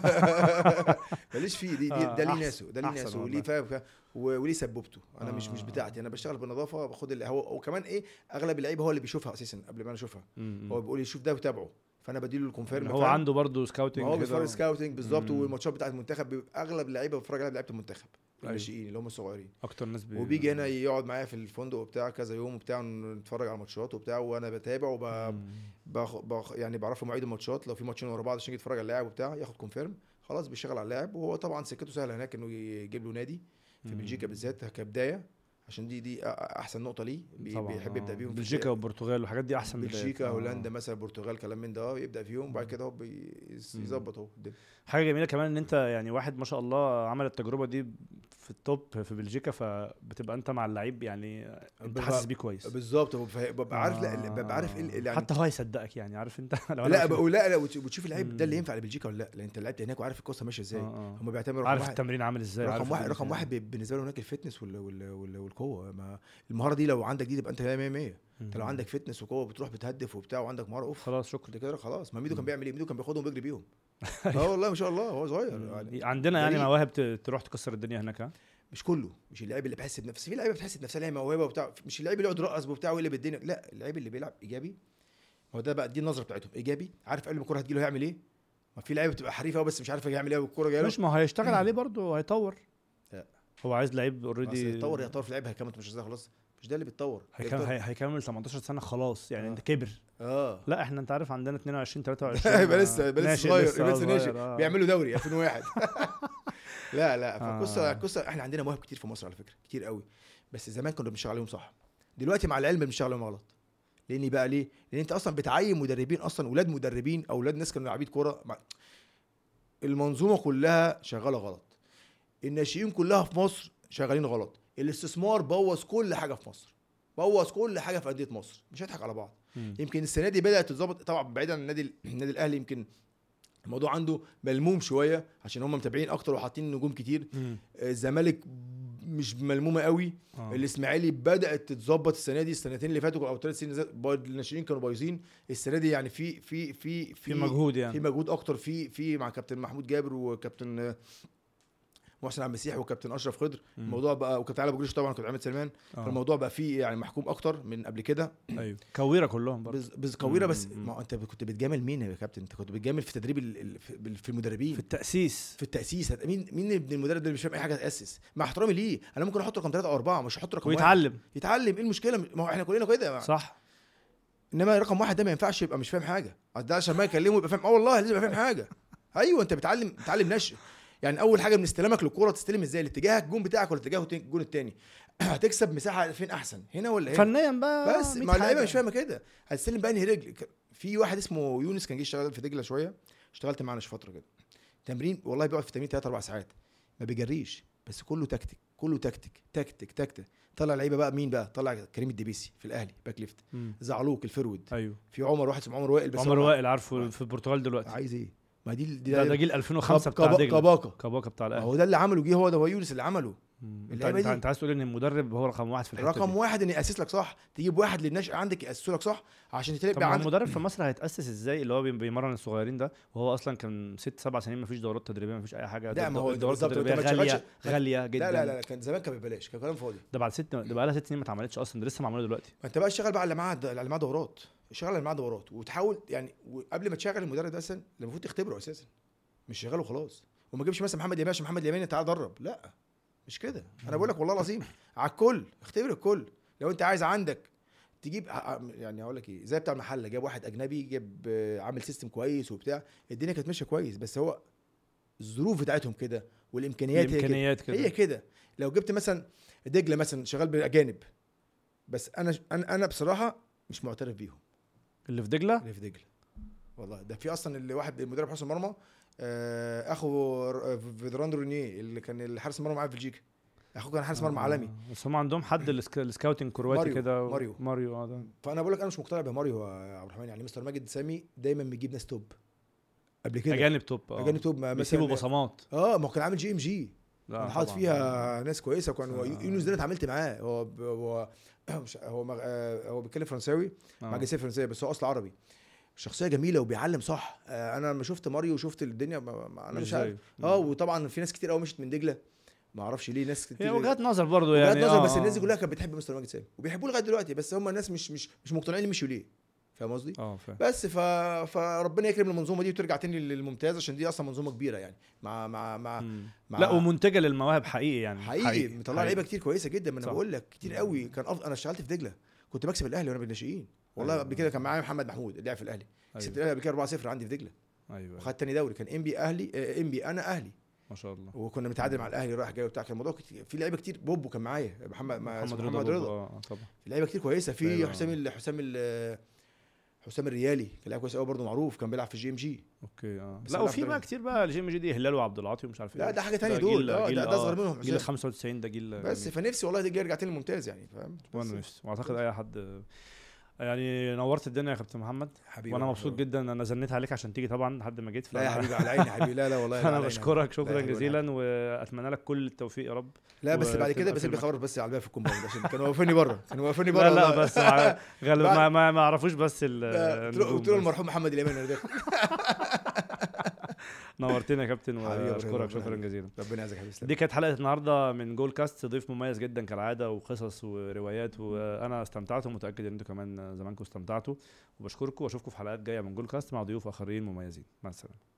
ماليش فيه. ده ليه ناسه، ده ليه ناسه وليه فاهم وليه سببته. انا مش بتاعتي، انا بشتغل بالنظافه، باخد اللي هو. وكمان ايه، اغلب اللعيبه هو اللي بيشوفها اساسا قبل ما انا اشوفها. هو بيقول لي شوف ده وتابعه، فانا بديله الكونفيرم. هو عنده برضه سكاوتنج كده، هو بيتفرج سكاوتنج بالظبط. والماتشات بتاعه المنتخب بيبقى اغلب اللعيبه بيتفرج على لعيبه المنتخب الناشئين اللي هم الصغيرين اكتر ناس وبيجي هنا يقعد معايا في الفندق وبتاع كذا يوم وبتاع، نتفرج على الماتشات وبتاع، وانا بتابع يعني بعرف مواعيد الماتشات، لو في ماتشين ورا بعض عشان يجي يتفرج على اللاعب وبتاع، ياخد كونفيرم خلاص بيشتغل على اللاعب. وهو طبعا سكته سهله هناك، انه يجيب له نادي في بلجيكا بالذات كبدايه، عشان دي احسن نقطه ليه. بيحب يبدا بيهم. بلجيكا والبرتغال والحاجات دي احسن. بلجيكا هولندا مثلا، البرتغال كلام من ده، يبدا فيهم بعد كده هو يظبط اهو. حاجه جميله كمان ان انت يعني واحد ما شاء الله عمل التجربه دي في التوب في بلجيكا، فبتبقى انت مع اللعيب يعني انت حاسس بيه كويس بالظبط. ببقى عارف ببقى عارف يعني حتى هو يصدقك يعني، عارف انت لو لا بقول لا وتشوف اللعيب ده اللي ينفع لبلجيكا ولا لا، لان انت لعبت هناك وعارف القصه ماشيه ازاي. هم بيعتمدوا عارف التمرين عامل ازاي. رقم واحد بالنسبه له هناك الفتنس والقوه. المهاره دي لو عندك دي تبقى انت 100. انت لو عندك فتنس وقوه بتروح بتهدف وبتاع وعندك مهاره خلاص شكرا كده خلاص. ما ميدو كان بيعمل ايه؟ ميدو كان بياخدهم ويجري بيهم. والله ما شاء الله هو صغير يعني. عندنا يعني مواهب تروح تكسر الدنيا هناك. مش كله، مش اللعيب اللي بيحس بنفسه، في لعيبه بتحس بنفسها لها موهبه وبتاع، مش اللعيب اللي يقعد يرقص وبتاع ويقلب الدنيا، لا اللعيب اللي بيلعب ايجابي. هو ده بقى دي النظره بتاعتهم، ايجابي، عارف قبل ما الكوره هتجيله هيعمل ايه. ما في لعيبه بتبقى حريفه بس مش عارف يعمل ايه والكوره جايه مش، ما هيشتغل عليه برضه هيطور. لا هو عايز لعيب اوريدي يطور في لعيبه هيكمل مش ازاي خلاص، مش ده اللي بيتطور. هيكمل 18 سنه خلاص يعني. انت كبر. لا احنا انت عارف عندنا 22 23 يبقى لسه صغير، لسه ناشئ بيعملوا دوري 2001. لا فالقصه احنا عندنا مواهب كتير في مصر على فكره، كتير قوي، بس زمان كنا بنشتغل عليهم صح. دلوقتي مع العلم بنشتغل عليهم غلط. لان بقى ليه؟ لان انت اصلا بتعين مدربين، اصلا اولاد مدربين، اولاد ناس كانوا لاعبين كوره. المنظومه كلها شغاله غلط. الناشئين كلها في مصر شغالين غلط. الاستثمار بوظ كل حاجه في مصر، بوظ كل حاجه في انديه مصر. مش هنضحك على بعض. يمكن السنه دي بدات تتظبط طبعا، بعيدا عن النادي الاهلي يمكن الموضوع عنده ملموم شويه عشان هم متابعين اكتر وحاطين نجوم كتير. الزمالك مش ملمومه قوي. الاسماعيلي بدات تتظبط السنه دي. السنتين اللي فاتوا او 3 سنين الناشئين كانوا بايظين. السنه دي يعني في مجهود، يعني في مجهود اكتر في مع كابتن محمود جابر وكابتن محسن عبد المسيح وكابتن اشرف خضر. الموضوع بقى، وكابتن علي ابو جريش طبعا، كابتن عماد سلمان. فالموضوع بقى فيه يعني محكوم اكتر من قبل كده. ايوه كويره كلهم كويره. بس ما انت كنت بتجامل مين يا كابتن؟ انت كنت بتجامل في تدريب في المدربين، في التاسيس. مين ابن المدرب ده مش فاهم اي حاجه تاسس؟ مع احترامي ليه، انا ممكن احط رقم 3 او 4، مش احط رقم 1. يتعلم ايه المشكله؟ ما هو احنا كلنا كده صح. انما رقم 1 ده ما ينفعش يبقى مش فاهم حاجه. ده عشان ما يكلمه يبقى فاهم. والله لازم يبقى فاهم حاجه. ايوه انت بتعلم نشء. يعني اول حاجه من استلامك للكوره تستلم ازاي، لاتجاهك الجون بتاعك ولا اتجاه الجون الثاني. هتكسب مساحه فين احسن، هنا ولا هنا فنيا بقى. بس ما اللعيبه مش فاهمه كده. هتستلم بقى انهي رجل. في واحد اسمه يونس كان جه يشتغل في دجله شويه، اشتغلت معاه فتره كده تمرين، والله بيقعد في التمرين 3 4 ساعات ما بيجريش، بس كله تكتيك، كله تكتيك تكتيك تكتيك. طلع لعيبه بقى، مين بقى؟ طلع كريم الدبيسي في الاهلي باك ليفت، زعلوك الفرود. ايوه في عمر، واحد اسمه عمر وائل، بس عمر وائل عارفه في البرتغال دلوقتي. عايز ايه؟ ما دي ده جيل 2005 بتاع دجله، كباكا بتاع الاهلي. هو ده اللي عمله، جه هو يونس اللي عمله. انت عايز تقول ان المدرب هو رقم واحد في الحته رقم دي. واحد ان ياسس لك صح، تجيب واحد للناشئ عندك ياسسه لك صح عشان تبقى عندك. المدرب في مصر هيتاسس ازاي اللي هو بيمرن الصغيرين ده وهو اصلا كان 6 7 سنين ما فيش دورات تدريبيه، ما فيش اي حاجه؟ لا ما هو الدورات التدريبيه غاليه جدا. لا كان زمان كان ببلاش، كان كلام فاضي. ده بعد ده بقى لها 6 سنين ما اتعملتش اصلا، ده لسه معموله دلوقتي. ما انت بقى اشتغل بقى اللي معاه دورات، اشتغل اللي معاه دورات وتحاول يعني، قبل ما تشغل المدرب ده اصلا المفروض تختبره اساسا، مش شغاله خلاص. وما تجيبش مثلا محمد يمين عشان محمد يمين تعالى درب، لا مش كده. انا بقول لك والله العظيم على الكل، اختبر الكل. لو انت عايز عندك تجيب يعني هقول لك ايه، زي بتاع المحله جاب واحد اجنبي، جاب عامل سيستم كويس وبتاع، الدنيا كانت ماشيه كويس، بس هو الظروف بتاعتهم كده والامكانيات كده. هي كده. لو جبت مثلا دجله مثلا شغال بالاجانب، بس انا بصراحه مش معترف بيهم. اللي في دجله والله ده في اصلا اللي واحد المدرب حسن مرمى، اخو فيدراندو رونيه اللي كان الحارس المرمى معاه في بلجيكا، اخوه كان حارس مرمى عالمي. بس هم عندهم حد السكاوتنج كرواتي كده، ماريو ده. فانا بقول لك انا مش مقتنع بماريو يا عبد الرحمن. يعني مستر ماجد سامي دايما بيجيب ناس توب قبل كده، اجانب توب مثلا بيسيبوا بصمات. ما هو كان عامل GMG، كان حاطط فيها ناس كويسه. وكان يونس ده اتعاملت معاه، هو بيتكلم فرنساوي مع جنسيه فرنسيه، بس هو اصل عربي. شخصيه جميله وبيعلم صح. انا لما شفت ماريو وشفت الدنيا انا مش عارف. وطبعا في ناس كتير قوي مشت من دجله، ما اعرفش ليه. ناس كتير، هي وجهات نظر برضو يعني، وجهات نظر. بس الناس دي كلها كانت بتحب مستر ماجد سامي وبيحبوه لغايه دلوقتي، بس هم الناس مش مقتنعين مشوا ليه. فاهم قصدي؟ بس فربنا يكرم المنظومه دي وترجع تاني للممتاز، عشان دي اصلا منظومه كبيره يعني، مع لا ومنتجه للمواهب حقيقي يعني، حقيقي مطلع لعيبه كتير كويسه جدا. ما انا بقول لك كتير قوي. كان انا اشتغلت في دجله، كنت بكسب الاهلي وانا بالناشئين والله. قبل كده كان معايا محمد محمود اللي لعب في الاهلي، كسبت الاهلي قبل كده 4-0 عندي في دجله. وخدت تاني دوري، كان انبي اهلي، انبي انا اهلي ما شاء الله. وكنا متعادل مع الاهلي رايح جاي وبتاع. كان الموضوع في لعيبه كتير. بوبو كان معايا، محمد رضا طبعا. في لعيبه كتير كويسه. في حسام الريالي كان لاعب كويس قوي برضه، معروف، كان بيلعب في GMG. اوكي لا وفي بقى كتير بقى GMG دي، هلال وعبد العاطي ومش عارف ايه. لا ده حاجه ثانيه دول. ده اصغر منهم، جيل 95 ده جيل بس. فنفسي والله دي يرجع تاني الممتاز يعني، فاهم؟ وانا نفسي، واعتقد اي حد يعني. نورت الدنيا يا كابتن محمد، وانا مبسوط جدا. انا زنيت عليك عشان تيجي طبعا لحد ما جيت. لا يا حبيبي، على عيني يا حبيبي. لا والله انا بشكرك شكرا جزيلا، واتمنى لك كل التوفيق يا رب. لا بس بعد كده بس بخبر بس على الباب في الكومباوند، عشان كانوا واقفيني بره لا بس غالبا ما عرفوش بس قلت له المرحوم محمد اليمين انا داخل. نورتنا يا كابتن، واشكرك شكرا جزيلا. ربنا يعزك يا حبيبي. دي كانت حلقه النهارده من جول كاست، ضيف مميز جدا كالعاده، وقصص وروايات، وانا استمتعت ومتاكد ان انتوا كمان زمانكم استمتعتوا. وبشكركم، واشوفكم في حلقات جايه من جول كاست مع ضيوف اخرين مميزين. مع السلامه.